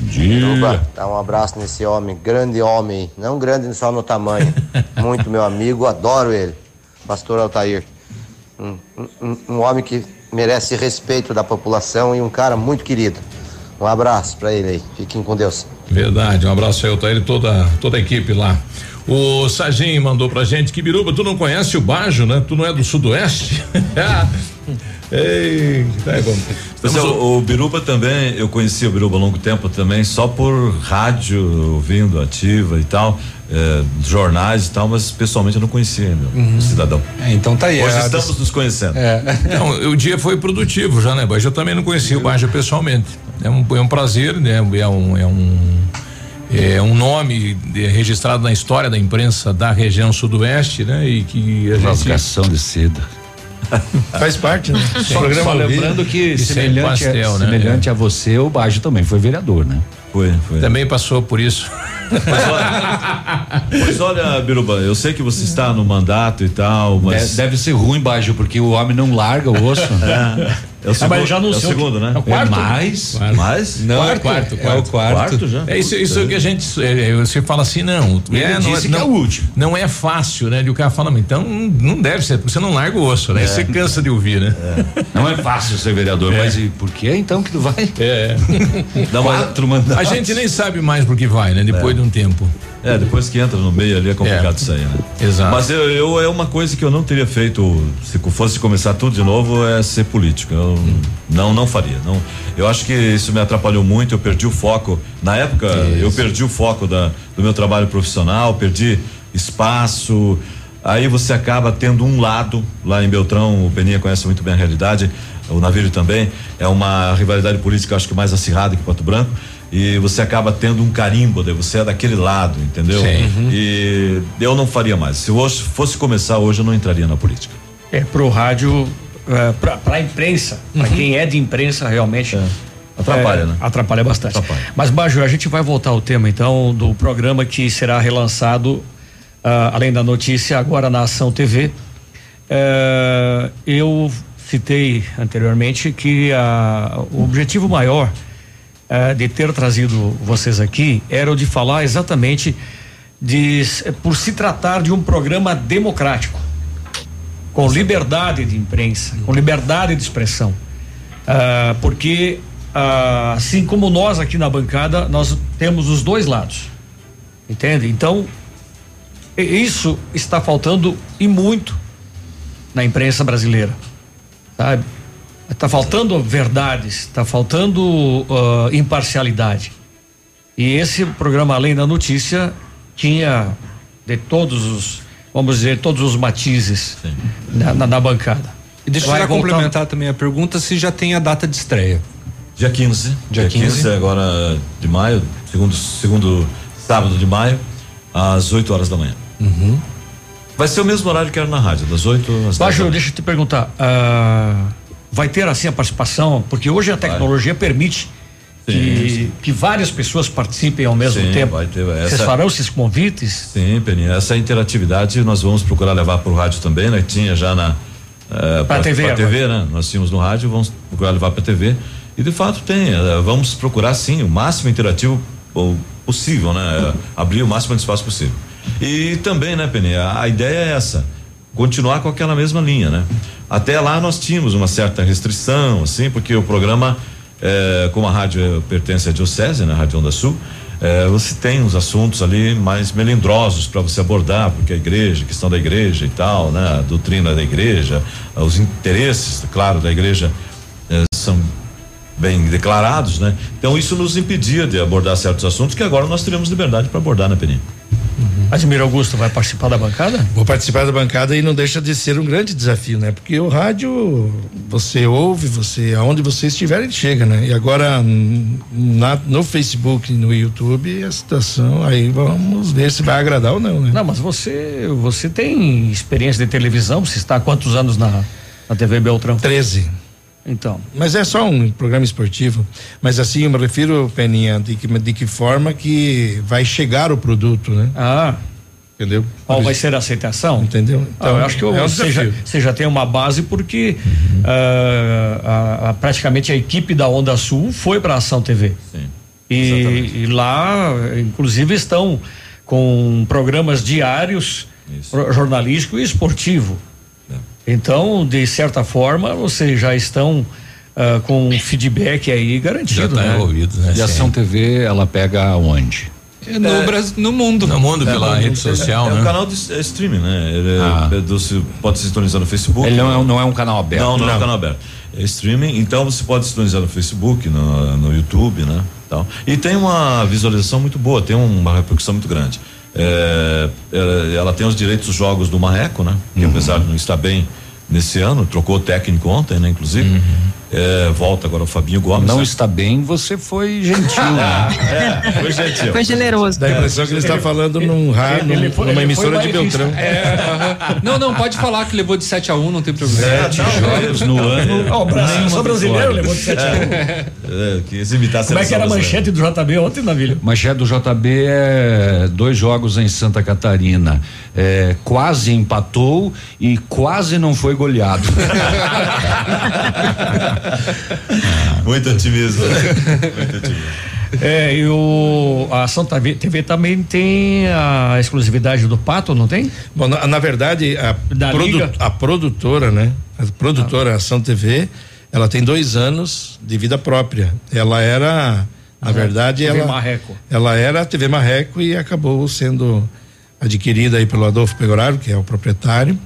dia. Dá um abraço nesse homem, grande homem, não grande só no tamanho, muito meu amigo, adoro ele, pastor Altair, um homem que merece respeito da população e um cara muito querido. Um abraço pra ele aí, fiquem com Deus. Verdade, um abraço aí, Altair, e toda a equipe lá. O Sarginho mandou pra gente que Biruba, tu não conhece o Bajo, né? Tu não é do Sudoeste? Ei, tá bom. Mas o Biruba também, eu conheci o Biruba há longo tempo também, só por rádio, ouvindo Ativa e tal, jornais e tal, mas pessoalmente eu não conhecia ainda, o cidadão. Então tá aí. Hoje estamos nos conhecendo. Então, o dia foi produtivo já, né, Bajo? Eu também não conhecia o Bajo pessoalmente. É um prazer, né? É um nome registrado na história da imprensa da região sudoeste, né? E que a Rasgação de seda. Faz parte, né? Só lembrando que semelhante a você, o Bajo também foi vereador, né? Foi. Também passou por isso. Pois olha, Biruba, eu sei que você está no mandato e tal, mas deve ser ruim, Bajo, porque o homem não larga o osso. É o segundo, mas já anunciou, é o segundo, né? É o quarto? Mais? Não, é quarto. É o quarto já. É isso que a gente, você fala assim, não. É o último. Não é fácil, né? E o cara fala, então não deve ser, porque você não larga o osso, né? Você cansa de ouvir, né? Não é fácil ser vereador, mas e por que então que tu vai? Dá 4 mandatos. A gente nem sabe mais por que vai, né? Depois de um tempo. Depois que entra no meio ali é complicado sair, né? Exato. Mas eu é uma coisa que eu não teria feito se fosse começar tudo de novo, é ser político. Eu não faria. Não. Eu acho que isso me atrapalhou muito, eu perdi o foco. Na época, eu perdi o foco do meu trabalho profissional, perdi espaço. Aí você acaba tendo um lado, lá em Beltrão, o Peninha conhece muito bem a realidade, o Navírio também, é uma rivalidade política, acho que mais acirrada que Pato Branco. E você acaba tendo um carimbo, você é daquele lado, entendeu? Sim. E eu não faria mais. Se hoje fosse começar hoje, eu não entraria na política. Pro rádio, pra imprensa, pra quem é de imprensa realmente. Atrapalha, né? Atrapalha bastante. Mas, Bajo, a gente vai voltar ao tema então do programa que será relançado, além da notícia, agora na Ação TV. Eu citei anteriormente que o objetivo maior de ter trazido vocês aqui era o de falar exatamente por se tratar de um programa democrático, com liberdade de imprensa, com liberdade de expressão, porque assim como nós aqui na bancada, nós temos os dois lados, entende? Então isso está faltando e muito na imprensa brasileira, sabe? Está faltando verdades, está faltando imparcialidade. E esse programa, além da notícia, tinha de todos os matizes na bancada. E deixa eu já complementar também a pergunta, se já tem a data de estreia. Dia 15. Dia 15 agora de maio, segundo sábado de maio, às 8 horas da manhã. Vai ser o mesmo horário que era na rádio, das 8 às 10. Baixo, deixa eu te perguntar, vai ter assim a participação, porque hoje a tecnologia permite que várias pessoas participem ao mesmo tempo. Vai ter. Vocês farão esses convites? Sim, Peninha, essa interatividade nós vamos procurar levar para o rádio também, né? Tinha já para TV, né? Nós tínhamos no rádio, vamos procurar levar para TV e de fato vamos procurar sim o máximo interativo possível, né? Abrir o máximo de espaço possível. E também, né, Peninha, a ideia é essa, continuar com aquela mesma linha, né? Até lá nós tínhamos uma certa restrição, assim, porque o programa, como a rádio pertence à diocese, né, a Rádio Onda Sul, você tem uns assuntos ali mais melindrosos para você abordar, porque a igreja, questão da igreja e tal, né, a doutrina da igreja, os interesses, claro, da igreja são bem declarados, né? Então isso nos impedia de abordar certos assuntos que agora nós teremos liberdade para abordar, né, Peninha? Admiro Augusto vai participar da bancada? Vou participar da bancada e não deixa de ser um grande desafio, né? Porque o rádio, você ouve, aonde você estiver, ele chega, né? E agora no Facebook, no YouTube, a situação, aí vamos ver se vai agradar ou não, né? Não, mas você tem experiência de televisão, você está há quantos anos na TV Beltrão? 13. Então. Mas é só um programa esportivo. Mas assim, eu me refiro, Peninha, de que forma que vai chegar o produto, né? Entendeu? Qual vai ser a aceitação? Entendeu? Então, eu acho que você já tem uma base porque praticamente a equipe da Onda Sul foi para a Ação TV. Sim. E lá, inclusive, estão com programas diários, jornalístico e esportivo. Então, de certa forma, vocês já estão com um feedback aí garantido, né? Envolvido, né? E a Ação TV, ela pega onde? No Brasil, no mundo. No mundo, pela rede social, né? É um canal de streaming, né? Pode se sintonizar no Facebook. Ele não é um canal aberto. Não é um canal aberto. É streaming, então você pode sintonizar no Facebook, no YouTube, né? Tal. E tem uma visualização muito boa, tem uma repercussão muito grande. Ela tem os direitos dos jogos do Marreco, né? Que apesar de não estar bem nesse ano, trocou o técnico ontem, né? Inclusive, volta agora o Fabinho Gomes. Não está bem, você foi gentil, né? Foi gentil. Foi generoso. Dá a impressão que ele está falando numa emissora de Beltrão. Não, pode falar que levou de 7-1, não tem problema. 7 jogos no ano. Só brasileiro levou de 7-1. Como é que era a manchete do JB ontem, Navilho? Manchete do JB é 2 jogos em Santa Catarina. Quase empatou e quase não foi goleado. Muito otimismo. Muito otimismo. E a Ação TV também tem a exclusividade do Pato, não tem? Bom, na verdade, a produtora, né? A produtora Ação TV, ela tem 2 anos de vida própria. Ela era, na verdade, ela era a TV Marreco e acabou sendo adquirida aí pelo Adolfo Pegoraro, que é o proprietário.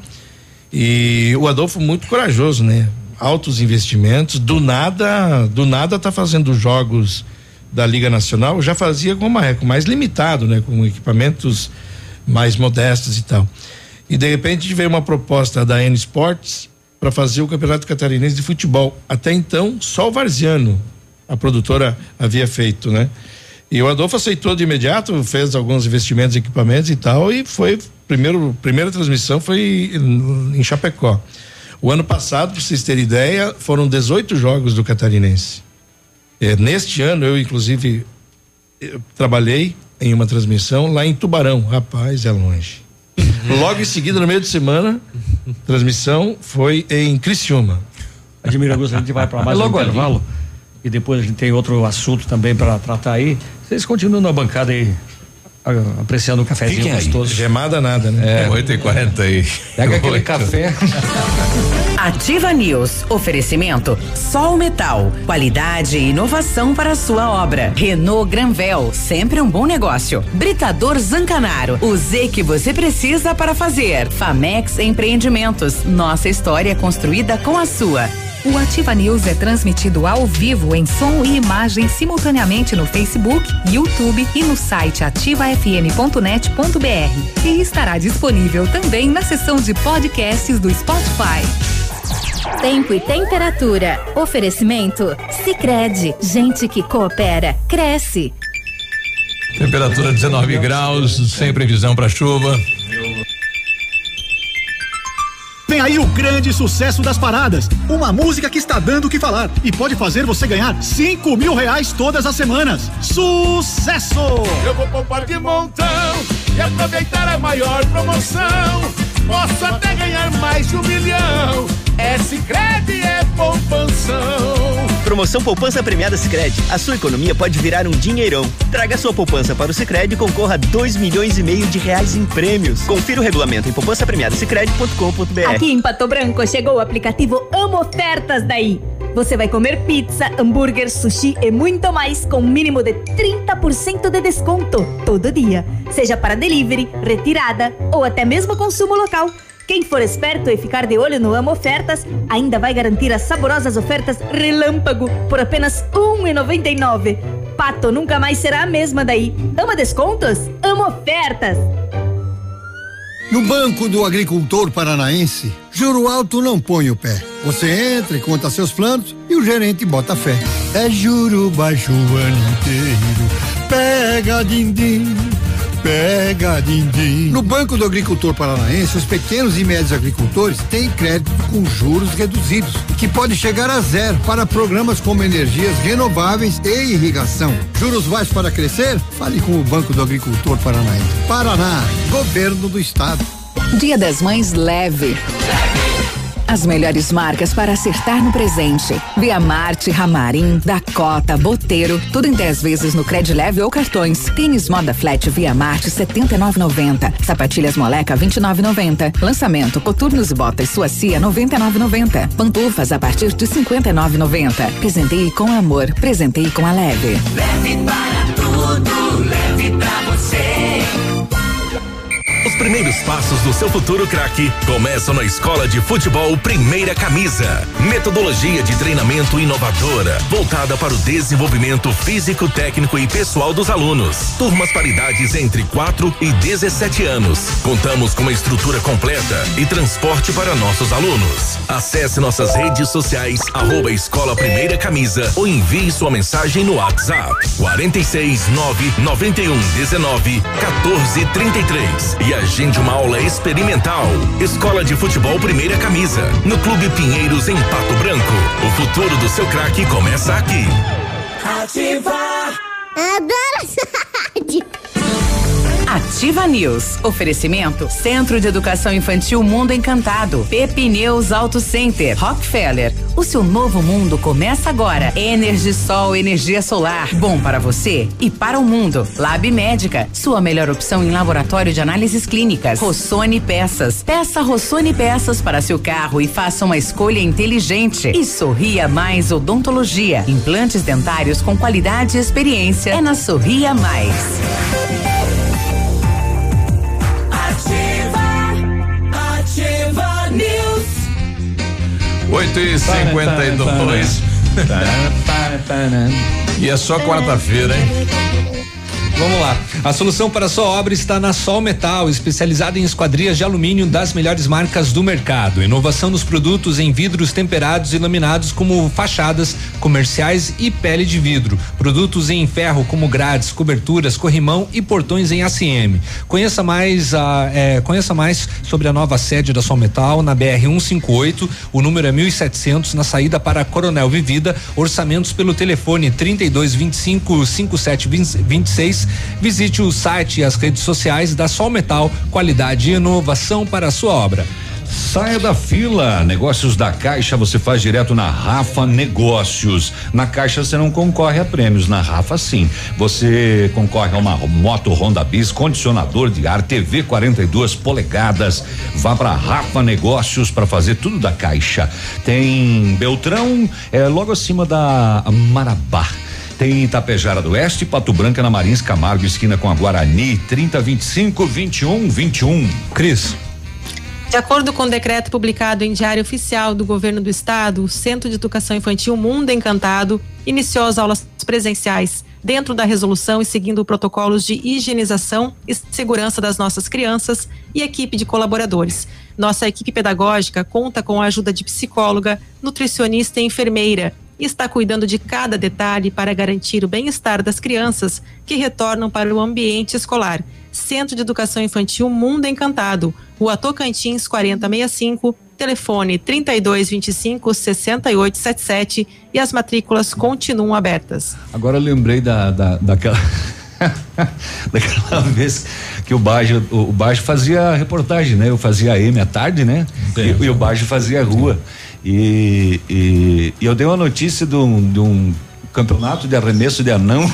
E o Adolfo muito corajoso, né? Altos investimentos, do nada tá fazendo jogos da Liga Nacional, já fazia com o Marreco, mais limitado, né? Com equipamentos mais modestos e tal. E de repente veio uma proposta da N Sports para fazer o Campeonato Catarinense de Futebol. Até então, só o Varziano, a produtora, havia feito, né? E o Adolfo aceitou de imediato, fez alguns investimentos em equipamentos e tal, e foi, primeira transmissão foi em Chapecó. O ano passado, para vocês terem ideia, foram 18 jogos do Catarinense. Neste ano, eu inclusive trabalhei em uma transmissão lá em Tubarão. Rapaz, é longe. Logo em seguida, no meio de semana, transmissão foi em Criciúma. Admiro Augusto, a gente vai para mais um intervalo e depois a gente tem outro assunto também para tratar aí. Vocês continuam na bancada aí, apreciando o cafezinho gostoso. Gemada nada, né? 8h40 aí. Pega aquele café. Ativa News. Oferecimento Sol Metal. Qualidade e inovação para a sua obra. Renault Granvel. Sempre um bom negócio. Britador Zancanaro. O Z que você precisa para fazer. Famex Empreendimentos. Nossa história construída com a sua. O Ativa News é transmitido ao vivo em som e imagem simultaneamente no Facebook, YouTube e no site ativafm.net.br. E estará disponível também na seção de podcasts do Spotify. Tempo e temperatura. Oferecimento Sicredi. Gente que coopera, cresce. Temperatura 19 graus, sem previsão para chuva. Vem aí o grande sucesso das paradas, uma música que está dando o que falar e pode fazer você ganhar R$5.000 todas as semanas. Sucesso! Eu vou poupar de montão e aproveitar a maior promoção. Posso até ganhar mais de R$1 milhão. Sicredi é poupanção. Promoção Poupança Premiada Sicredi. A sua economia pode virar um dinheirão. Traga sua poupança para o Sicredi e concorra a R$2,5 milhões em prêmios. Confira o regulamento em poupancapremiadasicredi.com.br. Aqui em Pato Branco chegou o aplicativo Amo Ofertas daí. Você vai comer pizza, hambúrguer, sushi e muito mais com um mínimo de 30% de desconto todo dia. Seja para delivery, retirada ou até mesmo consumo local. Quem for esperto e ficar de olho no Amo Ofertas ainda vai garantir as saborosas ofertas Relâmpago por apenas R$1,99. Pato nunca mais será a mesma daí. Ama descontos? Amo Ofertas! No Banco do Agricultor Paranaense, juro alto não põe o pé. Você entra e conta seus planos e o gerente bota fé. É juro baixo o ano inteiro. Pega din-din. Pega din-din. No Banco do Agricultor Paranaense, os pequenos e médios agricultores têm crédito com juros reduzidos, que pode chegar a 0 para programas como energias renováveis e irrigação. Juros baixos para crescer? Fale com o Banco do Agricultor Paranaense. Paraná, Governo do Estado. Dia das Mães leve. As melhores marcas para acertar no presente. Via Marte, Ramarim, Dakota, Boteiro, tudo em 10 vezes no Credileve ou cartões. Tênis Moda Flat Via Marte, R$79,90. Sapatilhas Moleca, R$29,90. Lançamento Coturnos e Botas Suacia, R$99,90. Pantufas a partir de R$59,90. Presenteie com amor, presenteie com a Leve. Leve para tudo, leve pra você. Os primeiros passos do seu futuro craque começam na Escola de Futebol Primeira Camisa. Metodologia de treinamento inovadora, voltada para o desenvolvimento físico, técnico e pessoal dos alunos. Turmas para idades entre 4 e 17 anos. Contamos com uma estrutura completa e transporte para nossos alunos. Acesse nossas redes sociais, @Escola Primeira Camisa, ou envie sua mensagem no WhatsApp 469-9119-1433 e agende uma aula experimental. Escola de Futebol Primeira Camisa, no Clube Pinheiros, em Pato Branco. O futuro do seu craque começa aqui. Ativa! Adoro essa rádio. Ativa News. Oferecimento Centro de Educação Infantil Mundo Encantado. Pepineus Auto Center. Rockefeller. O seu novo mundo começa agora. Energisol, energia solar. Bom para você e para o mundo. Lab Médica. Sua melhor opção em laboratório de análises clínicas. Rossoni Peças. Peça Rossoni Peças para seu carro e faça uma escolha inteligente. E Sorria Mais Odontologia. Implantes dentários com qualidade e experiência. É na Sorria Mais. 8h52. E é só quarta-feira, hein? Vamos lá. A solução para a sua obra está na Sol Metal, especializada em esquadrias de alumínio das melhores marcas do mercado. Inovação nos produtos em vidros temperados e laminados, como fachadas comerciais e pele de vidro. Produtos em ferro, como grades, coberturas, corrimão e portões em ACM. Conheça mais sobre a nova sede da Sol Metal na BR 158. O número é 1700, na saída para Coronel Vivida. Orçamentos pelo telefone 3225-5726. Visite o site e as redes sociais da Sol Metal, qualidade e inovação para a sua obra. Saia da fila. Negócios da Caixa você faz direto na Rafa Negócios. Na Caixa você não concorre a prêmios, na Rafa sim. Você concorre a uma moto Honda Bis, condicionador de ar, TV 42 polegadas. Vá para Rafa Negócios para fazer tudo da Caixa. Tem Beltrão, logo acima da Marabá. Tem Itapejara do Oeste, Pato Branco, na Marins Camargo, esquina com a Guarani, 3025-2121. Cris. De acordo com o decreto publicado em Diário Oficial do Governo do Estado, o Centro de Educação Infantil Mundo Encantado iniciou as aulas presenciais dentro da resolução e seguindo protocolos de higienização e segurança das nossas crianças e equipe de colaboradores. Nossa equipe pedagógica conta com a ajuda de psicóloga, nutricionista e enfermeira e está cuidando de cada detalhe para garantir o bem-estar das crianças que retornam para o ambiente escolar. Centro de Educação Infantil Mundo Encantado, Rua Tocantins 4065, telefone 3225-6877 e as matrículas continuam abertas. Agora eu lembrei daquela vez que o Bajo fazia reportagem, né? Eu fazia AM à tarde, né? E o Bajo fazia rua. E eu dei uma notícia de um campeonato de arremesso de anão.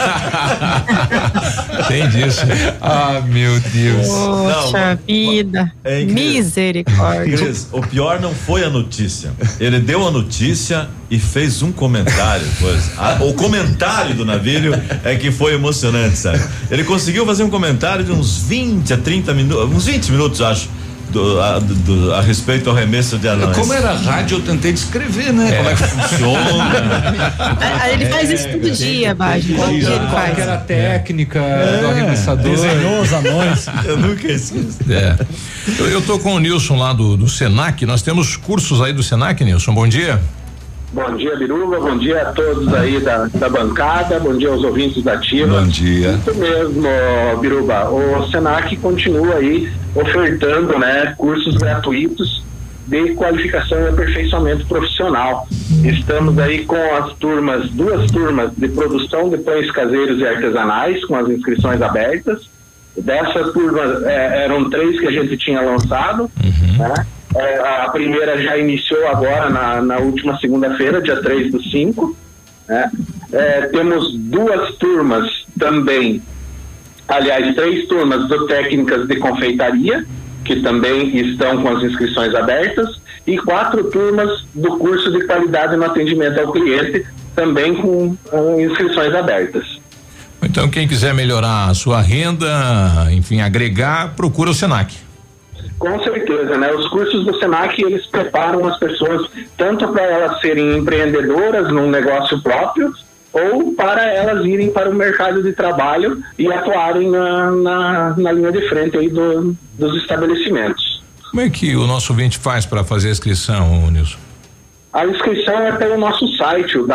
Tem disso. Ah, meu Deus. Poxa vida. Misericórdia. O pior não foi a notícia. Ele deu a notícia e fez um comentário. O comentário do Navilho é que foi emocionante, sabe? Ele conseguiu fazer um comentário de uns 20 a 30 minutos, uns 20 minutos, acho. A respeito ao arremesso de anões. Como era rádio, eu tentei descrever, né? Como é que funciona. Ele faz isso todo dia, Baixo. Todo dia ele faz. Qual era a técnica do arremessador. Desenhou os anões. Eu nunca esqueço. Eu tô com o Nilson lá do Senac. Nós temos cursos aí do Senac, Nilson. Bom dia. Bom dia, Biruba, bom dia a todos aí da bancada, bom dia aos ouvintes da Ativa. Bom dia. Isso mesmo, Biruba, o Senac continua aí ofertando, né, cursos gratuitos de qualificação e aperfeiçoamento profissional. Estamos aí com duas turmas de produção de pães caseiros e artesanais, com as inscrições abertas. Dessas turmas eram 3 que a gente tinha lançado, né? A primeira já iniciou agora na última segunda-feira, dia 3/5, né? Temos 2 turmas também, aliás, 3 turmas do técnicas de confeitaria, que também estão com as inscrições abertas, e 4 turmas do curso de qualidade no atendimento ao cliente, também com inscrições abertas. Então, quem quiser melhorar a sua renda, enfim, agregar, procura o Senac. Com certeza, né? Os cursos do Senac, eles preparam as pessoas tanto para elas serem empreendedoras num negócio próprio, ou para elas irem para o mercado de trabalho e atuarem na linha de frente aí dos estabelecimentos. Como é que o nosso ouvinte faz para fazer a inscrição, Nilson? A inscrição é pelo nosso site, o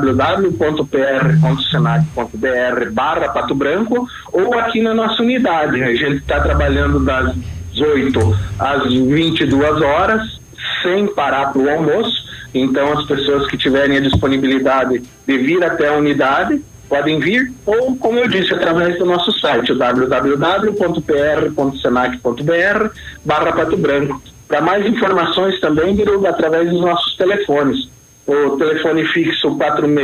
www.pr.senac.br/Pato Branco, ou aqui na nossa unidade. A gente está trabalhando das 8 às 22 horas, sem parar para o almoço. Então, as pessoas que tiverem a disponibilidade de vir até a unidade podem vir, ou, como eu disse, através do nosso site, o www.pr.senac.br/Pato Branco. Para mais informações também, Biruba, através dos nossos telefones. O telefone fixo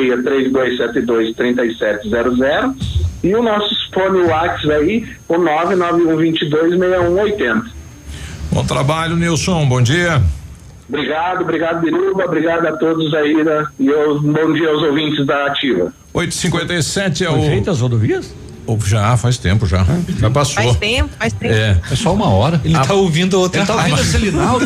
46-3272-3700 e o nosso fone WhatsApp aí, o 991226180. Bom trabalho, Nilson, bom dia. Obrigado, Biruba, obrigado a todos aí, né? Bom dia aos ouvintes da Ativa. 8h57 Foi feita as rodovias? Já, faz tempo já. Já passou. Faz tempo. É só 1 hora. Ele tá ouvindo outra. Ele tá ouvindo a Selinaldo.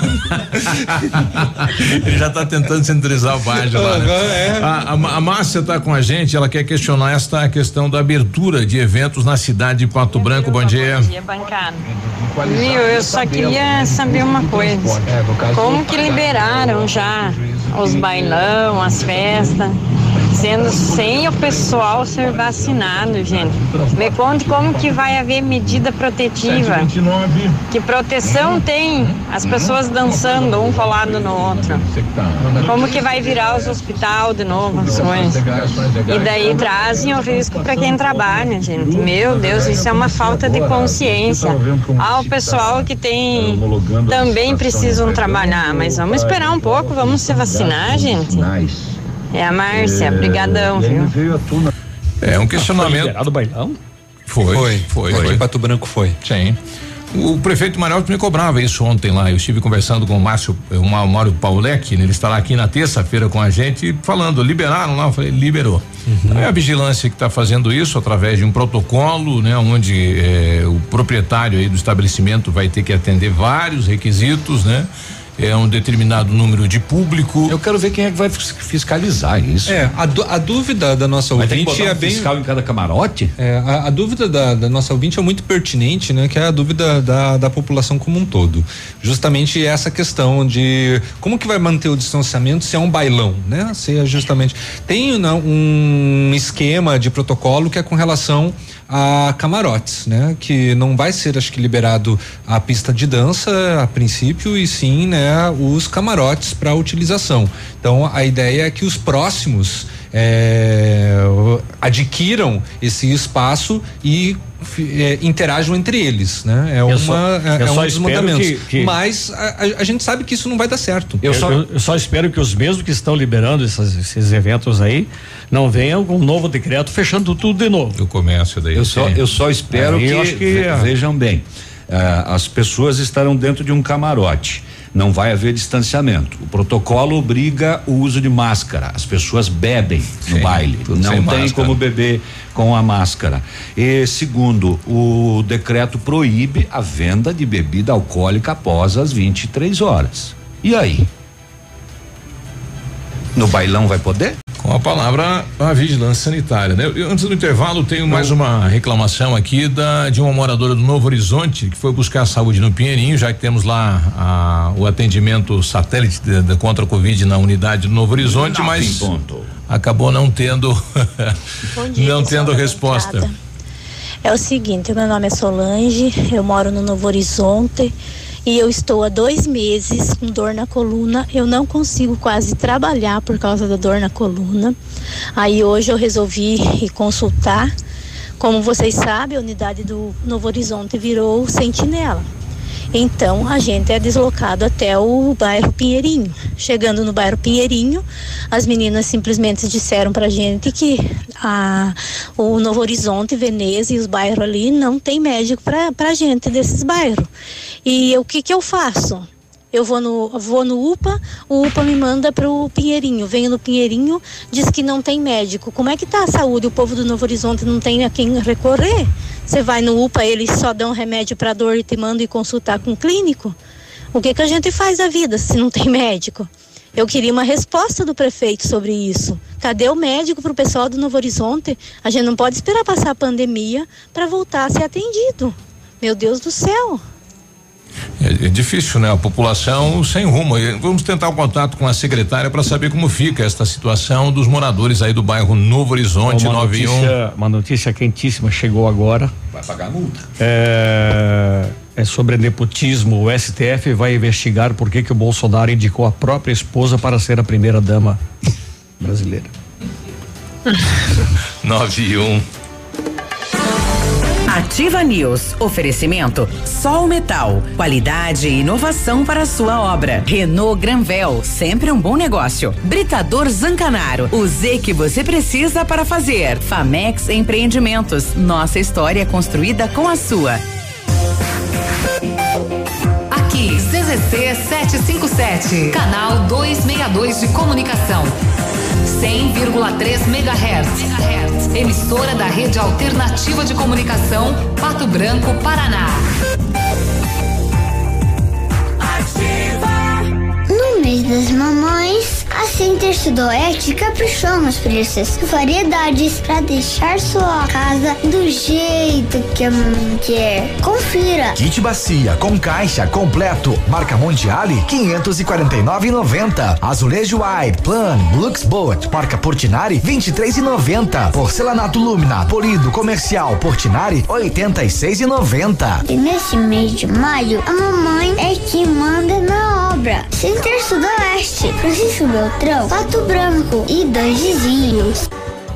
Ele já tá tentando centralizar o bairro lá, né? A Márcia tá com a gente, ela quer questionar esta questão da abertura de eventos na cidade de Pato Branco. Bom dia. Bom dia, bancada. Viu, eu só queria saber uma coisa. Como que liberaram já os bailão, as festas, sendo sem o pessoal ser vacinado, gente? Me conte como que vai haver medida protetiva. Que proteção tem as pessoas dançando um colado no outro? Como que vai virar os hospitais de novo, as coisas? E daí trazem o risco para quem trabalha, gente. Meu Deus, isso é uma falta de consciência. O pessoal que tem também precisam trabalhar, mas vamos esperar um pouco, vamos se vacinar, gente. É a Márcia, brigadão, viu? É um questionamento. Foi liberado o bailão? Foi. Em Pato Branco foi. Sim. O prefeito Mariotti me cobrava isso ontem lá. Eu estive conversando com o Mário Paulec, ele estará aqui na terça-feira com a gente, falando, liberaram lá? Eu falei, liberou. É a vigilância que está fazendo isso através de um protocolo, né? Onde o proprietário aí do estabelecimento vai ter que atender vários requisitos, né? É um determinado número de público. Eu quero ver quem é que vai fiscalizar isso. A dúvida da nossa ouvinte é bem fiscal em cada camarote. A dúvida da nossa ouvinte é muito pertinente, né? Que é a dúvida da população como um todo. Justamente essa questão de como que vai manter o distanciamento se é um bailão, né? Se é justamente tem um esquema de protocolo que é com relação a camarotes, né? Que não vai ser, acho que, liberado a pista de dança a princípio, e sim, né? Os camarotes para utilização. Então, a ideia é que os próximos adquiram esse espaço e interajam entre eles, né? É um dos mandamentos. Mas a gente sabe que isso não vai dar certo. Eu só espero que os mesmos que estão liberando esses eventos aí não venham com um novo decreto fechando tudo de novo. Do comércio daí. Eu só espero que vejam bem, as pessoas estarão dentro de um camarote. Não vai haver distanciamento. O protocolo obriga o uso de máscara. As pessoas bebem no baile. Não tem máscara. Como beber com a máscara. E segundo, o decreto proíbe a venda de bebida alcoólica após as 23 horas. E aí? No bailão vai poder? Com a palavra a vigilância sanitária, né? Antes do intervalo, tenho mais uma reclamação aqui de uma moradora do Novo Horizonte que foi buscar a saúde no Pinheirinho, já que temos lá o atendimento satélite contra a Covid na unidade do Novo Horizonte, mas acabou não tendo não tendo resposta. É o seguinte, meu nome é Solange, eu moro no Novo Horizonte e eu estou há 2 meses com dor na coluna. Eu não consigo quase trabalhar por causa da dor na coluna. Aí hoje eu resolvi ir consultar. Como vocês sabem, a unidade do Novo Horizonte virou Sentinela. Então a gente é deslocado até o bairro Pinheirinho. Chegando no bairro Pinheirinho, as meninas simplesmente disseram pra gente que o Novo Horizonte, Veneza e os bairros ali não tem médico pra gente desses bairros. E o que eu faço? Eu vou no UPA, o UPA me manda pro Pinheirinho. Venho no Pinheirinho, diz que não tem médico. Como é que tá a saúde? O povo do Novo Horizonte não tem a quem recorrer? Você vai no UPA, eles só dão remédio para dor e te mandam ir consultar com um clínico? O que a gente faz da vida se não tem médico? Eu queria uma resposta do prefeito sobre isso. Cadê o médico pro pessoal do Novo Horizonte? A gente não pode esperar passar a pandemia para voltar a ser atendido. Meu Deus do céu. É difícil, né? A população sem rumo. Vamos tentar o contato com a secretária para saber como fica esta situação dos moradores aí do bairro Novo Horizonte. Uma notícia quentíssima chegou agora. Vai pagar a multa. É sobre nepotismo. O STF vai investigar por que o Bolsonaro indicou a própria esposa para ser a primeira dama brasileira. 91. Ativa News. Oferecimento Sol Metal. Qualidade e inovação para a sua obra. Renault Granvel. Sempre um bom negócio. Britador Zancanaro. O Z que você precisa para fazer. Famex Empreendimentos. Nossa história é construída com a sua. Aqui, CZC 757. Canal 262 de comunicação. 100,3 MHz. Emissora da Rede Alternativa de Comunicação, Pato Branco, Paraná. No mês das mamães, a Center Sudoeste caprichou nos preços e variedades para deixar sua casa do jeito que a mamãe quer. Confira. Kit bacia com caixa completo, marca Mondiale, 549,90. Azulejo White Plan Lux Boat, marca Portinari, 23,90. Porcelanato Lumina polido comercial Portinari, 86,90. E nesse mês de maio, a mamãe é que manda na obra. Center Sudoeste, Francisco Beltrão, Pato Branco e 2 vizinhos.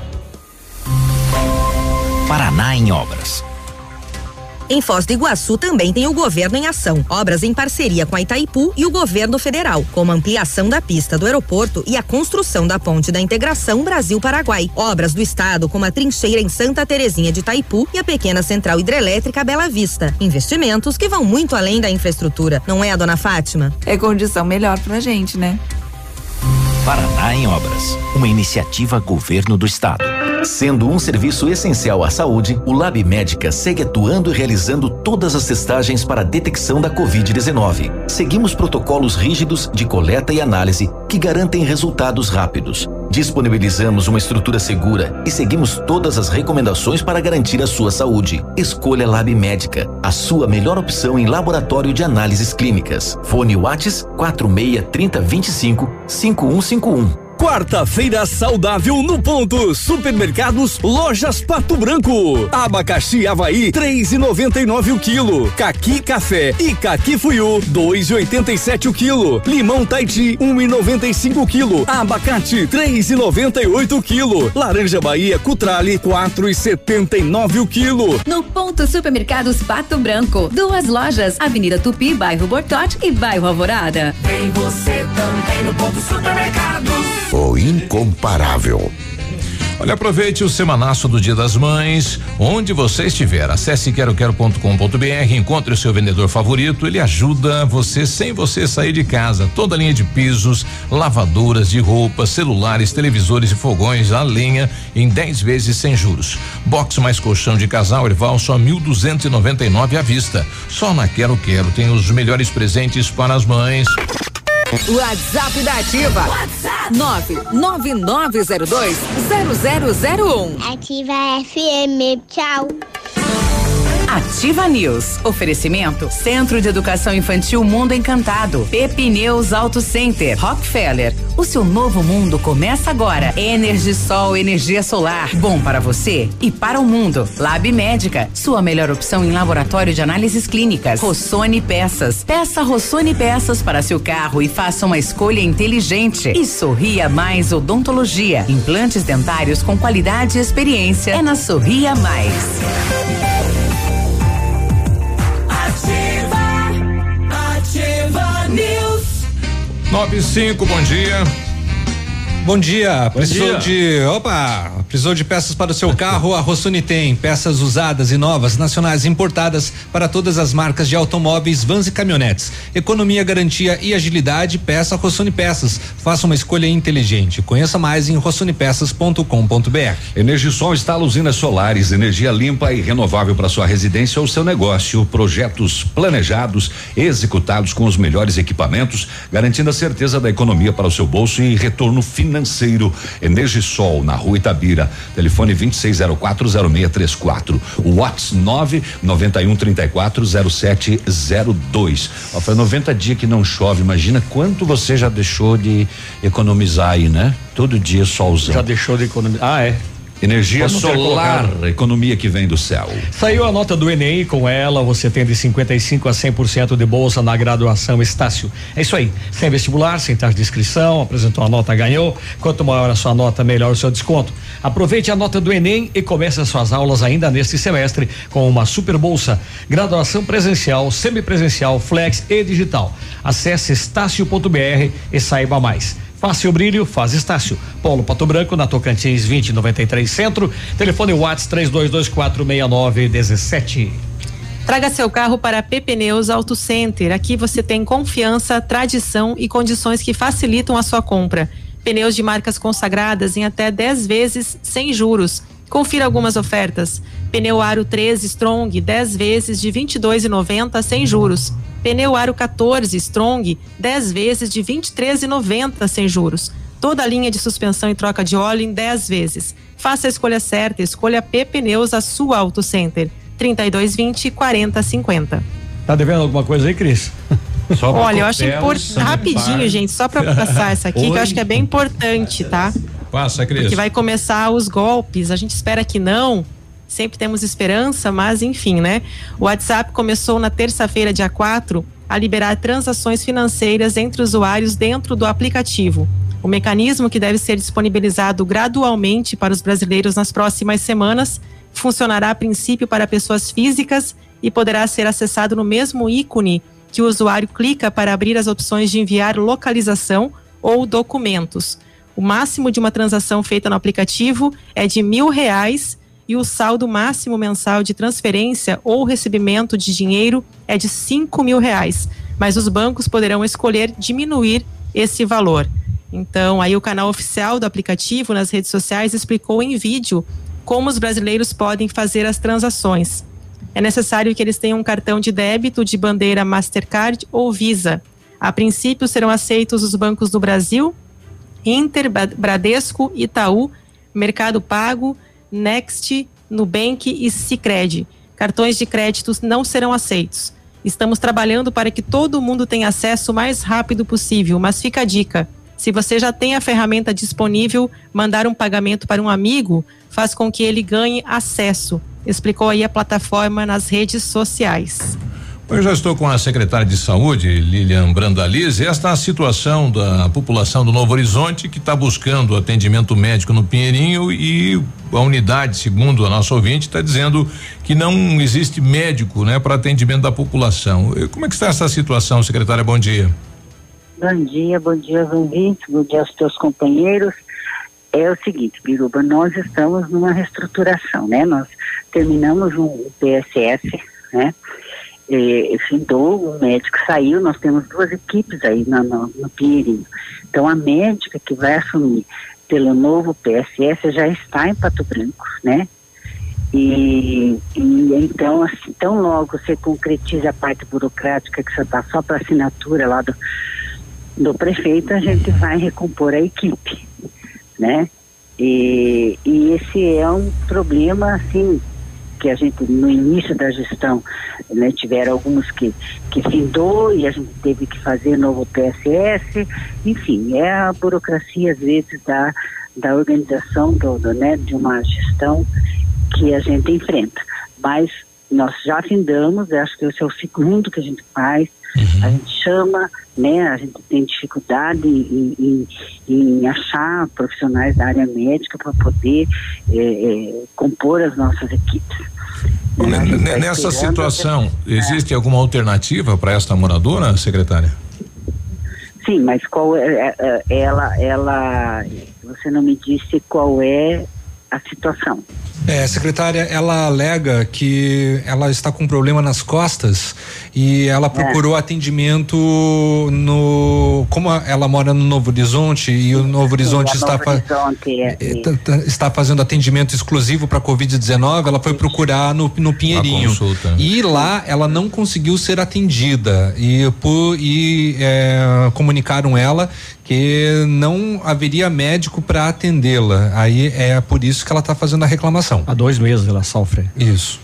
Paraná em obras. Em Foz do Iguaçu também tem o Governo em Ação. Obras em parceria com a Itaipu e o Governo Federal, como a ampliação da pista do aeroporto e a construção da ponte da integração Brasil-Paraguai. Obras do estado, como a trincheira em Santa Terezinha de Itaipu e a pequena central hidrelétrica Bela Vista. Investimentos que vão muito além da infraestrutura, não é, dona Fátima? É condição melhor pra gente, né? Paraná em Obras, uma iniciativa Governo do Estado. Sendo um serviço essencial à saúde, o Lab Médica segue atuando e realizando todas as testagens para a detecção da Covid-19. Seguimos protocolos rígidos de coleta e análise que garantem resultados rápidos. Disponibilizamos uma estrutura segura e seguimos todas as recomendações para garantir a sua saúde. Escolha Lab Médica, a sua melhor opção em laboratório de análises clínicas. Fone WhatsApp 46 30 25 5151. Quarta-feira saudável no ponto. Supermercados Lojas Pato Branco. Abacaxi Avaí 3,99 o quilo. Caqui Café e Caqui Fuiu 2,87 o quilo. Limão Taiti 1,95 o quilo. Abacate 3,98 o quilo. Laranja Bahia Cutrale 4,79 o quilo. No ponto Supermercados Pato Branco, 2 lojas, Avenida Tupi, bairro Bortote e bairro Alvorada. Vem você também no ponto Supermercados. O incomparável. Olha, aproveite o semanaço do Dia das Mães, onde você estiver. Acesse quero.com.br, encontre o seu vendedor favorito, ele ajuda você sem você sair de casa. Toda a linha de pisos, lavadoras de roupas, celulares, televisores e fogões a lenha em 10 vezes sem juros. Box mais colchão de casal Erval só 1.299 à vista. Só na Quero tem os melhores presentes para as mães. WhatsApp da Ativa. WhatsApp 999020001. Ativa FM, tchau. Ativa News. Oferecimento Centro de Educação Infantil Mundo Encantado. Pepineus Auto Center. Rockefeller. O seu novo mundo começa agora. Energisol, energia solar. Bom para você e para o mundo. Lab Médica. Sua melhor opção em laboratório de análises clínicas. Rossoni Peças. Peça Rossoni Peças para seu carro e faça uma escolha inteligente. E Sorria Mais Odontologia. Implantes dentários com qualidade e experiência. É na Sorria Mais. 95, bom dia. Bom dia, precisou de peças para o seu carro? A Rossoni tem peças usadas e novas, nacionais importadas para todas as marcas de automóveis, vans e caminhonetes. Economia, garantia e agilidade, peça Rossoni Peças. Faça uma escolha inteligente. Conheça mais em rossonipeças.com.br. Energisol instala usinas solares, energia limpa e renovável para sua residência ou seu negócio. Projetos planejados, executados com os melhores equipamentos, garantindo a certeza da economia para o seu bolso e retorno financeiro. Energisol, na Rua Itabira, telefone 26040634, WhatsApp 991340702. Faz 90 dias que não chove, imagina quanto você já deixou de economizar aí, né? Todo dia solzão. Já deixou de economizar, Energia solar, economia que vem do céu. Saiu a nota do Enem e com ela você tem de 55% a 100% de bolsa na graduação Estácio. É isso aí, sem vestibular, sem taxa de inscrição, apresentou a nota, ganhou. Quanto maior a sua nota, melhor o seu desconto. Aproveite a nota do Enem e comece as suas aulas ainda neste semestre com uma super bolsa. Graduação presencial, semipresencial, flex e digital. Acesse estácio.br e saiba mais. Faça o brilho, faz Estácio. Polo Pato Branco, na Tocantins 2093 Centro. Telefone WhatsApp 32246917. Traga seu carro para a P Pneus Auto Center. Aqui você tem confiança, tradição e condições que facilitam a sua compra. Pneus de marcas consagradas em até 10 vezes sem juros. Confira algumas ofertas. Pneu Aro 13 Strong, 10 vezes de R$ 22,90 sem juros. Pneu Aro 14 Strong, 10 vezes de R$ 23,90 sem juros. Toda a linha de suspensão e troca de óleo em 10 vezes. Faça a escolha certa, escolha P Pneus, a sua Auto Center. 3220-4050. Tá devendo alguma coisa aí, Cris? Olha, eu acho rapidinho, gente, só para passar essa aqui, que eu acho que é bem importante, tá? Passa, Cris. Porque vai começar os golpes, a gente espera que não, sempre temos esperança, mas enfim, né? O WhatsApp começou na terça-feira, dia 4, a liberar transações financeiras entre usuários dentro do aplicativo. O mecanismo, que deve ser disponibilizado gradualmente para os brasileiros nas próximas semanas, funcionará a princípio para pessoas físicas e poderá ser acessado no mesmo ícone que o usuário clica para abrir as opções de enviar localização ou documentos. O máximo de uma transação feita no aplicativo é de R$1.000 e o saldo máximo mensal de transferência ou recebimento de dinheiro é de R$5.000, mas os bancos poderão escolher diminuir esse valor. Então, aí o canal oficial do aplicativo nas redes sociais explicou em vídeo como os brasileiros podem fazer as transações. É necessário que eles tenham um cartão de débito de bandeira Mastercard ou Visa. A princípio serão aceitos os bancos do Brasil, Inter, Bradesco, Itaú, Mercado Pago, Next, Nubank e Sicredi. Cartões de créditos não serão aceitos. Estamos trabalhando para que todo mundo tenha acesso o mais rápido possível, mas fica a dica: se você já tem a ferramenta disponível, mandar um pagamento para um amigo faz com que ele ganhe acesso, explicou aí a plataforma nas redes sociais. Eu já estou com a secretária de Saúde, Lilian Brandalize. Esta é a situação da população do Novo Horizonte que está buscando atendimento médico no Pinheirinho, e a unidade, segundo a nossa ouvinte, está dizendo que não existe médico, né, para atendimento da população. Como é que está essa situação, secretária? Bom dia. Bom dia aos ouvintes, bom dia aos teus companheiros. É o seguinte, Biruba, nós estamos numa reestruturação, né? Nós terminamos um PSF, né? Findou, o médico saiu, nós temos 2 equipes aí no Pinheirinho. Então a médica que vai assumir pelo novo PSF já está em Pato Branco, né? E então, assim, tão logo você concretiza a parte burocrática, que só para assinatura lá do prefeito, a gente vai recompor a equipe, né? E esse é um problema, assim, que a gente, no início da gestão, né, tiveram alguns que findou e a gente teve que fazer novo PSS. Enfim, é a burocracia, às vezes, da organização né, de uma gestão que a gente enfrenta. Mas nós já findamos, acho que esse é o segundo que a gente faz. A gente chama, né, a gente tem dificuldade em achar profissionais da área médica para poder compor as nossas equipes. Nessa situação, existe alguma alternativa para esta moradora, secretária? Sim, mas qual ela, você não me disse qual é a situação. Secretária, ela alega que ela está com problema nas costas e ela procurou atendimento como ela mora no Novo Horizonte e o Novo Horizonte está fazendo atendimento exclusivo para Covid-19, ela foi procurar no Pinheirinho e lá ela não conseguiu ser atendida e comunicaram ela que não haveria médico para atendê-la. Aí é por isso que ela está fazendo a reclamação. Há 2 meses ela sofre. Isso.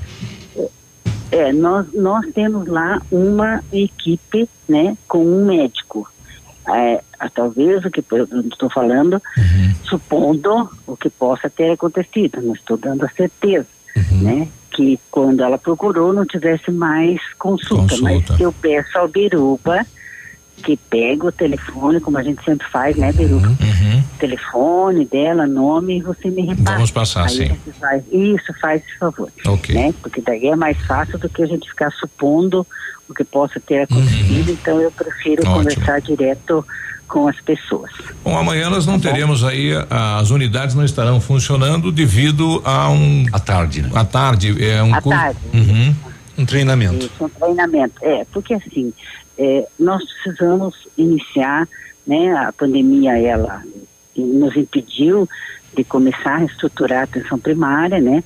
Nós temos lá uma equipe, né, com um médico. Talvez o que eu estou falando, supondo o que possa ter acontecido, não estou dando a certeza, né, que quando ela procurou não tivesse mais consulta. Mas eu peço ao Biruba que pega o telefone, como a gente sempre faz, né, Biruba? Telefone dela, nome, e você me repassa. Vamos passar, sim. Faz esse favor. Ok. Né? Porque daí é mais fácil do que a gente ficar supondo o que possa ter acontecido, então eu prefiro conversar direto com as pessoas. Bom, amanhã nós não teremos aí, as unidades não estarão funcionando devido a à tarde, né? À tarde, tarde. Um treinamento. Isso, um treinamento. Porque assim, nós precisamos iniciar, né? A pandemia, ela nos impediu de começar a reestruturar a atenção primária, né?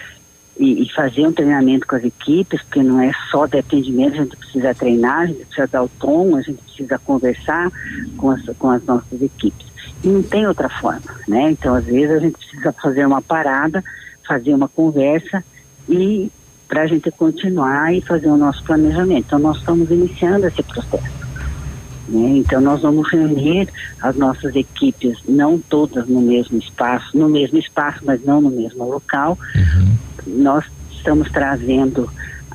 E fazer um treinamento com as equipes, porque não é só de atendimento, a gente precisa treinar, a gente precisa dar o tom, a gente precisa conversar com as nossas equipes. E não tem outra forma, né? Então, às vezes, a gente precisa fazer uma parada, fazer uma conversa e para a gente continuar e fazer o nosso planejamento. Então, nós estamos iniciando esse processo. Né? Então, nós vamos reunir as nossas equipes, não todas no mesmo espaço, mas não no mesmo local. Nós estamos trazendo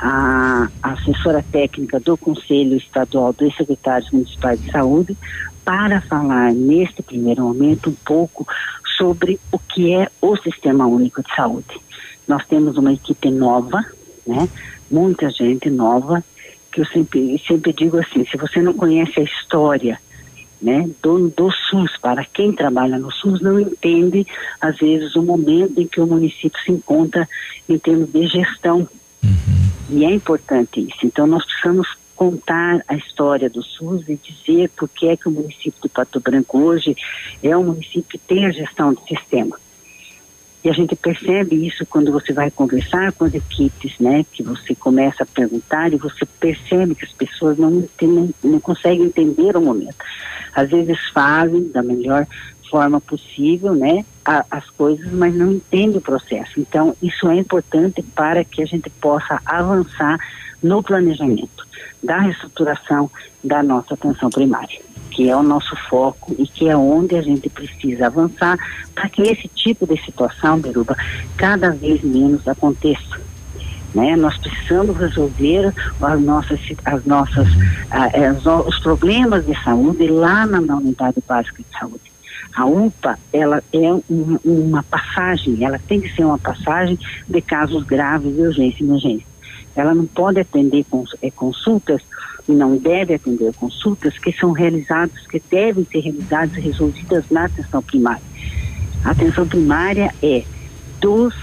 a assessora técnica do Conselho Estadual dos Secretários Municipais de Saúde para falar, neste primeiro momento, um pouco sobre o que é o Sistema Único de Saúde. Nós temos uma equipe nova, né? Muita gente nova, que eu sempre digo assim, se você não conhece a história, né, do SUS, para quem trabalha no SUS não entende, às vezes, o momento em que o município se encontra em termos de gestão. E é importante isso. Então, nós precisamos contar a história do SUS e dizer por que é que o município de Pato Branco hoje é um município que tem a gestão do sistema. E a gente percebe isso quando você vai conversar com as equipes, né? Que você começa a perguntar e você percebe que as pessoas não conseguem entender o momento. Às vezes fazem da melhor forma possível, né? As coisas, mas não entendem o processo. Então, isso é importante para que a gente possa avançar no planejamento da reestruturação da nossa atenção primária, que é o nosso foco e que é onde a gente precisa avançar para que esse tipo de situação, Biruba, cada vez menos aconteça. Né? Nós precisamos resolver os problemas de saúde lá na unidade básica de saúde. A UPA, ela é uma passagem, ela tem que ser uma passagem de casos graves de urgência e emergência. Ela não pode atender consultas e não deve atender consultas que são realizadas, que devem ser realizadas e resolvidas na atenção primária. A atenção primária é dos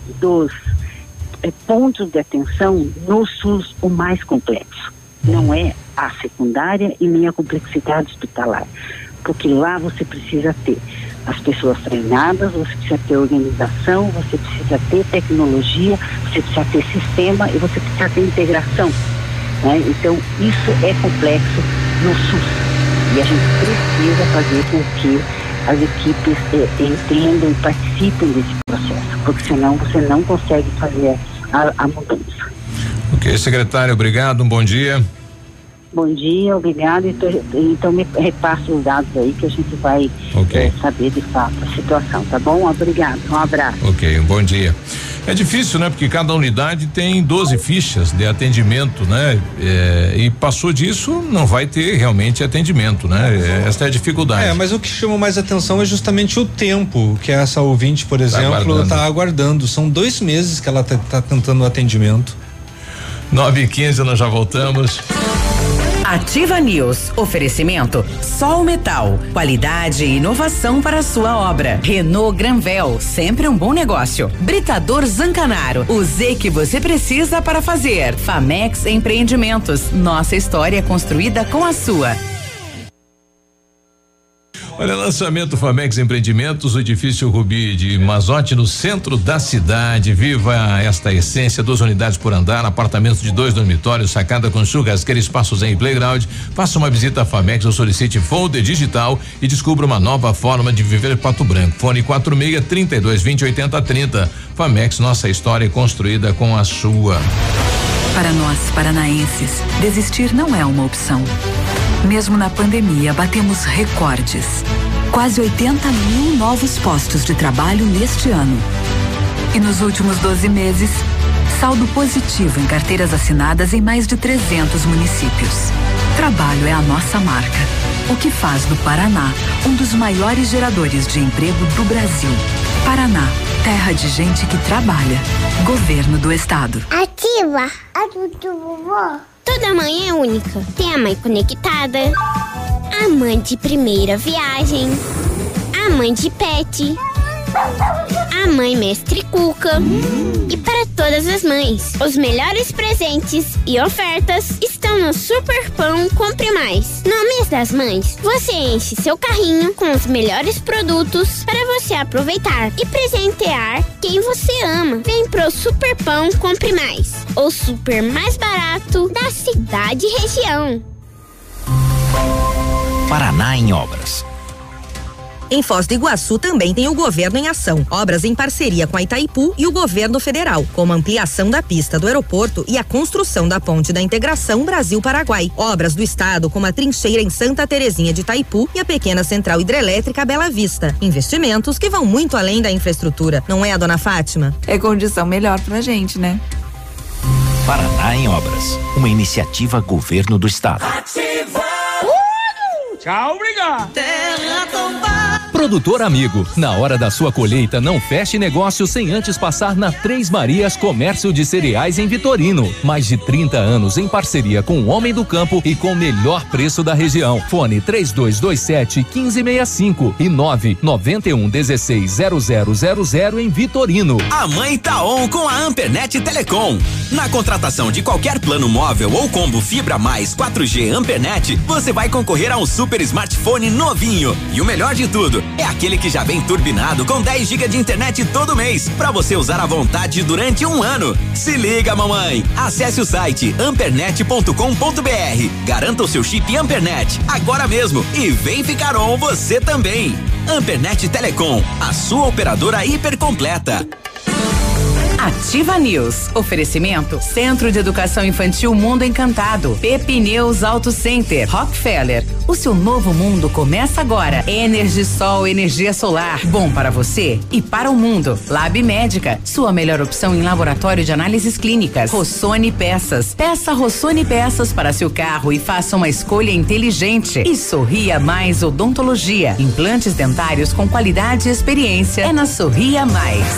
pontos de atenção no SUS o mais complexo. Não é a secundária e nem a complexidade hospitalar, porque lá você precisa ter as pessoas treinadas, você precisa ter organização, você precisa ter tecnologia, você precisa ter sistema e você precisa ter integração. Né? Então, isso é complexo no SUS e a gente precisa fazer com que as equipes entendam e participem desse processo, porque senão você não consegue fazer a mudança. Ok, secretário, obrigado, um bom dia. Bom dia, obrigado. Então me repasse os dados aí que a gente vai saber de fato a situação, tá bom? Obrigado, um abraço. Ok, um bom dia. É difícil, né? Porque cada unidade tem 12 fichas de atendimento, né? E passou disso, não vai ter realmente atendimento, né? Essa é a dificuldade. Mas o que chama mais atenção é justamente o tempo que essa ouvinte, por exemplo, está aguardando. São 2 meses que ela tá tentando o atendimento. 9h15, nós já voltamos. Ativa News. Oferecimento Sol Metal. Qualidade e inovação para a sua obra. Renault Granvel. Sempre um bom negócio. Britador Zancanaro. O Z que você precisa para fazer. Famex Empreendimentos. Nossa história construída com a sua. Olha, lançamento Famex Empreendimentos, o edifício Rubi de Mazote, no centro da cidade. Viva esta essência, 2 unidades por andar, apartamentos de 2 dormitórios, sacada com churrasqueira, espaços em playground. Faça uma visita à Famex ou solicite folder digital e descubra uma nova forma de viver Pato Branco. Fone 46-3220-8030. Famex, nossa história construída com a sua. Para nós, paranaenses, desistir não é uma opção. Mesmo na pandemia, batemos recordes. Quase 80 mil novos postos de trabalho neste ano. E nos últimos 12 meses, saldo positivo em carteiras assinadas em mais de 300 municípios. Trabalho é a nossa marca. O que faz do Paraná um dos maiores geradores de emprego do Brasil. Paraná, terra de gente que trabalha. Governo do Estado. Ativa a do vovó. Toda mãe é única. Tem a mãe conectada, a mãe de primeira viagem, a mãe de pet, a mãe mestre Cuca. E para todas as mães, os melhores presentes e ofertas estão no Super Pão Compre Mais. No mês das mães, você enche seu carrinho com os melhores produtos para você aproveitar e presentear quem você ama. Vem pro Super Pão Compre Mais, o super mais barato da cidade e região. Paraná em Obras. Em Foz do Iguaçu também tem o Governo em Ação. Obras em parceria com a Itaipu e o Governo Federal, como a ampliação da pista do aeroporto e a construção da ponte da integração Brasil-Paraguai. Obras do Estado, como a trincheira em Santa Terezinha de Itaipu e a pequena central hidrelétrica Bela Vista. Investimentos que vão muito além da infraestrutura, não é, a dona Fátima? É condição melhor pra gente, né? Paraná em Obras. Uma iniciativa Governo do Estado. Tchau, obrigado. Terra tombada. Produtor amigo, na hora da sua colheita, não feche negócio sem antes passar na Três Marias Comércio de Cereais em Vitorino. Mais de 30 anos em parceria com o Homem do Campo e com o melhor preço da região. Fone 3227-1565 e 991160000 em Vitorino. A mãe tá on com a Ampernet Telecom. Na contratação de qualquer plano móvel ou combo fibra mais 4G Ampernet, você vai concorrer a um super smartphone novinho. E o melhor de tudo, é aquele que já vem turbinado com 10 GB de internet todo mês, pra você usar à vontade durante um ano. Se liga, mamãe! Acesse o site ampernet.com.br, garanta o seu chip Ampernet agora mesmo e vem ficar on você também. Ampernet Telecom, a sua operadora hiper completa. Ativa News. Oferecimento Centro de Educação Infantil Mundo Encantado. Pepineus Auto Center. Rockefeller. O seu novo mundo começa agora. Energisol, energia solar. Bom para você e para o mundo. Lab Médica. Sua melhor opção em laboratório de análises clínicas. Rossoni Peças. Peça Rossoni Peças para seu carro e faça uma escolha inteligente. E Sorria Mais Odontologia. Implantes dentários com qualidade e experiência. É na Sorria Mais.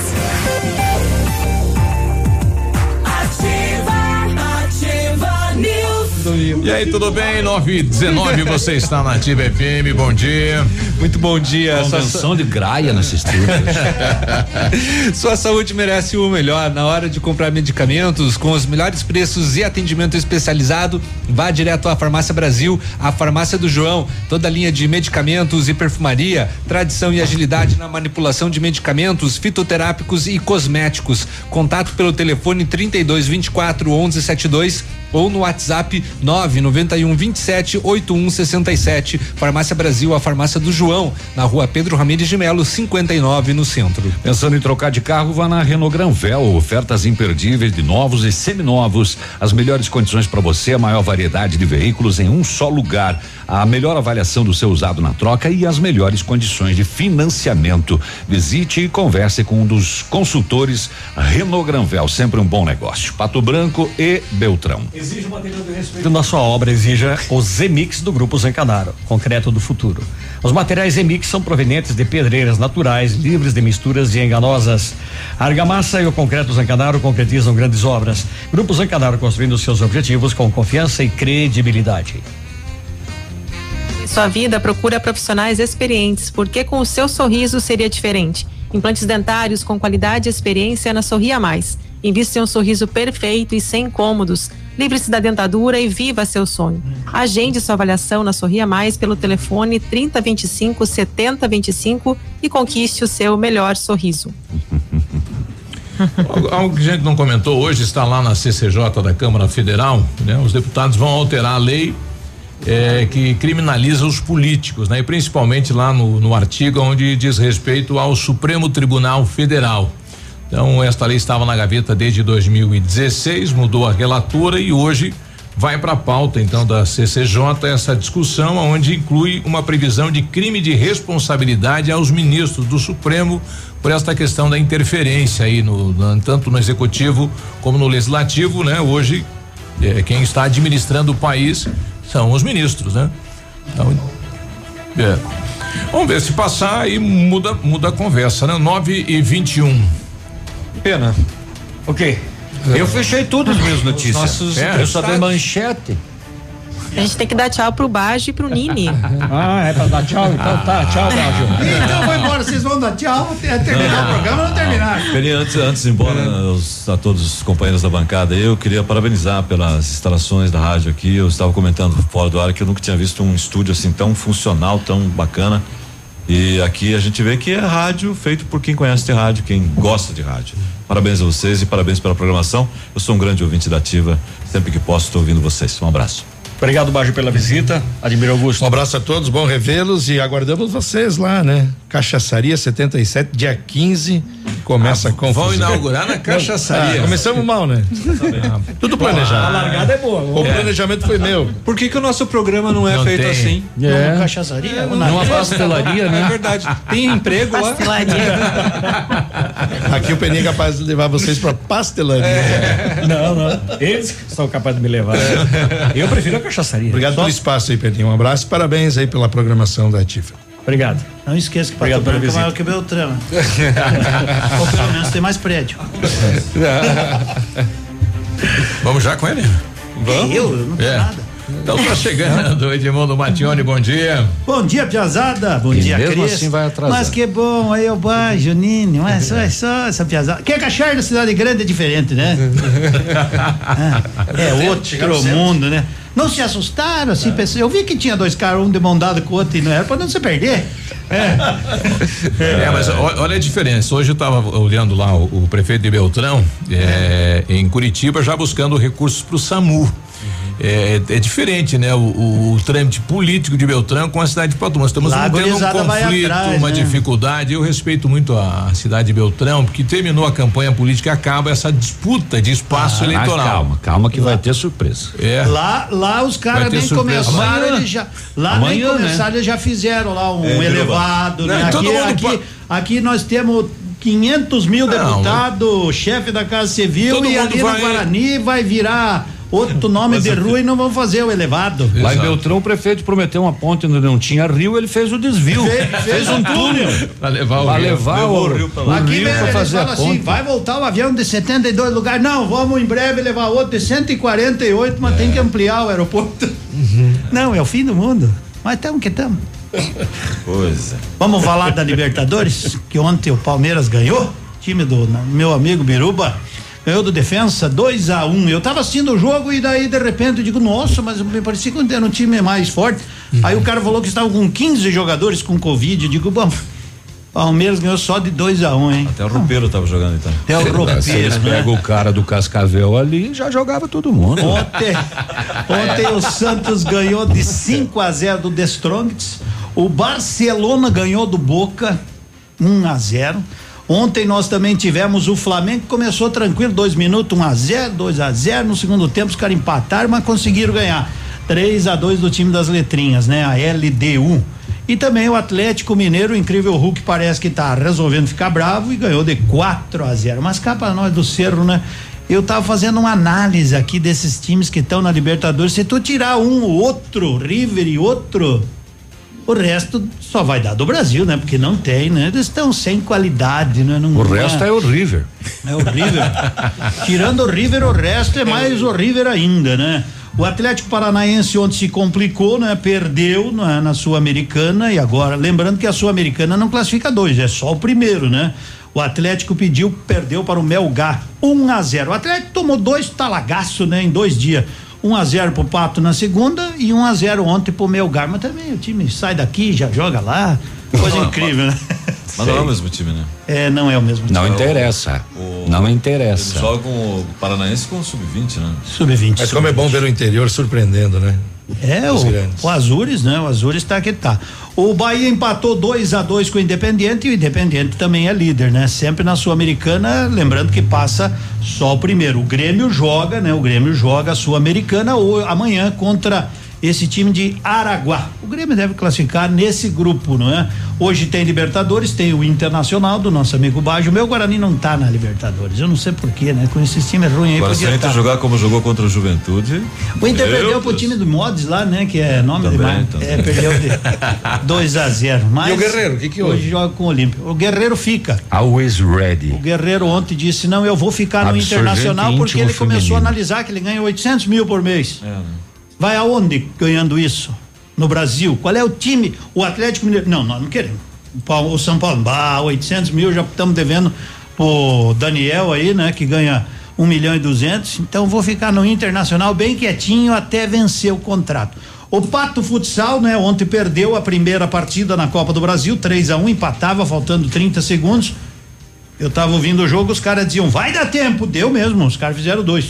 E aí, tudo bem? 9h19, você está na Ativa FM, bom dia. Muito bom dia. Convenção de graia nesse estúdio. Sua saúde merece o melhor. Na hora de comprar medicamentos com os melhores preços e atendimento especializado, vá direto à Farmácia Brasil, a Farmácia do João. Toda a linha de medicamentos e perfumaria, tradição e agilidade na manipulação de medicamentos, fitoterápicos e cosméticos. Contato pelo telefone 3224-1172 ou no WhatsApp 991278167. Farmácia Brasil, a Farmácia do João, na Rua Pedro Ramires de Melo, 59, no centro. Pensando em trocar de carro, vá na Renault Granvel, ofertas imperdíveis de novos e seminovos, as melhores condições para você, a maior variedade de veículos em um só lugar, a melhor avaliação do seu usado na troca e as melhores condições de financiamento. Visite e converse com um dos consultores Renault Granvel, sempre um bom negócio. Pato Branco e Beltrão. Exige o material de respeito da sua obra, exija o Z-Mix do Grupo Zancanaro, concreto do futuro. Os materiais materiais Remix são provenientes de pedreiras naturais, livres de misturas e enganosas. A argamassa e o concreto Zancanaro concretizam grandes obras. Grupo Zancanaro construindo seus objetivos com confiança e credibilidade. Em sua vida, procura profissionais experientes, porque com o seu sorriso seria diferente. Implantes dentários com qualidade e experiência na Sorria Mais. Invista em um sorriso perfeito e sem incômodos. Livre-se da dentadura e viva seu sonho. Agende sua avaliação na Sorria Mais pelo telefone 3025-7025 e conquiste o seu melhor sorriso. Algo que a gente não comentou hoje, está lá na CCJ da Câmara Federal, né? Os deputados vão alterar a lei que criminaliza os políticos, né? E principalmente lá no artigo onde diz respeito ao Supremo Tribunal Federal. Então, esta lei estava na gaveta desde 2016, mudou a relatora e hoje vai para a pauta, então, da CCJ essa discussão, onde inclui uma previsão de crime de responsabilidade aos ministros do Supremo por esta questão da interferência aí tanto no executivo como no legislativo, né? Hoje, quem está administrando o país são os ministros, né? Então, vamos ver se passar e muda a conversa, né? 9h21. Pena. Ok. Eu fechei tudo as minhas notícias. Eu só dei manchete. A gente tem que dar tchau pro Baggio e pro Nini. É pra dar tchau? Então tá, tchau, Baggio. Então vai embora, vocês vão dar tchau, terminar o programa ou não terminar? Antes de ir embora, a todos os companheiros da bancada, eu queria parabenizar pelas instalações da rádio aqui. Eu estava comentando fora do ar que eu nunca tinha visto um estúdio assim tão funcional, tão bacana. E aqui a gente vê que é rádio feito por quem conhece de rádio, quem gosta de rádio. Parabéns a vocês e parabéns pela programação. Eu sou um grande ouvinte da Ativa, sempre que posso estou ouvindo vocês. Um abraço. Obrigado, Baggio, pela visita. Admiro Augusto. Um abraço a todos, bom revê-los e aguardamos vocês lá, né? Cachaçaria 77, dia 15, começa com. Vão inaugurar na Cachaçaria. Começamos mal, né? Tudo planejado. A largada é boa. O planejamento foi meu. Por que o nosso programa não é feito assim? Numa cachaçaria? Numa pastelaria, né? É verdade. Tem emprego lá. Aqui o Peninha é capaz de levar vocês pra pastelaria. Não. Eles são capazes de me levar. Eu prefiro a cachaçaria. Obrigado pelo espaço aí, Peninha. Um abraço e parabéns aí pela programação da Ativa. Obrigado. Não esqueça que Pato Branco é maior que Beltrão. Ou pelo menos tem mais prédio. Vamos já com ele? Vamos? Eu não tenho nada. Então tá chegando o Edmundo Mattioni, bom dia. Bom dia, piazada. Bom E dia, mesmo Cris. assim vai atrasar. Mas que bom, aí o Baggio, Nini, mas só essa piazada. Quem é cachar da cidade grande é diferente, né? É outro mundo, né? Não se assustaram, assim, eu vi que tinha dois caras, um de mão dada com o outro e não era pra não se perder. Mas olha a diferença. Hoje eu estava olhando lá o prefeito de Beltrão, em Curitiba, já buscando recursos para o SAMU. É diferente, né? O trâmite político de Beltrão com a cidade de Pato Branco. Estamos tendo um conflito, uma dificuldade. Eu respeito muito a cidade de Beltrão, porque terminou a campanha política, acaba essa disputa de espaço eleitoral. Calma que vai ter surpresa. Lá os caras nem começaram, eles já fizeram lá um elevado, né? Aqui nós temos 500 mil deputados, chefe da Casa Civil, e ali no Guarani vai virar outro nome de rua e não vão fazer o elevado. Lá em Beltrão o prefeito prometeu uma ponte onde não tinha rio, ele fez o desvio. Fez um túnel pra levar o rio pra lá. Aqui mesmo eles falam assim, vai voltar o avião de 72 lugares. Não, vamos em breve levar outro de 148, mas tem que ampliar o aeroporto. Não, é o fim do mundo. Mas estamos que estamos. Pois é. Vamos falar da Libertadores, que ontem o Palmeiras ganhou, time do meu amigo Biruba. Ganhou do Defensa 2-1. Eu tava assistindo o jogo e daí de repente eu digo, nossa, mas me parecia que era um time mais forte. Aí o cara falou que estava com 15 jogadores com Covid. Eu digo, bom, Palmeiras ganhou só de 2-1, hein? Até o Roupeiro tava jogando então. Até o Roupeiro. Se eles pegam o cara do Cascavel ali, já jogava todo mundo. Ontem o Santos ganhou de 5-0 do The Strongest. O Barcelona ganhou do Boca 1-0. Ontem nós também tivemos o Flamengo que começou tranquilo, 2 minutos, 1-0, 2-0, no segundo tempo os caras empataram, mas conseguiram ganhar 3-2 do time das letrinhas, né? A LDU. E também o Atlético Mineiro, o incrível Hulk parece que tá resolvendo ficar bravo e ganhou de 4-0. Mas cá pra nós do Cerro, né? Eu tava fazendo uma análise aqui desses times que estão na Libertadores, se tu tirar um, outro, River e outro, O resto só vai dar do Brasil, né? Porque não tem, né? Eles estão sem qualidade, né? Não, o resto é o River. É o River. Tirando o River, o resto é mais o River ainda, né? O Atlético Paranaense ontem se complicou, né? Perdeu na Sul-Americana e agora, lembrando que a Sul-Americana não classifica 2, é só o primeiro, né? O Atlético perdeu para o Melgar 1-0. O Atlético tomou 2 talagaços, né? Em 2 dias. 1-0 pro Pato na segunda e 1-0 ontem pro Melgar, mas também o time sai daqui, já joga lá, coisa incrível, né? Mas não é o mesmo time, né? É, não é o mesmo time. Não interessa. Não interessa. Eles jogam o Paranaense com o Sub-20, né? Sub-20. Mas como é bom ver o interior surpreendendo, né? É, o Azures, né? O Azures tá que tá. O Bahia empatou 2-2 com o Independiente e o Independiente também é líder, né? Sempre na Sul-Americana, lembrando que passa só o primeiro. O Grêmio joga, né? O Grêmio joga a Sul-Americana amanhã contra esse time de Araguá. O Grêmio deve classificar nesse grupo, não é? Hoje tem Libertadores, tem o Internacional do nosso amigo Baggio. O meu Guarani não tá na Libertadores, eu não sei porquê, né? Com esse time ruim aí. Agora se a gente jogar como jogou contra o Juventude. O Inter perdeu pro time do Mods lá, né? Que é nome também, demais. Também. Perdeu de 2-0. Mas e o Guerreiro, o que hoje joga com o Olímpio. O Guerreiro fica. Always ready. O Guerreiro ontem disse, não, eu vou ficar no Internacional porque ele começou a analisar que ele ganha 800 mil por mês. Né? Vai aonde ganhando isso? No Brasil? Qual é o time? O Atlético Mineiro? Não, nós não queremos. O São Paulo, 800 mil já estamos devendo pro Daniel aí, né? Que ganha 1.200.000. Então vou ficar no Internacional bem quietinho até vencer o contrato. O Pato Futsal, né? Ontem perdeu a primeira partida na Copa do Brasil, 3-1, empatava, faltando 30 segundos. Eu tava ouvindo o jogo, os caras diziam, vai dar tempo, deu mesmo, os caras fizeram 2.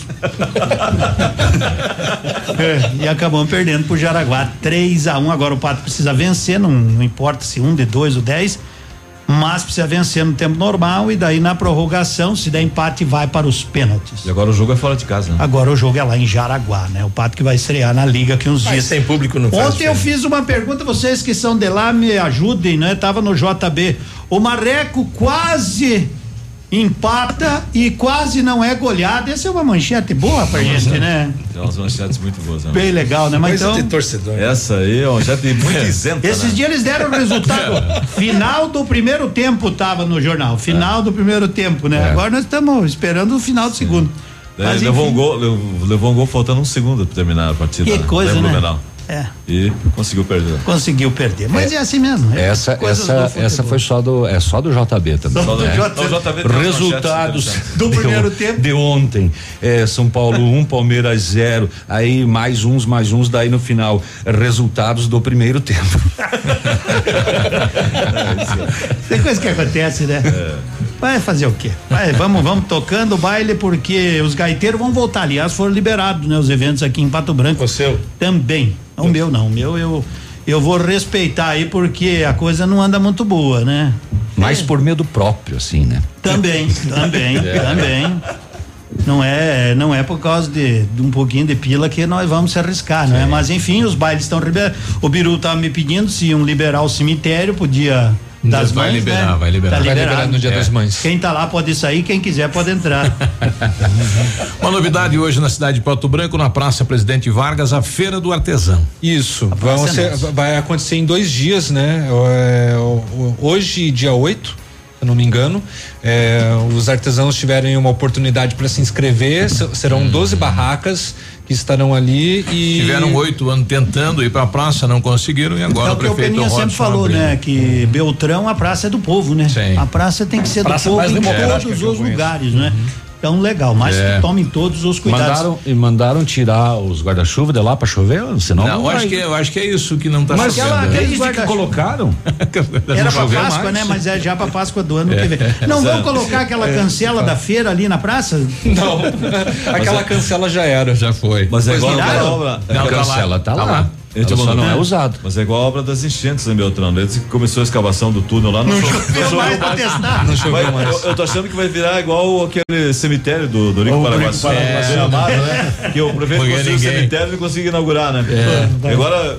E acabamos perdendo pro Jaraguá, 3-1, agora o Pato precisa vencer, não importa se 1, de 2 ou 10, mas precisa vencer no tempo normal e daí na prorrogação, se der empate, vai para os pênaltis. E agora o jogo é fora de casa, né? Agora o jogo é lá em Jaraguá, né? O Pato que vai estrear na liga aqui uns dias. Sem público não faz. Ontem eu fiz uma pergunta, vocês que são de lá me ajudem, né? Tava no JB, o Marreco quase empata e quase não é goleado. Essa é uma manchete boa pra gente, né? Tem umas manchetes muito boas, né? Bem legal, né? Mas então, de torcedor. Essa aí é uma manchete muito isenta. Esses dias eles deram o resultado. Final do primeiro tempo tava no jornal. Final do primeiro tempo, né? Agora nós estamos esperando o final do segundo. Mas, levou um gol faltando 1 segundo pra terminar a partida. Que coisa, né? Blumenau. E conseguiu perder. Mas é assim mesmo. Essa foi só do JB também. Só do JB. Resultados do primeiro tempo de ontem. São Paulo 1, Palmeiras 0. Aí mais uns, daí no final. Resultados do primeiro tempo. Tem coisa que acontece, né? Vai fazer o quê? Vamos tocando o baile porque os gaiteiros vão voltar. Aliás, foram liberados, né? Os eventos aqui em Pato Branco. O seu? Também. O meu não. O meu eu vou respeitar aí porque a coisa não anda muito boa, né? Mas por medo próprio, assim, né? Também. Não é por causa de um pouquinho de pila que nós vamos se arriscar, né? Mas enfim, os bailes estão liberados. O Biru tava me pedindo se iam liberar o cemitério pro dia das vai mães, liberar, né? vai liberar. Tá liberado. Vai liberar no dia das mães. Quem tá lá pode sair, quem quiser pode entrar. Uma novidade hoje na cidade de Pato Branco, na Praça Presidente Vargas, a Feira do Artesão. Isso, vai acontecer em 2 dias, né? Hoje, dia 8, se eu não me engano, os artesãos tiverem uma oportunidade para se inscrever, serão 12 barracas que estarão ali e tiveram 8 anos tentando ir para a praça, não conseguiram e agora o prefeito Peninha sempre falou, abriu, né? Que Beltrão, a praça é do povo, né? Sim. A praça tem que ser do povo em todos os lugares, né? Então, legal, mas que tomem todos os cuidados. Mandaram tirar os guarda-chuva de lá pra chover? Senão não, eu acho que é isso que não tá chovendo. Mas aqueles que colocaram? Era pra Páscoa, mais, né? Mas é já pra Páscoa do ano que vem. Não vão colocar aquela cancela da feira ali na praça? Não, aquela cancela já era. Já foi. Mas é igual a obra. A cancela tá lá. Ela só não é usado. Mas é igual a obra das enchentes, né, Beltrão? Desde que começou a escavação do túnel lá, não choveu mais pra testar. Não choveu mais. Eu tô achando que vai virar igual aquele cemitério do Rico Paraguaçu. Né? Que o prefeito construiu o cemitério e não conseguiu inaugurar, né? Agora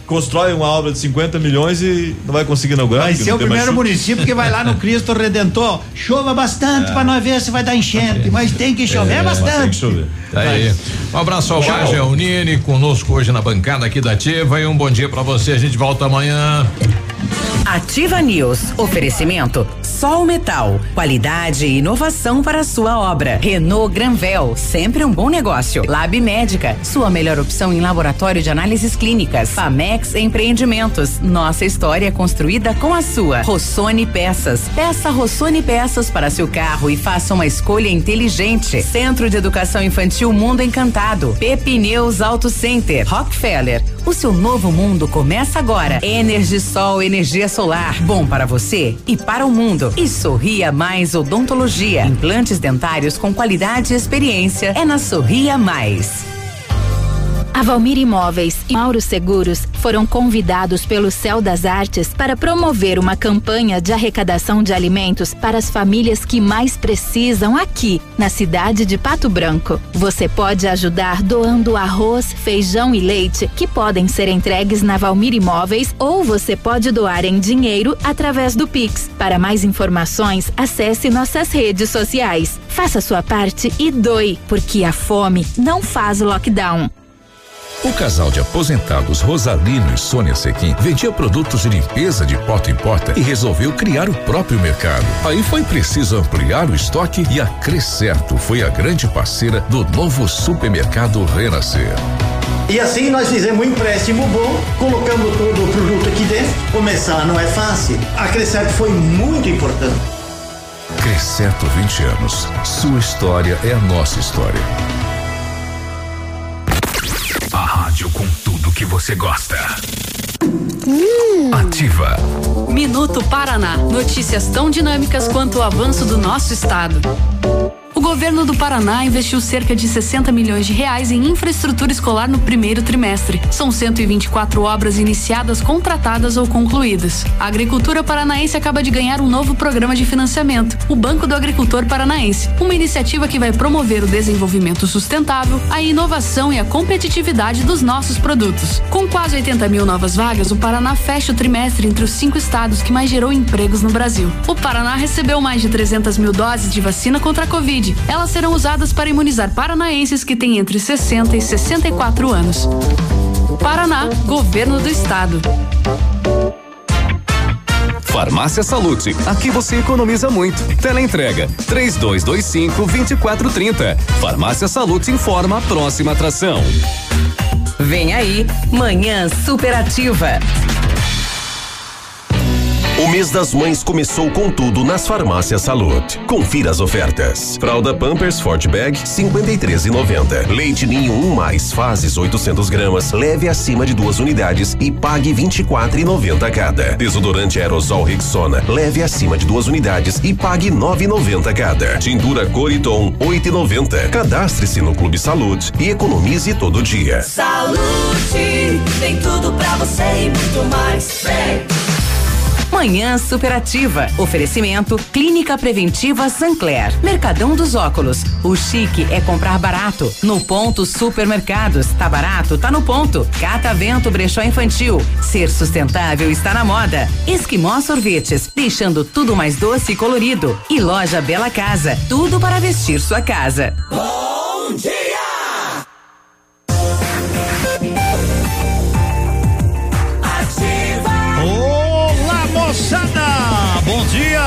constrói uma obra de 50 milhões e não vai conseguir inaugurar. Vai ser o primeiro município que vai lá no Cristo Redentor. Chova bastante pra nós ver se vai dar enchente, mas tem que chover bastante. Tem que chover. Aí. Um abraço ao Laje, ao Nini, conosco hoje na bancada aqui da Ativa, e um bom dia pra você. A gente volta amanhã. Ativa News. Oferecimento Sol Metal. Qualidade e inovação para a sua obra. Renault Granvel. Sempre um bom negócio. Lab Médica. Sua melhor opção em laboratório de análises clínicas. Famex Empreendimentos. Nossa história construída com a sua. Rossoni Peças. Peça Rossoni Peças para seu carro e faça uma escolha inteligente. Centro de Educação Infantil Mundo Encantado. Pepineus Auto Center. Rockefeller. O seu novo mundo começa agora. Energisol, energia solar. Bom para você e para o mundo. E Sorria Mais Odontologia. Implantes dentários com qualidade e experiência. É na Sorria Mais. A Valmir Imóveis e Mauro Seguros foram convidados pelo Céu das Artes para promover uma campanha de arrecadação de alimentos para as famílias que mais precisam aqui, na cidade de Pato Branco. Você pode ajudar doando arroz, feijão e leite, que podem ser entregues na Valmir Imóveis, ou você pode doar em dinheiro através do Pix. Para mais informações, acesse nossas redes sociais. Faça sua parte e doe, porque a fome não faz lockdown. O casal de aposentados Rosalino e Sônia Sequim vendia produtos de limpeza de porta em porta e resolveu criar o próprio mercado. Aí foi preciso ampliar o estoque e a Crescerto foi a grande parceira do novo supermercado Renascer. E assim nós fizemos um empréstimo bom, colocamos todo o produto aqui dentro. Começar não é fácil. A Crescerto foi muito importante. Crescerto 20 anos. Sua história é a nossa história. A rádio com tudo que você gosta. Ativa. Minuto Paraná. Notícias tão dinâmicas quanto o avanço do nosso estado. O governo do Paraná investiu cerca de 60 milhões de reais em infraestrutura escolar no primeiro trimestre. São 124 obras iniciadas, contratadas ou concluídas. A agricultura paranaense acaba de ganhar um novo programa de financiamento, o Banco do Agricultor Paranaense, uma iniciativa que vai promover o desenvolvimento sustentável, a inovação e a competitividade dos nossos produtos. Com quase 80 mil novas vagas, o Paraná fecha o trimestre entre os 5 estados que mais gerou empregos no Brasil. O Paraná recebeu mais de 300 mil doses de vacina contra a Covid. Elas serão usadas para imunizar paranaenses que têm entre 60 e 64 anos. Paraná, Governo do Estado. Farmácia Salute, aqui você economiza muito. Teleentrega 3225-2430. Farmácia Salute informa a próxima atração. Vem aí, Manhã Superativa. O mês das mães começou com tudo nas farmácias Salute. Confira as ofertas. Fralda Pampers Forte Bag, 53,90. Leite Ninho 1 mais fases 800 gramas, leve acima de 2 unidades e pague 24,90 cada. Desodorante Aerosol Rexona, leve acima de 2 unidades e pague 9,90 cada. Tintura Coriton, 8,90. Cadastre-se no Clube Salute e economize todo dia. Salute, tem tudo pra você e muito mais. Vem. Manhã Superativa. Oferecimento Clínica Preventiva Sancler. Mercadão dos Óculos. O chique é comprar barato. No Ponto Supermercados. Tá barato? Tá no ponto. Catavento Brechó Infantil. Ser sustentável está na moda. Esquimó Sorvetes. Deixando tudo mais doce e colorido. E Loja Bela Casa. Tudo para vestir sua casa. Bom dia! Moçada, bom dia!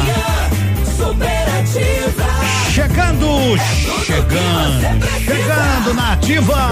Chegando na Ativa!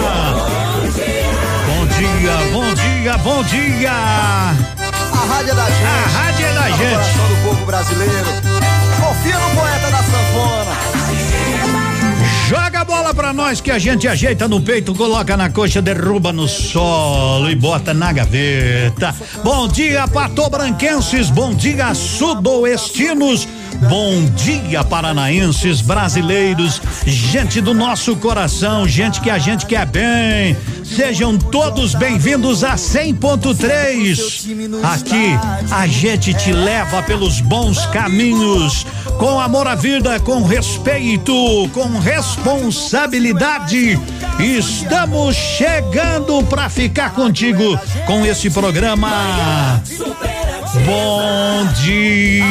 Bom dia! A rádio é da gente. A rádio é da gente. Coração do povo brasileiro. Confia no poeta da sanfona. Joga a bola pra nós que a gente ajeita no peito, coloca na coxa, derruba no solo e bota na gaveta. Bom dia, patobranquenses, bom dia, sudoestinos, bom dia, paranaenses, brasileiros, gente do nosso coração, gente que a gente quer bem. Sejam todos bem-vindos a 100.3. Aqui a gente te leva pelos bons caminhos, com amor à vida, com respeito, com responsabilidade. Estamos chegando para ficar contigo com esse programa. Bom dia.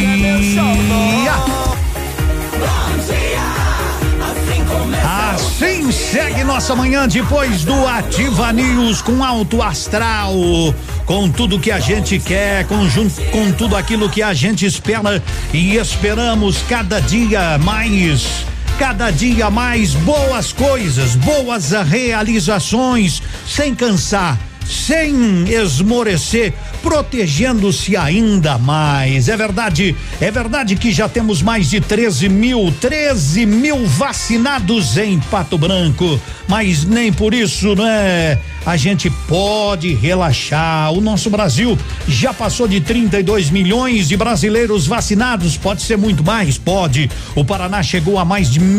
Assim segue nossa manhã depois do Ativa News, com alto astral, com tudo que a gente quer, com tudo aquilo que a gente espera e esperamos cada dia mais boas coisas, boas realizações, sem cansar, sem esmorecer, protegendo-se ainda mais. É verdade que já temos mais de 13 mil vacinados em Pato Branco, mas nem por isso, né? A gente pode relaxar. O nosso Brasil já passou de 32 milhões de brasileiros vacinados. Pode ser muito mais? Pode. O Paraná chegou a mais de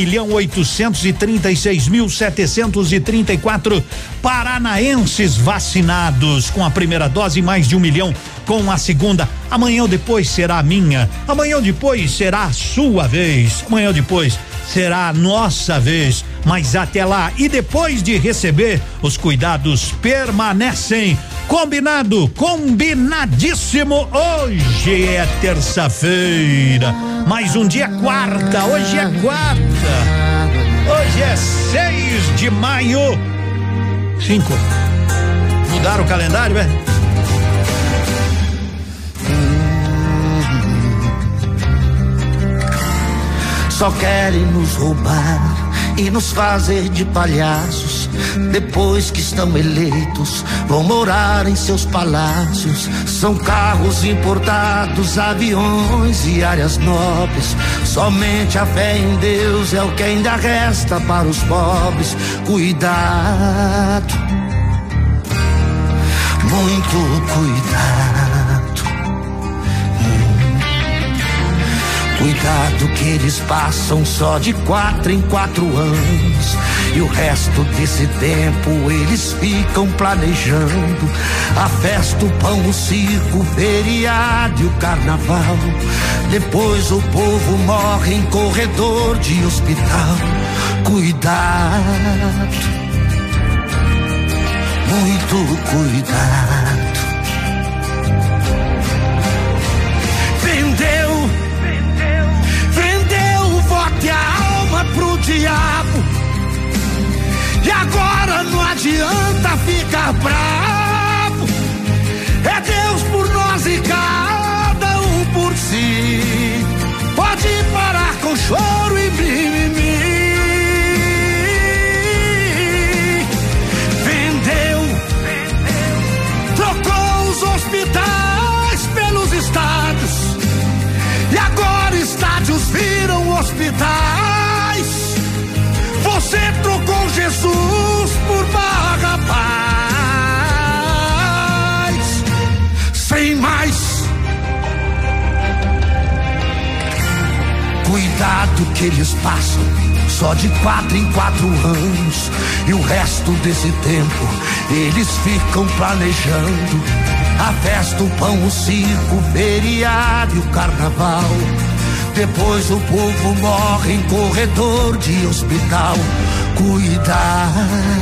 1.836.734 paranaenses vacinados com a primeira dose, mais de 1 milhão com a segunda. Amanhã ou depois será a minha. Amanhã ou depois será a sua vez. Amanhã ou depois será a nossa vez. Mas até lá, e depois de receber, os cuidados permanecem. Combinado, combinadíssimo. Hoje é terça-feira, mais um dia quarta. Hoje é quarta. Hoje é 6 de maio. 5. Mudaram o calendário, é? Só querem nos roubar e nos fazer de palhaços. Depois que estão eleitos, vão morar em seus palácios. São carros importados, aviões e áreas nobres. Somente a fé em Deus é o que ainda resta para os pobres. Cuidado, muito cuidado. Cuidado que eles passam só de 4 em 4 anos, e o resto desse tempo eles ficam planejando a festa, o pão, o circo, o feriado e o carnaval. Depois o povo morre em corredor de hospital. Cuidado, muito cuidado. Vendeu o voto e a alma pro diabo, e agora não adianta ficar bravo. É Deus por nós e cada um por si. Pode parar com choro e mimimi. Trocou os hospitais pelos estádios, e agora estádios viram hospitais. Você trocou Jesus por Barra Paz. Sem mais. Cuidado que eles passam só de 4 em 4 anos, e o resto desse tempo eles ficam planejando a festa, o pão, o circo, o feriado e o carnaval. Depois o povo morre em corredor de hospital. Cuidado,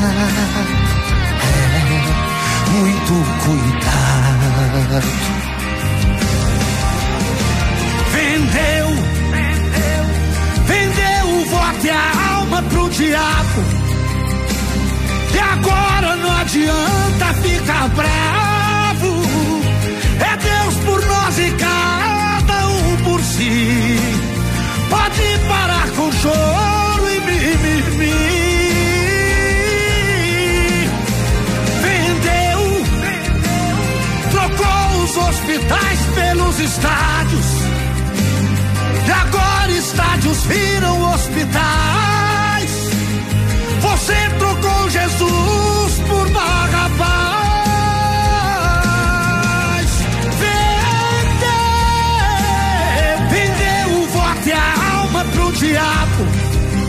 muito cuidado. Vendeu o voto e a alma pro diabo, e agora não adianta ficar bravo. É Deus por nós e cada um por si. Pode parar com choro e mimimi. Trocou os hospitais pelos estádios, e agora estádios viram hospitais. Você trocou Jesus por Barra Paz. Vendeu o voto e a alma pro diabo,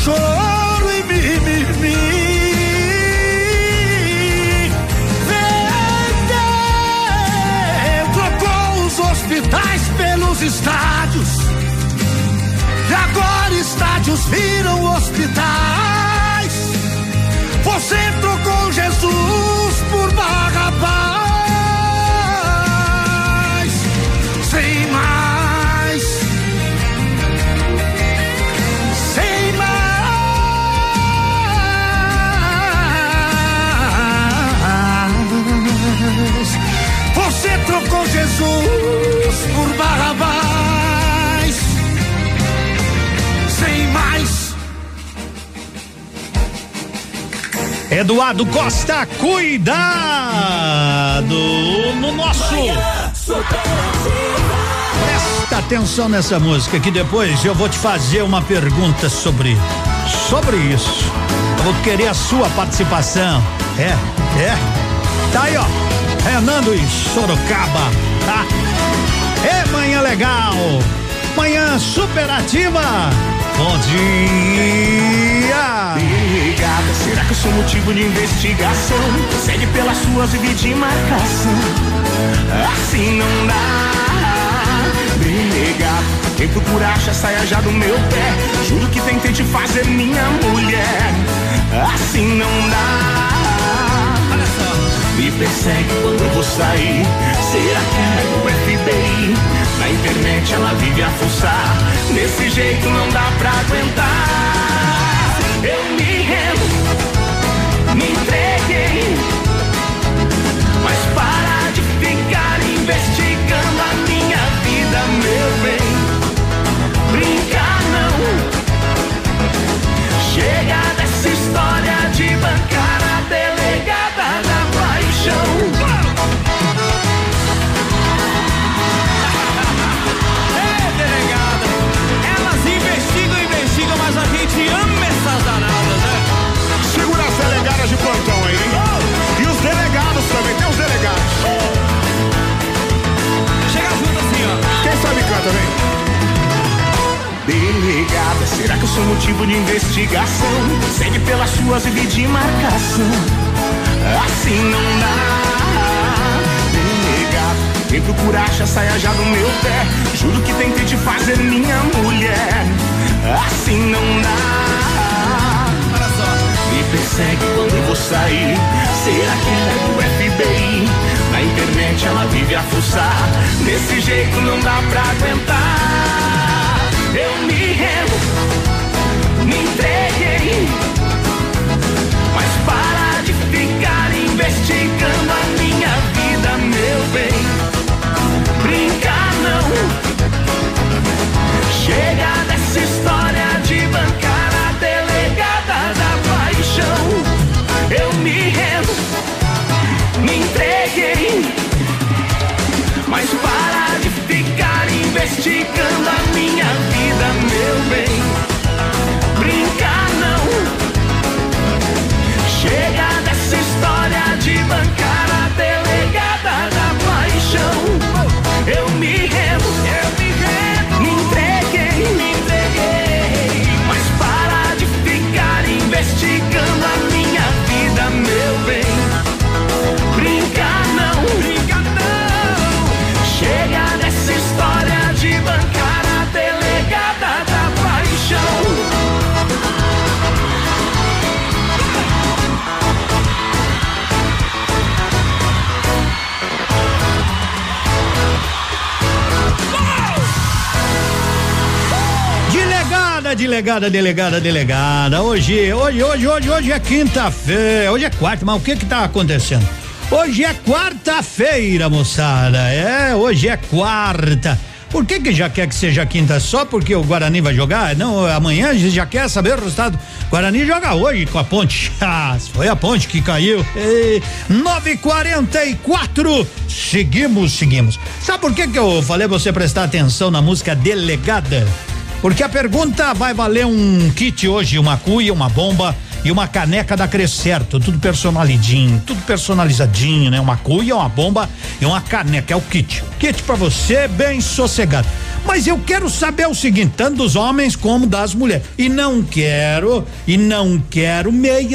choro e mimimi. Trocou os hospitais pelos estádios, e agora estádios viram hospitais. Você trocou Jesus por Barrabás. Sem mais, sem mais. Você trocou Jesus por Barrabás. Sem mais. Eduardo Costa, cuidado no nosso. Presta atenção nessa música que depois eu vou te fazer uma pergunta sobre isso. Eu vou querer a sua participação. Tá aí, ó. Renando em Sorocaba, tá? É manhã legal. Manhã superativa. Bom dia! Delegada, será que eu sou motivo de investigação? Segue pelas suas vias de marcação. Assim não dá. Delegada, quem procura acha saia já do meu pé. Juro que tentei te fazer minha mulher. Assim não dá. Me persegue quando eu vou sair. Será que é do FBI? Na internet ela vive a fuçar. Desse jeito não dá pra aguentar. Eu me rendo, me entreguei. Mas para de ficar investigando a minha vida, meu bem. Brincar não. Chega dessa história de bancar a delegada da paixão. Mas a gente ama essas danadas, né? Segura as delegadas de plantão aí, hein? E os delegados também, tem os delegados. Chega junto assim, ó. Quem sabe canta, vem. Delegada, será que eu sou motivo de investigação? Segue pelas suas vias de marcação. Assim não dá. Delegada, quem procura acha saia já do meu pé. Juro que tentei te fazer minha mulher. Assim não dá. Olha só. Me persegue quando eu vou sair. Será que é do FBI? Na internet ela vive a fuçar. Desse jeito não dá pra aguentar. Eu me rendo, me entreguei. Mas para de ficar investigando a minha vida, meu bem. Brincar não. Chega dessa história de bancar a delegada da paixão. Eu me rendo, me entreguei. Mas para de ficar investigando a minha vida, meu bem. Brincar não. Chega dessa história de bancar a delegada da paixão. Eu me rendo, me entreguei. Mas para de ficar investigando a minha vida, meu bem. Brincar não. Chega dessa história de bancar a delegada da paixão. Delegada. Hoje é quinta-feira. Hoje é quarta, mas o que tá acontecendo? Hoje é quarta-feira, moçada. Hoje é quarta. Por que já quer que seja quinta? Só porque o Guarani vai jogar? Não, amanhã a gente já quer saber o resultado. Guarani joga hoje com a Ponte. Foi a Ponte que caiu. 9:44. Seguimos. Sabe por que eu falei pra você prestar atenção na música Delegada? Porque a pergunta vai valer um kit hoje, uma cuia, uma bomba e uma caneca da Crescerto, tudo personalizadinho, né? Uma cuia, uma bomba e uma caneca, é o kit. Kit pra você bem sossegado. Mas eu quero saber o seguinte, tanto dos homens como das mulheres. E não quero meia